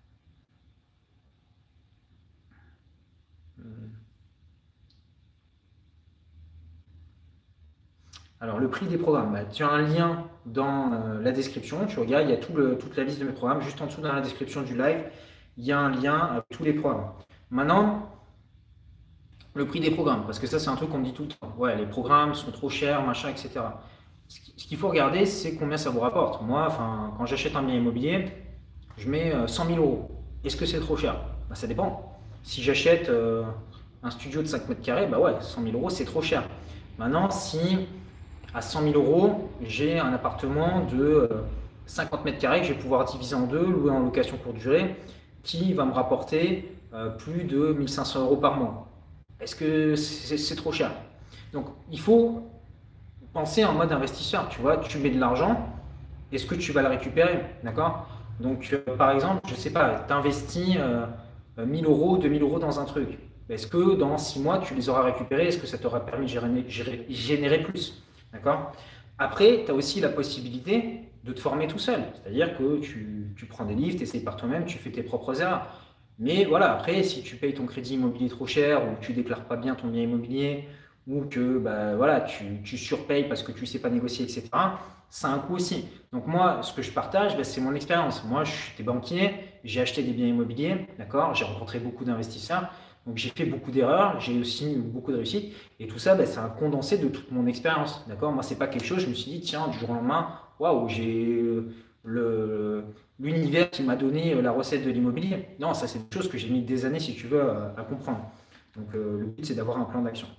Alors, le prix des programmes, bah, tu as un lien dans la description. Tu regardes, il y a toute la liste de mes programmes. Juste en dessous, dans la description du live, il y a un lien avec tous les programmes. Maintenant, le prix des programmes, parce que ça, c'est un truc qu'on me dit tout le temps. Ouais, les programmes sont trop chers, machin, etc. Ce qu'il faut regarder, c'est combien ça vous rapporte. Moi, enfin, quand j'achète un bien immobilier, je mets 100 000 euros. Est-ce que c'est trop cher? Bah, ça dépend. Si j'achète un studio de 5 mètres carrés, bah ouais, 100 000 euros, c'est trop cher. Maintenant, si à 100 000 euros, j'ai un appartement de 50 mètres carrés que je vais pouvoir diviser en deux, louer en location courte durée, qui va me rapporter plus de 1500 euros par mois. Est-ce que c'est trop cher? Donc, il faut penser en mode investisseur. Tu vois, tu mets de l'argent, est-ce que tu vas le récupérer? D'accord? Donc, par exemple, je ne sais pas, tu investis 1000 euros, 2000 euros dans un truc. Est-ce que dans 6 mois, tu les auras récupérés? Est-ce que ça t'aura permis de générer plus? D'accord? Après, tu as aussi la possibilité de te former tout seul. C'est-à-dire que tu prends des livres, tu essayes par toi-même, tu fais tes propres erreurs. Mais voilà, après, si tu payes ton crédit immobilier trop cher ou que tu déclares pas bien ton bien immobilier ou que bah, voilà, tu surpayes parce que tu ne sais pas négocier, etc., ça a un coût aussi. Donc moi, ce que je partage, bah, c'est mon expérience. Moi, je suis banquier, j'ai acheté des biens immobiliers, d'accord, j'ai rencontré beaucoup d'investisseurs, donc j'ai fait beaucoup d'erreurs, j'ai aussi eu beaucoup de réussites, et tout ça, bah, c'est un condensé de toute mon expérience, d'accord. Moi, c'est pas quelque chose, je me suis dit, tiens, du jour au lendemain, waouh, j'ai le l'univers qui m'a donné la recette de l'immobilier. Non, ça, c'est une chose que j'ai mis des années, si tu veux, à comprendre. Donc le but, c'est d'avoir un plan d'action.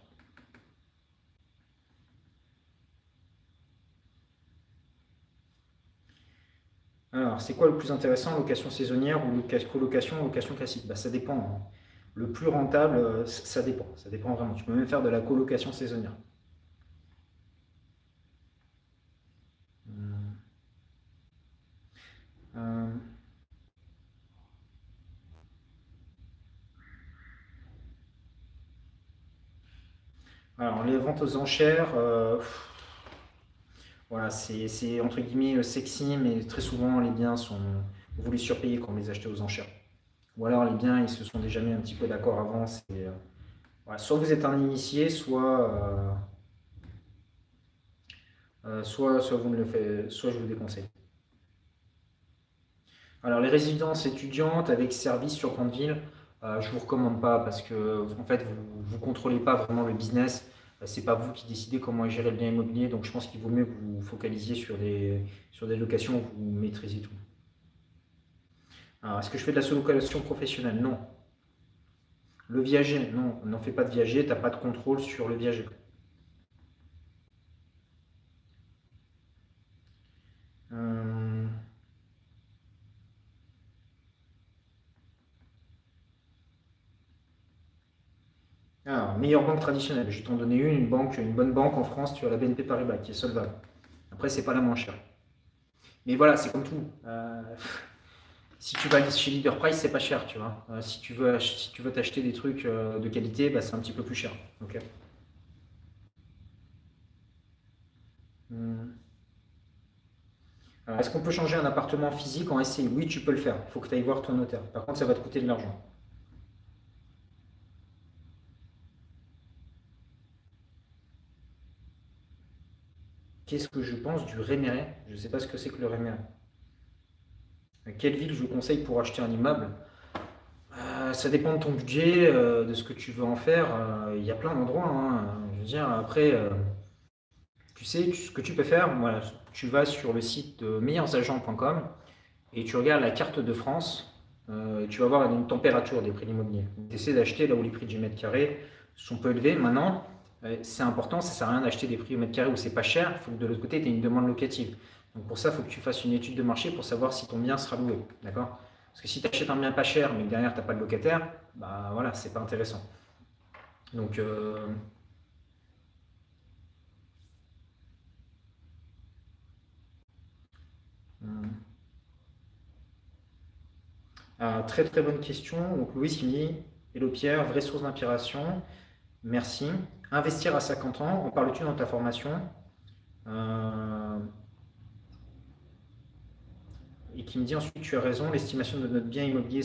Alors, c'est quoi le plus intéressant, location saisonnière ou colocation, location classique? Bah, ça dépend, hein. Le plus rentable, ça dépend. Ça dépend vraiment. Tu peux même faire de la colocation saisonnière. Hum, euh, alors, les ventes aux enchères, voilà, c'est entre guillemets sexy, mais très souvent, les biens sont voulez surpayer quand vous les achetez aux enchères. Ou alors, les biens, ils se sont déjà mis un petit peu d'accord avant. Voilà, soit vous êtes un initié, soit vous me le faites, soit je vous déconseille. Alors, les résidences étudiantes avec service sur grande ville, je ne vous recommande pas parce que en fait, vous ne contrôlez pas vraiment le business. C'est pas vous qui décidez comment est géré le bien immobilier. Donc, je pense qu'il vaut mieux que vous focalisiez sur des locations où vous maîtrisez tout. Alors, est-ce que je fais de la sous-location professionnelle? Non. Le viager? Non, n'en fais pas de viager, tu n'as pas de contrôle sur le viager. Euh, Alors, meilleure banque traditionnelle. Je vais t'en donner une bonne banque en France, tu as la BNP Paribas qui est solvable. Après, c'est pas la moins chère. Mais voilà, c'est comme tout. Si tu vas chez Leader Price, c'est pas cher, tu vois. Si tu veux t'acheter des trucs de qualité, bah, c'est un petit peu plus cher. Ok. Hmm. Alors, est-ce qu'on peut changer un appartement physique en SCI? Oui, tu peux le faire. Il faut que tu ailles voir ton notaire. Par contre, ça va te coûter de l'argent. Qu'est-ce que je pense du Réméré? Je ne sais pas ce que c'est que le Réméré. Quelle ville je vous conseille pour acheter un immeuble? Ça dépend de ton budget, de ce que tu veux en faire. Il y a plein d'endroits, hein. Je veux dire, après, tu sais, ce que tu peux faire, voilà, tu vas sur le site de meilleursagents.com et tu regardes la carte de France. Tu vas voir une température des prix de l'immobilier. Tu essaies d'acheter là où les prix du mètre carré sont peu élevés. Maintenant, c'est important, ça ne sert à rien d'acheter des prix au mètre carré où c'est pas cher. Il faut que de l'autre côté, tu aies une demande locative. Donc pour ça, il faut que tu fasses une étude de marché pour savoir si ton bien sera loué. D'accord? Parce que si tu achètes un bien pas cher, mais que derrière, tu n'as pas de locataire, bah voilà, c'est pas intéressant. Donc, hum, très très bonne question. Donc Louis qui me dit, Hello Pierre, vraie source d'inspiration. Merci. Investir à 50 ans, en parles-tu dans ta formation? Euh, et qui me dit ensuite, tu as raison, l'estimation de notre bien immobilier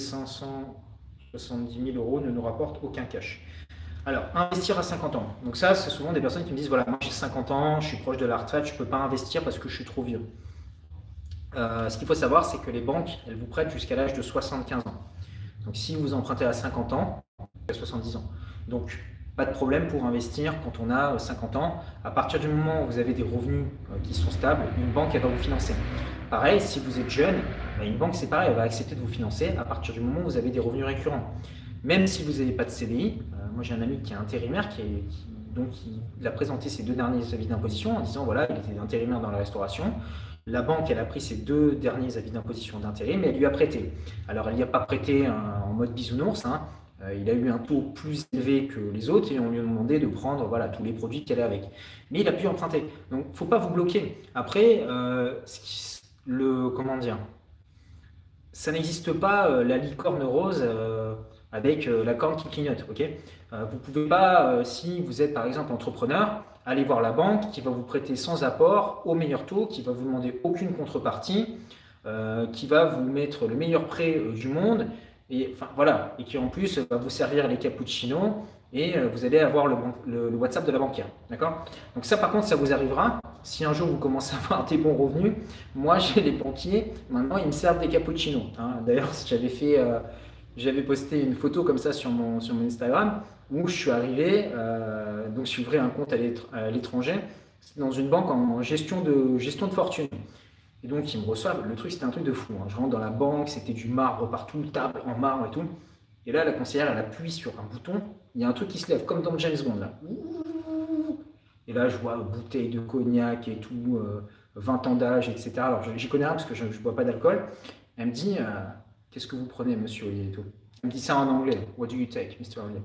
570 000 euros ne nous rapporte aucun cash. Alors, investir à 50 ans. Donc ça, c'est souvent des personnes qui me disent, voilà, moi j'ai 50 ans, je suis proche de la retraite, je ne peux pas investir parce que je suis trop vieux. Ce qu'il faut savoir, c'est que les banques, elles vous prêtent jusqu'à l'âge de 75 ans. Donc si vous empruntez à 50 ans, à 70 ans. Donc pas de problème pour investir quand on a 50 ans. À partir du moment où vous avez des revenus qui sont stables, une banque elle va vous financer. Pareil, si vous êtes jeune, bah, une banque c'est pareil, elle va accepter de vous financer à partir du moment où vous avez des revenus récurrents. Même si vous n'avez pas de CDI, moi j'ai un ami qui est intérimaire donc il a présenté ses deux derniers avis d'imposition en disant voilà, il était intérimaire dans la restauration. La banque, elle a pris ses deux derniers avis d'imposition d'intérim et elle lui a prêté. Alors, elle n'y a pas prêté en mode bisounours, hein. Il a eu un taux plus élevé que les autres et on lui a demandé de prendre voilà, tous les produits qu'elle a avec. Mais il a pu emprunter. Donc, il ne faut pas vous bloquer. Après, comment dire, ça n'existe pas la licorne rose avec la corne qui clignote. Ok. Vous ne pouvez pas, si vous êtes par exemple entrepreneur, aller voir la banque qui va vous prêter sans apport au meilleur taux, qui va vous demander aucune contrepartie, qui va vous mettre le meilleur prêt du monde, et enfin voilà, et qui en plus va vous servir les cappuccinos et vous allez avoir le WhatsApp de la banquière. D'accord? Donc ça par contre, ça vous arrivera si un jour vous commencez à avoir des bons revenus. Moi, j'ai les banquiers, maintenant ils me servent des cappuccinos, hein. D'ailleurs, j'avais posté une photo comme ça sur mon Instagram où je suis arrivé, donc j'ai ouvert un compte à l'étranger dans une banque en gestion de fortune. Et donc ils me reçoivent, le truc c'était un truc de fou, hein. Je rentre dans la banque, c'était du marbre partout, table en marbre et tout. Et là, la conseillère, elle appuie sur un bouton, il y a un truc qui se lève, comme dans James Bond là. Et là, je vois bouteille de cognac et tout, 20 ans d'âge, etc. Alors, j'y connais rien parce que je ne bois pas d'alcool. Elle me dit, qu'est-ce que vous prenez, monsieur Ollier et tout. Elle me dit ça en anglais. What do you take, Mr. Ollier?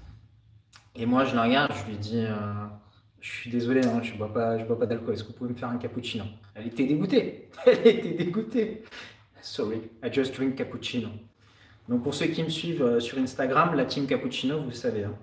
Et moi, je la regarde, je lui dis, je suis désolé, hein, je bois pas d'alcool. Est-ce que vous pouvez me faire un cappuccino? Elle était dégoûtée. Elle était dégoûtée. Sorry, I just drink cappuccino. Donc, pour ceux qui me suivent sur Instagram, la team cappuccino, vous savez, hein.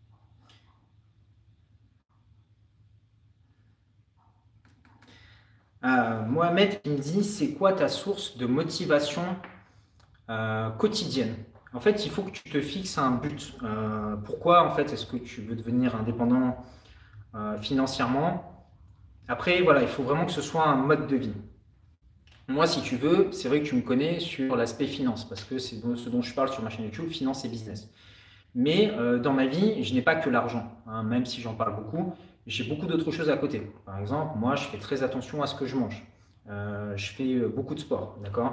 Mohamed qui me dit, c'est quoi ta source de motivation quotidienne? En fait, il faut que tu te fixes un but. Pourquoi, en fait, est-ce que tu veux devenir indépendant financièrement? Après, voilà, il faut vraiment que ce soit un mode de vie. Moi, si tu veux, c'est vrai que tu me connais sur l'aspect finance, parce que c'est ce dont je parle sur ma chaîne YouTube, finance et business. Mais dans ma vie, je n'ai pas que l'argent, hein, même si j'en parle beaucoup. J'ai beaucoup d'autres choses à côté. Par exemple, moi, je fais très attention à ce que je mange. Je fais beaucoup de sport, d'accord?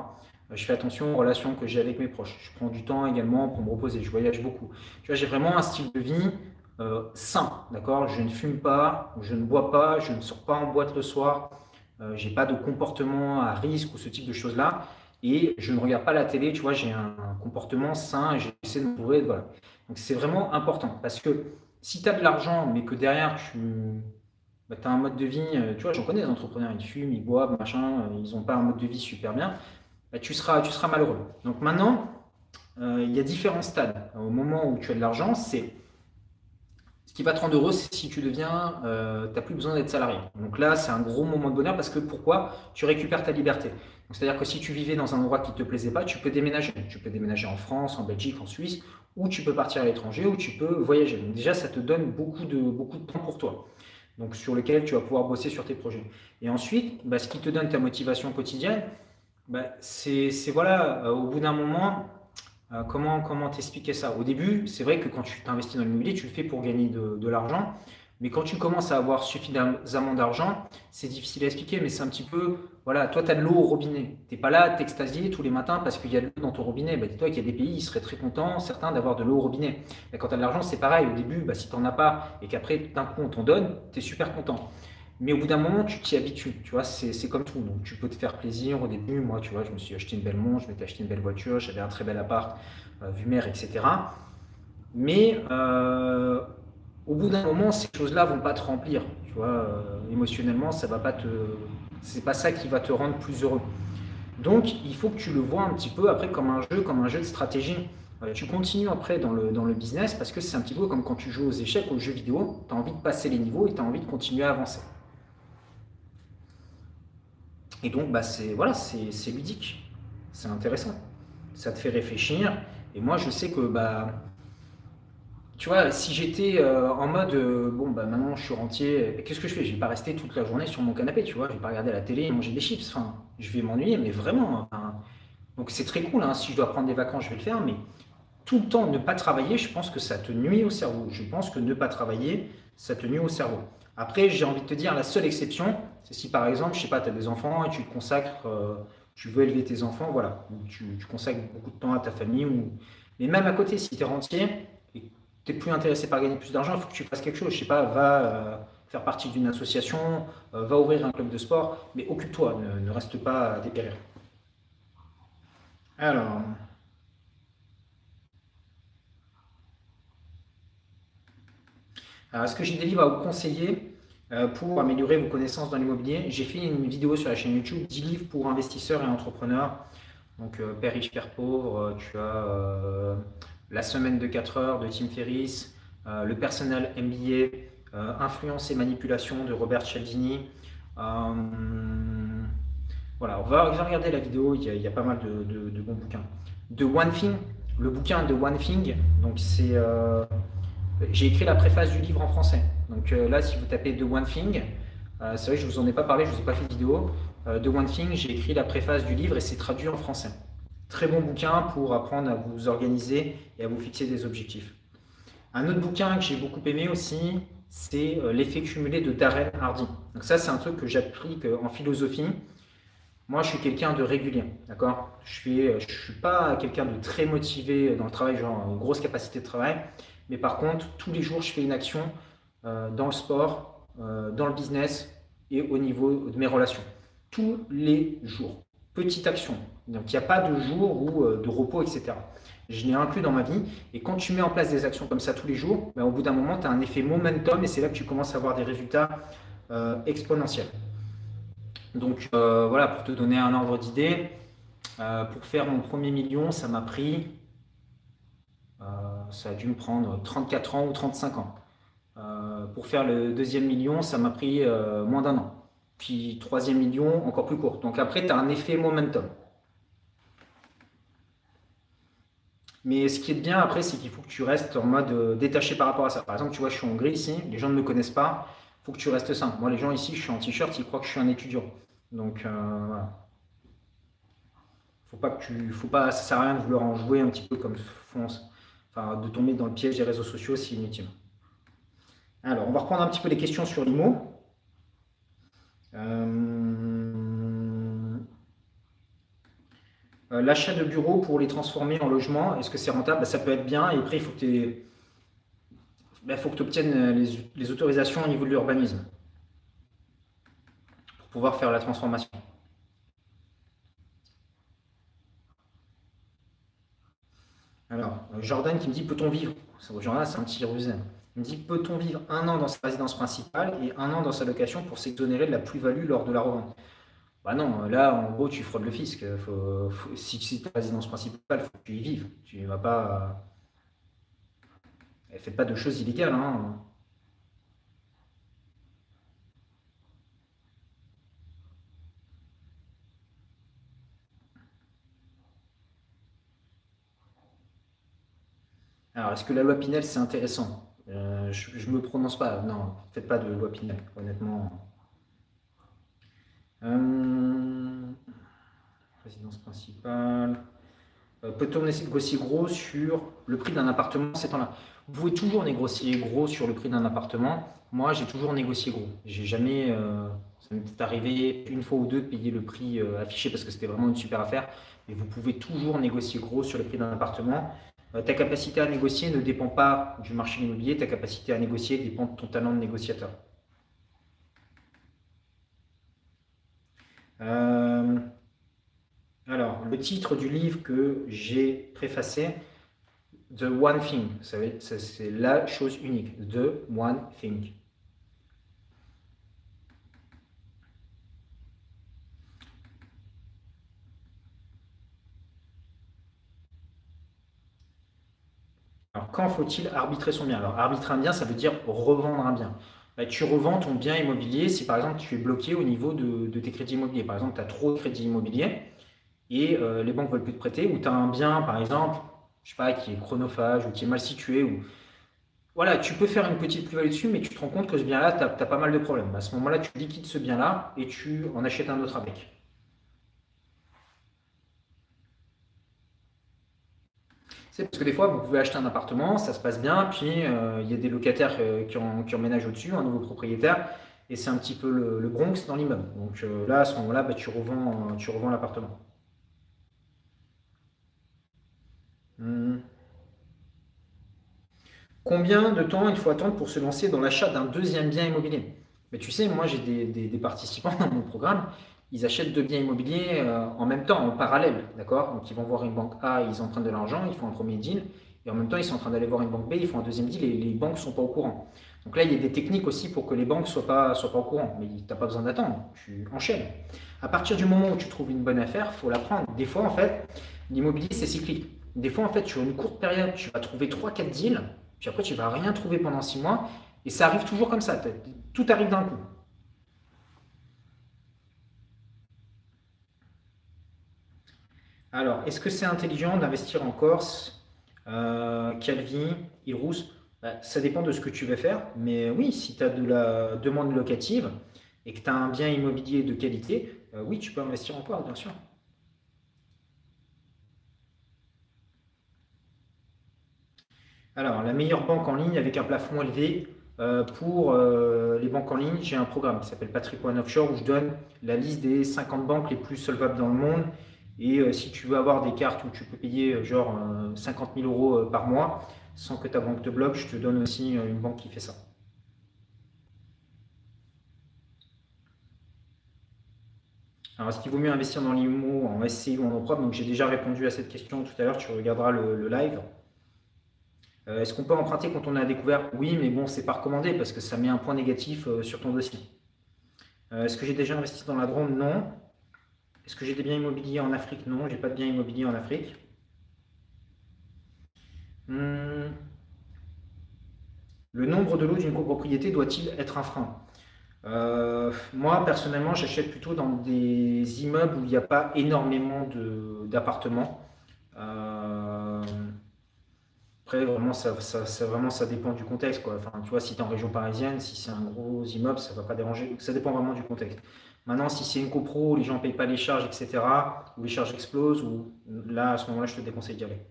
Je fais attention aux relations que j'ai avec mes proches. Je prends du temps également pour me reposer. Je voyage beaucoup. Tu vois, j'ai vraiment un style de vie sain, d'accord? Je ne fume pas, je ne bois pas, je ne sors pas en boîte le soir. J'ai pas de comportement à risque ou ce type de choses-là. Et je ne regarde pas la télé, tu vois, j'ai un comportement sain et j'essaie de m'entourer, voilà. Donc c'est vraiment important parce que si tu as de l'argent, mais que derrière tu as un mode de vie, tu vois, j'en connais des entrepreneurs, ils fument, ils boivent, machin, ils n'ont pas un mode de vie super bien, bah, tu seras malheureux. Donc maintenant, il y a différents stades. Au moment où tu as de l'argent, c'est ce qui va te rendre heureux, c'est si tu deviens, tu n'as plus besoin d'être salarié. Donc là, c'est un gros moment de bonheur parce que pourquoi? Tu récupères ta liberté. C'est-à-dire que si tu vivais dans un endroit qui ne te plaisait pas, tu peux déménager. Tu peux déménager en France, en Belgique, en Suisse, ou tu peux partir à l'étranger, ou tu peux voyager. Donc déjà, ça te donne beaucoup de temps pour toi, donc sur lequel tu vas pouvoir bosser sur tes projets. Et ensuite, bah, ce qui te donne ta motivation quotidienne, bah, c'est voilà, au bout d'un moment, comment t'expliquer ça? Au début, c'est vrai que quand tu t'investis dans l'immobilier, tu le fais pour gagner de l'argent. Mais quand tu commences à avoir suffisamment d'argent, c'est difficile à expliquer, mais c'est un petit peu, voilà, toi, tu as de l'eau au robinet. Tu n'es pas là à t'extasier tous les matins parce qu'il y a de l'eau dans ton robinet. Bah, dis-toi qu'il y a des pays, ils seraient très contents, certains, d'avoir de l'eau au robinet. Mais quand tu as de l'argent, c'est pareil. Au début, bah, si tu n'en as pas et qu'après, d'un coup, on t'en donne, tu es super content. Mais au bout d'un moment, tu t'y habitues, tu vois, c'est comme tout. Donc, tu peux te faire plaisir au début. Moi, tu vois, je me suis acheté une belle montre, je m'étais acheté une belle voiture, j'avais un très bel appart, vue mer, etc. Mais au bout d'un moment, ces choses-là vont pas te remplir, tu vois, émotionnellement, ça va pas te, c'est pas ça qui va te rendre plus heureux. Donc, il faut que tu le vois un petit peu après comme un jeu de stratégie. Tu continues après dans le business parce que c'est un petit peu comme quand tu joues aux échecs, aux jeux vidéo, tu as envie de passer les niveaux et tu as envie de continuer à avancer. Et donc, bah, c'est voilà, c'est ludique, c'est intéressant. Ça te fait réfléchir. Et moi, je sais que bah, tu vois, si j'étais en mode bon, bah maintenant je suis rentier, qu'est-ce que je fais? Je vais pas rester toute la journée sur mon canapé, tu vois. Je vais pas regarder la télé et manger des chips. Enfin, je vais m'ennuyer, mais vraiment, hein. Donc c'est très cool, hein. Si je dois prendre des vacances, je vais le faire, mais tout le temps ne pas travailler, je pense que ça te nuit au cerveau. Je pense que ne pas travailler, ça te nuit au cerveau. Après, j'ai envie de te dire, la seule exception, c'est si par exemple, je sais pas, tu as des enfants et tu te consacres, tu veux élever tes enfants, voilà, ou tu consacres beaucoup de temps à ta famille. Mais même à côté, si tu es rentier et que tu n'es plus intéressé par gagner plus d'argent, il faut que tu fasses quelque chose. Je sais pas, va faire partie d'une association, va ouvrir un club de sport, mais occupe-toi, ne reste pas à dépérir. Alors, est-ce que j'ai des livres à vous conseiller pour améliorer vos connaissances dans l'immobilier? J'ai fait une vidéo sur la chaîne YouTube, 10 livres pour investisseurs et entrepreneurs. Donc, Père riche, Père pauvre, tu as La semaine de 4 heures de Tim Ferriss, Le personnel MBA, Influence et manipulation de Robert Cialdini. Euh, voilà, on va regarder la vidéo, il y a pas mal de bons bouquins. De One Thing, le bouquin de One Thing, donc c'est j'ai écrit la préface du livre en français. Donc là, si vous tapez The One Thing, c'est vrai que je ne vous en ai pas parlé, je ne vous ai pas fait de vidéo. The One Thing, j'ai écrit la préface du livre et c'est traduit en français. Très bon bouquin pour apprendre à vous organiser et à vous fixer des objectifs. Un autre bouquin que j'ai beaucoup aimé aussi, c'est L'effet cumulé de Darren Hardy. Donc ça, c'est un truc que j'applique en philosophie. Moi, je suis quelqu'un de régulier, d'accord? Je suis pas quelqu'un de très motivé dans le travail, genre une grosse capacité de travail. Mais par contre, tous les jours, je fais une action dans le sport, dans le business et au niveau de mes relations. Tous les jours. Petite action. Donc, il n'y a pas de jour ou de repos, etc. Je l'ai inclus dans ma vie. Et quand tu mets en place des actions comme ça tous les jours, ben, au bout d'un moment, tu as un effet momentum et c'est là que tu commences à avoir des résultats exponentiels. Donc voilà, pour te donner un ordre d'idée, pour faire mon premier million, ça a dû me prendre 34 ans ou 35 ans. Pour faire le deuxième million, ça m'a pris moins d'un an. Puis troisième million, encore plus court. Donc après, tu as un effet momentum. Mais ce qui est bien après, c'est qu'il faut que tu restes en mode détaché par rapport à ça. Par exemple, tu vois, je suis en Hongrie ici, les gens ne me connaissent pas, il faut que tu restes simple. Moi, les gens ici, je suis en t-shirt, ils croient que je suis un étudiant. Donc voilà. Faut pas, ça sert à rien de vouloir en jouer un petit peu comme font, enfin, de tomber dans le piège des réseaux sociaux, c'est inutile. Alors, on va reprendre un petit peu les questions sur l'IMO. Euh, L'achat de bureaux pour les transformer en logement, est-ce que c'est rentable? Bah, ça peut être bien. Et après, faut que tu obtiennes les autorisations au niveau de l'urbanisme pour pouvoir faire la transformation. Alors, Jordan qui me dit, peut-on vivre? Jordan, c'est un petit rusé. Il me dit, peut-on vivre 1 an dans sa résidence principale et 1 an dans sa location pour s'exonérer de la plus-value lors de la revente? Bah non, là, en gros, tu fraudes le fisc. Si c'est ta résidence principale, il faut que tu y vives. Tu vas pas. Faites pas de choses illégales, hein. Alors, est-ce que la loi Pinel, c'est intéressant? Je me prononce pas. Non, faites pas de loi Pinel, honnêtement. Euh, Résidence principale. Peut-on négocier gros sur le prix d'un appartement ces temps-là? Vous pouvez toujours négocier gros sur le prix d'un appartement. Moi, j'ai toujours négocié gros. J'ai jamais, ça m'est arrivé une fois ou deux de payer le prix affiché parce que c'était vraiment une super affaire. Mais vous pouvez toujours négocier gros sur le prix d'un appartement. Ta capacité à négocier ne dépend pas du marché immobilier. Ta capacité à négocier dépend de ton talent de négociateur. Euh, alors, le titre du livre que j'ai préfacé, The One Thing, c'est la chose unique. The One Thing. Alors, quand faut-il arbitrer son bien? Alors, arbitrer un bien, ça veut dire revendre un bien. Bah, tu revends ton bien immobilier si par exemple tu es bloqué au niveau de tes crédits immobiliers. Par exemple, tu as trop de crédits immobiliers et les banques ne veulent plus te prêter, ou tu as un bien, par exemple, je sais pas, qui est chronophage ou qui est mal situé, ou voilà, tu peux faire une petite plus-value dessus, mais tu te rends compte que ce bien-là, tu as pas mal de problèmes. À ce moment-là, tu liquides ce bien-là et tu en achètes un autre avec. C'est parce que des fois, vous pouvez acheter un appartement, ça se passe bien, puis il y a des locataires qui emménagent au-dessus, un nouveau propriétaire, et c'est un petit peu le Bronx dans l'immeuble. Donc là, à ce moment-là, bah, tu revends l'appartement. Hmm. Combien de temps il faut attendre pour se lancer dans l'achat d'un deuxième bien immobilier? Mais tu sais, moi j'ai des participants dans mon programme, ils achètent deux biens immobiliers en même temps, en parallèle, d'accord? Donc ils vont voir une banque A, ils empruntent de l'argent, ils font un premier deal, et en même temps ils sont en train d'aller voir une banque B, ils font un deuxième deal, et les banques ne sont pas au courant. Donc là, il y a des techniques aussi pour que les banques ne soient pas au courant, mais tu n'as pas besoin d'attendre, tu enchaînes. À partir du moment où tu trouves une bonne affaire, il faut la prendre. Des fois, en fait, l'immobilier, c'est cyclique. Des fois, en fait, sur une courte période, tu vas trouver trois quatre deals, puis après, tu vas rien trouver pendant 6 mois. Et ça arrive toujours comme ça. Tout arrive d'un coup. Alors, est-ce que c'est intelligent d'investir en Corse, Calvi, Île-Rousse? Bah, ça dépend de ce que tu veux faire. Mais oui, si tu as de la demande locative et que tu as un bien immobilier de qualité, oui, tu peux investir en Corse, bien sûr. Alors, la meilleure banque en ligne avec un plafond élevé pour les banques en ligne, j'ai un programme qui s'appelle Patrick One Offshore où je donne la liste des 50 banques les plus solvables dans le monde. Et si tu veux avoir des cartes où tu peux payer 50 000 euros par mois sans que ta banque te bloque, je te donne aussi une banque qui fait ça. Alors, est-ce qu'il vaut mieux investir dans l'IMO, en SCI ou en propre? Donc, j'ai déjà répondu à cette question tout à l'heure, tu regarderas le live. Est-ce qu'on peut emprunter quand on a découvert? Oui, mais bon, c'est pas recommandé parce que ça met un point négatif sur ton dossier. Est-ce que j'ai déjà investi dans la drone? Non. Est-ce que j'ai des biens immobiliers en Afrique? Non, j'ai pas de biens immobiliers en Afrique. Hmm. Le nombre de lots d'une copropriété doit-il être un frein? Moi, personnellement, j'achète plutôt dans des immeubles où il n'y a pas énormément d'appartements. Euh, Après, vraiment, vraiment, ça dépend du contexte, quoi. Enfin, tu vois, si tu es en région parisienne, si c'est un gros immeuble, ça ne va pas déranger. Ça dépend vraiment du contexte. Maintenant, si c'est une copro, où les gens ne payent pas les charges, etc., où les charges explosent, ou là, à ce moment-là, je te déconseille d'y aller.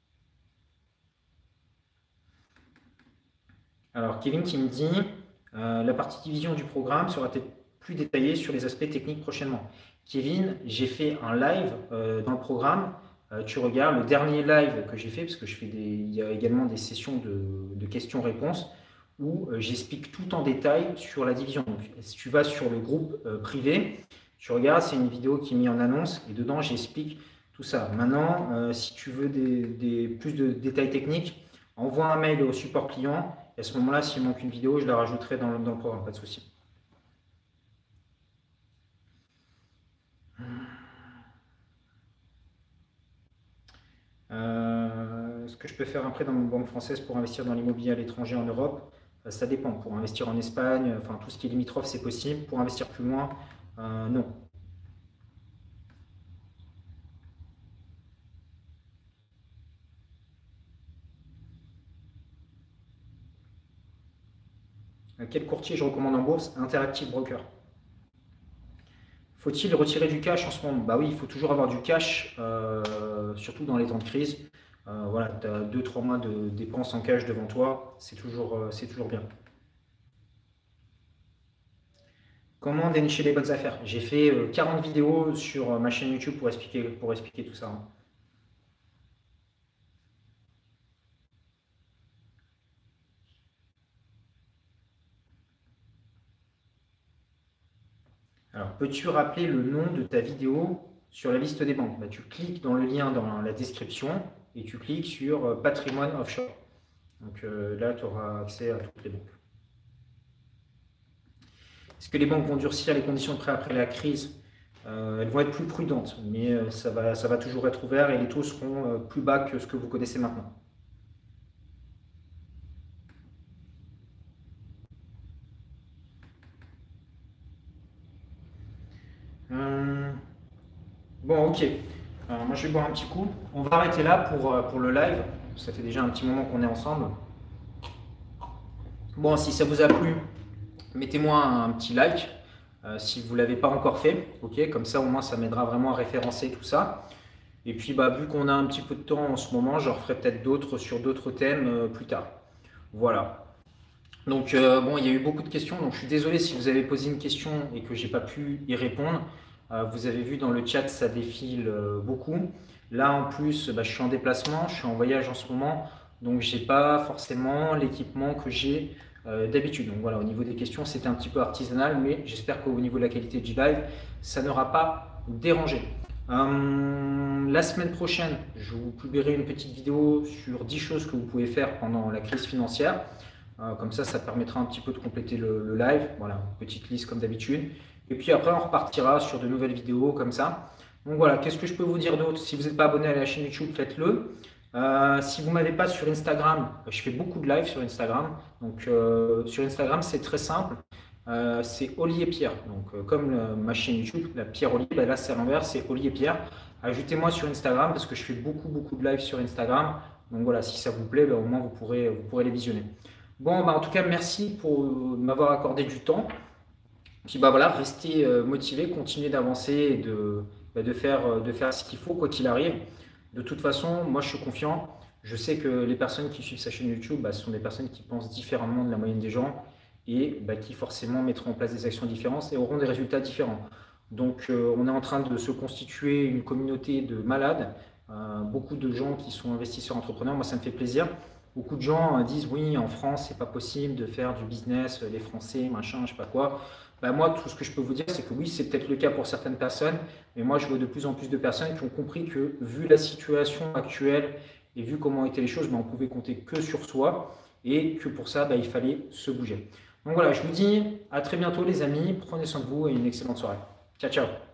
Alors, Kevin qui me dit, la partie division du programme sera-t-elle plus détaillée sur les aspects techniques prochainement? Kevin, j'ai fait un live dans le programme. Tu regardes le dernier live que j'ai fait, parce que il y a également des sessions de questions-réponses où j'explique tout en détail sur la division. Donc, si tu vas sur le groupe privé, tu regardes, c'est une vidéo qui est mise en annonce et dedans j'explique tout ça. Maintenant, si tu veux plus de détails techniques, envoie un mail au support client et à ce moment-là, s'il manque une vidéo, je la rajouterai dans le programme, pas de souci. Ce que je peux faire un prêt dans une banque française pour investir dans l'immobilier à l'étranger en Europe, ça dépend. Pour investir en Espagne, enfin tout ce qui est limitrophe, c'est possible. Pour investir plus loin, non. Quel courtier je recommande en bourse? Interactive Broker. Faut-il retirer du cash en ce moment? Bah oui, il faut toujours avoir du cash, surtout dans les temps de crise. Voilà, tu as 2-3 mois de dépenses en cash devant toi, c'est toujours bien. Comment dénicher les bonnes affaires? J'ai fait 40 vidéos sur ma chaîne YouTube pour expliquer tout ça, hein. Alors, peux-tu rappeler le nom de ta vidéo sur la liste des banques? Bah, tu cliques dans le lien dans la description et tu cliques sur patrimoine offshore. Donc là, tu auras accès à toutes les banques. Est-ce que les banques vont durcir les conditions de prêt après la crise? Elles vont être plus prudentes, mais ça va toujours être ouvert et les taux seront plus bas que ce que vous connaissez maintenant. Bon, ok. Alors, moi, je vais boire un petit coup. On va arrêter là pour le live. Ça fait déjà un petit moment qu'on est ensemble. Bon, si ça vous a plu, mettez-moi un petit like si vous ne l'avez pas encore fait. Ok, comme ça, au moins, ça m'aidera vraiment à référencer tout ça. Et puis, bah, vu qu'on a un petit peu de temps en ce moment, j'en referai peut-être d'autres sur d'autres thèmes plus tard. Voilà. Donc, bon, il y a eu beaucoup de questions. Donc, je suis désolé si vous avez posé une question et que j'ai pas pu y répondre. Vous avez vu dans le chat, ça défile beaucoup. Là, en plus, bah, je suis en déplacement, je suis en voyage en ce moment. Donc, j'ai pas forcément l'équipement que j'ai d'habitude. Donc, voilà, au niveau des questions, c'était un petit peu artisanal, mais j'espère qu'au niveau de la qualité du live, ça n'aura pas dérangé. La semaine prochaine, je vous publierai une petite vidéo sur 10 choses que vous pouvez faire pendant la crise financière. Comme ça permettra un petit peu de compléter le live. Voilà, petite liste comme d'habitude. Et puis après, on repartira sur de nouvelles vidéos comme ça. Donc voilà, qu'est-ce que je peux vous dire d'autre? Si vous n'êtes pas abonné à la chaîne YouTube, faites-le. Si vous ne m'avez pas sur Instagram, je fais beaucoup de live sur Instagram. Donc sur Instagram, c'est très simple. C'est Oli et Pierre. Donc comme ma chaîne YouTube, la Pierre Oli, bah, là c'est à l'envers, c'est Oli et Pierre. Ajoutez-moi sur Instagram parce que je fais beaucoup de live sur Instagram. Donc voilà, si ça vous plaît, bah, au moins vous pourrez les visionner. Bon, bah, en tout cas, merci pour m'avoir accordé du temps. Puis bah voilà, restez motivé, continuez d'avancer et de faire ce qu'il faut, quoi qu'il arrive. De toute façon, moi je suis confiant. Je sais que les personnes qui suivent sa chaîne YouTube, bah, ce sont des personnes qui pensent différemment de la moyenne des gens et bah, qui forcément mettront en place des actions différentes et auront des résultats différents. Donc on est en train de se constituer une communauté de malades, beaucoup de gens qui sont investisseurs entrepreneurs. Moi, ça me fait plaisir. Beaucoup de gens disent oui, en France, c'est pas possible de faire du business, les Français, machin, je sais pas quoi. Bah, moi, tout ce que je peux vous dire, c'est que oui, c'est peut-être le cas pour certaines personnes, mais moi, je vois de plus en plus de personnes qui ont compris que, vu la situation actuelle et vu comment étaient les choses, bah, on pouvait compter que sur soi et que pour ça, bah, il fallait se bouger. Donc voilà, je vous dis à très bientôt, les amis. Prenez soin de vous et une excellente soirée. Ciao, ciao.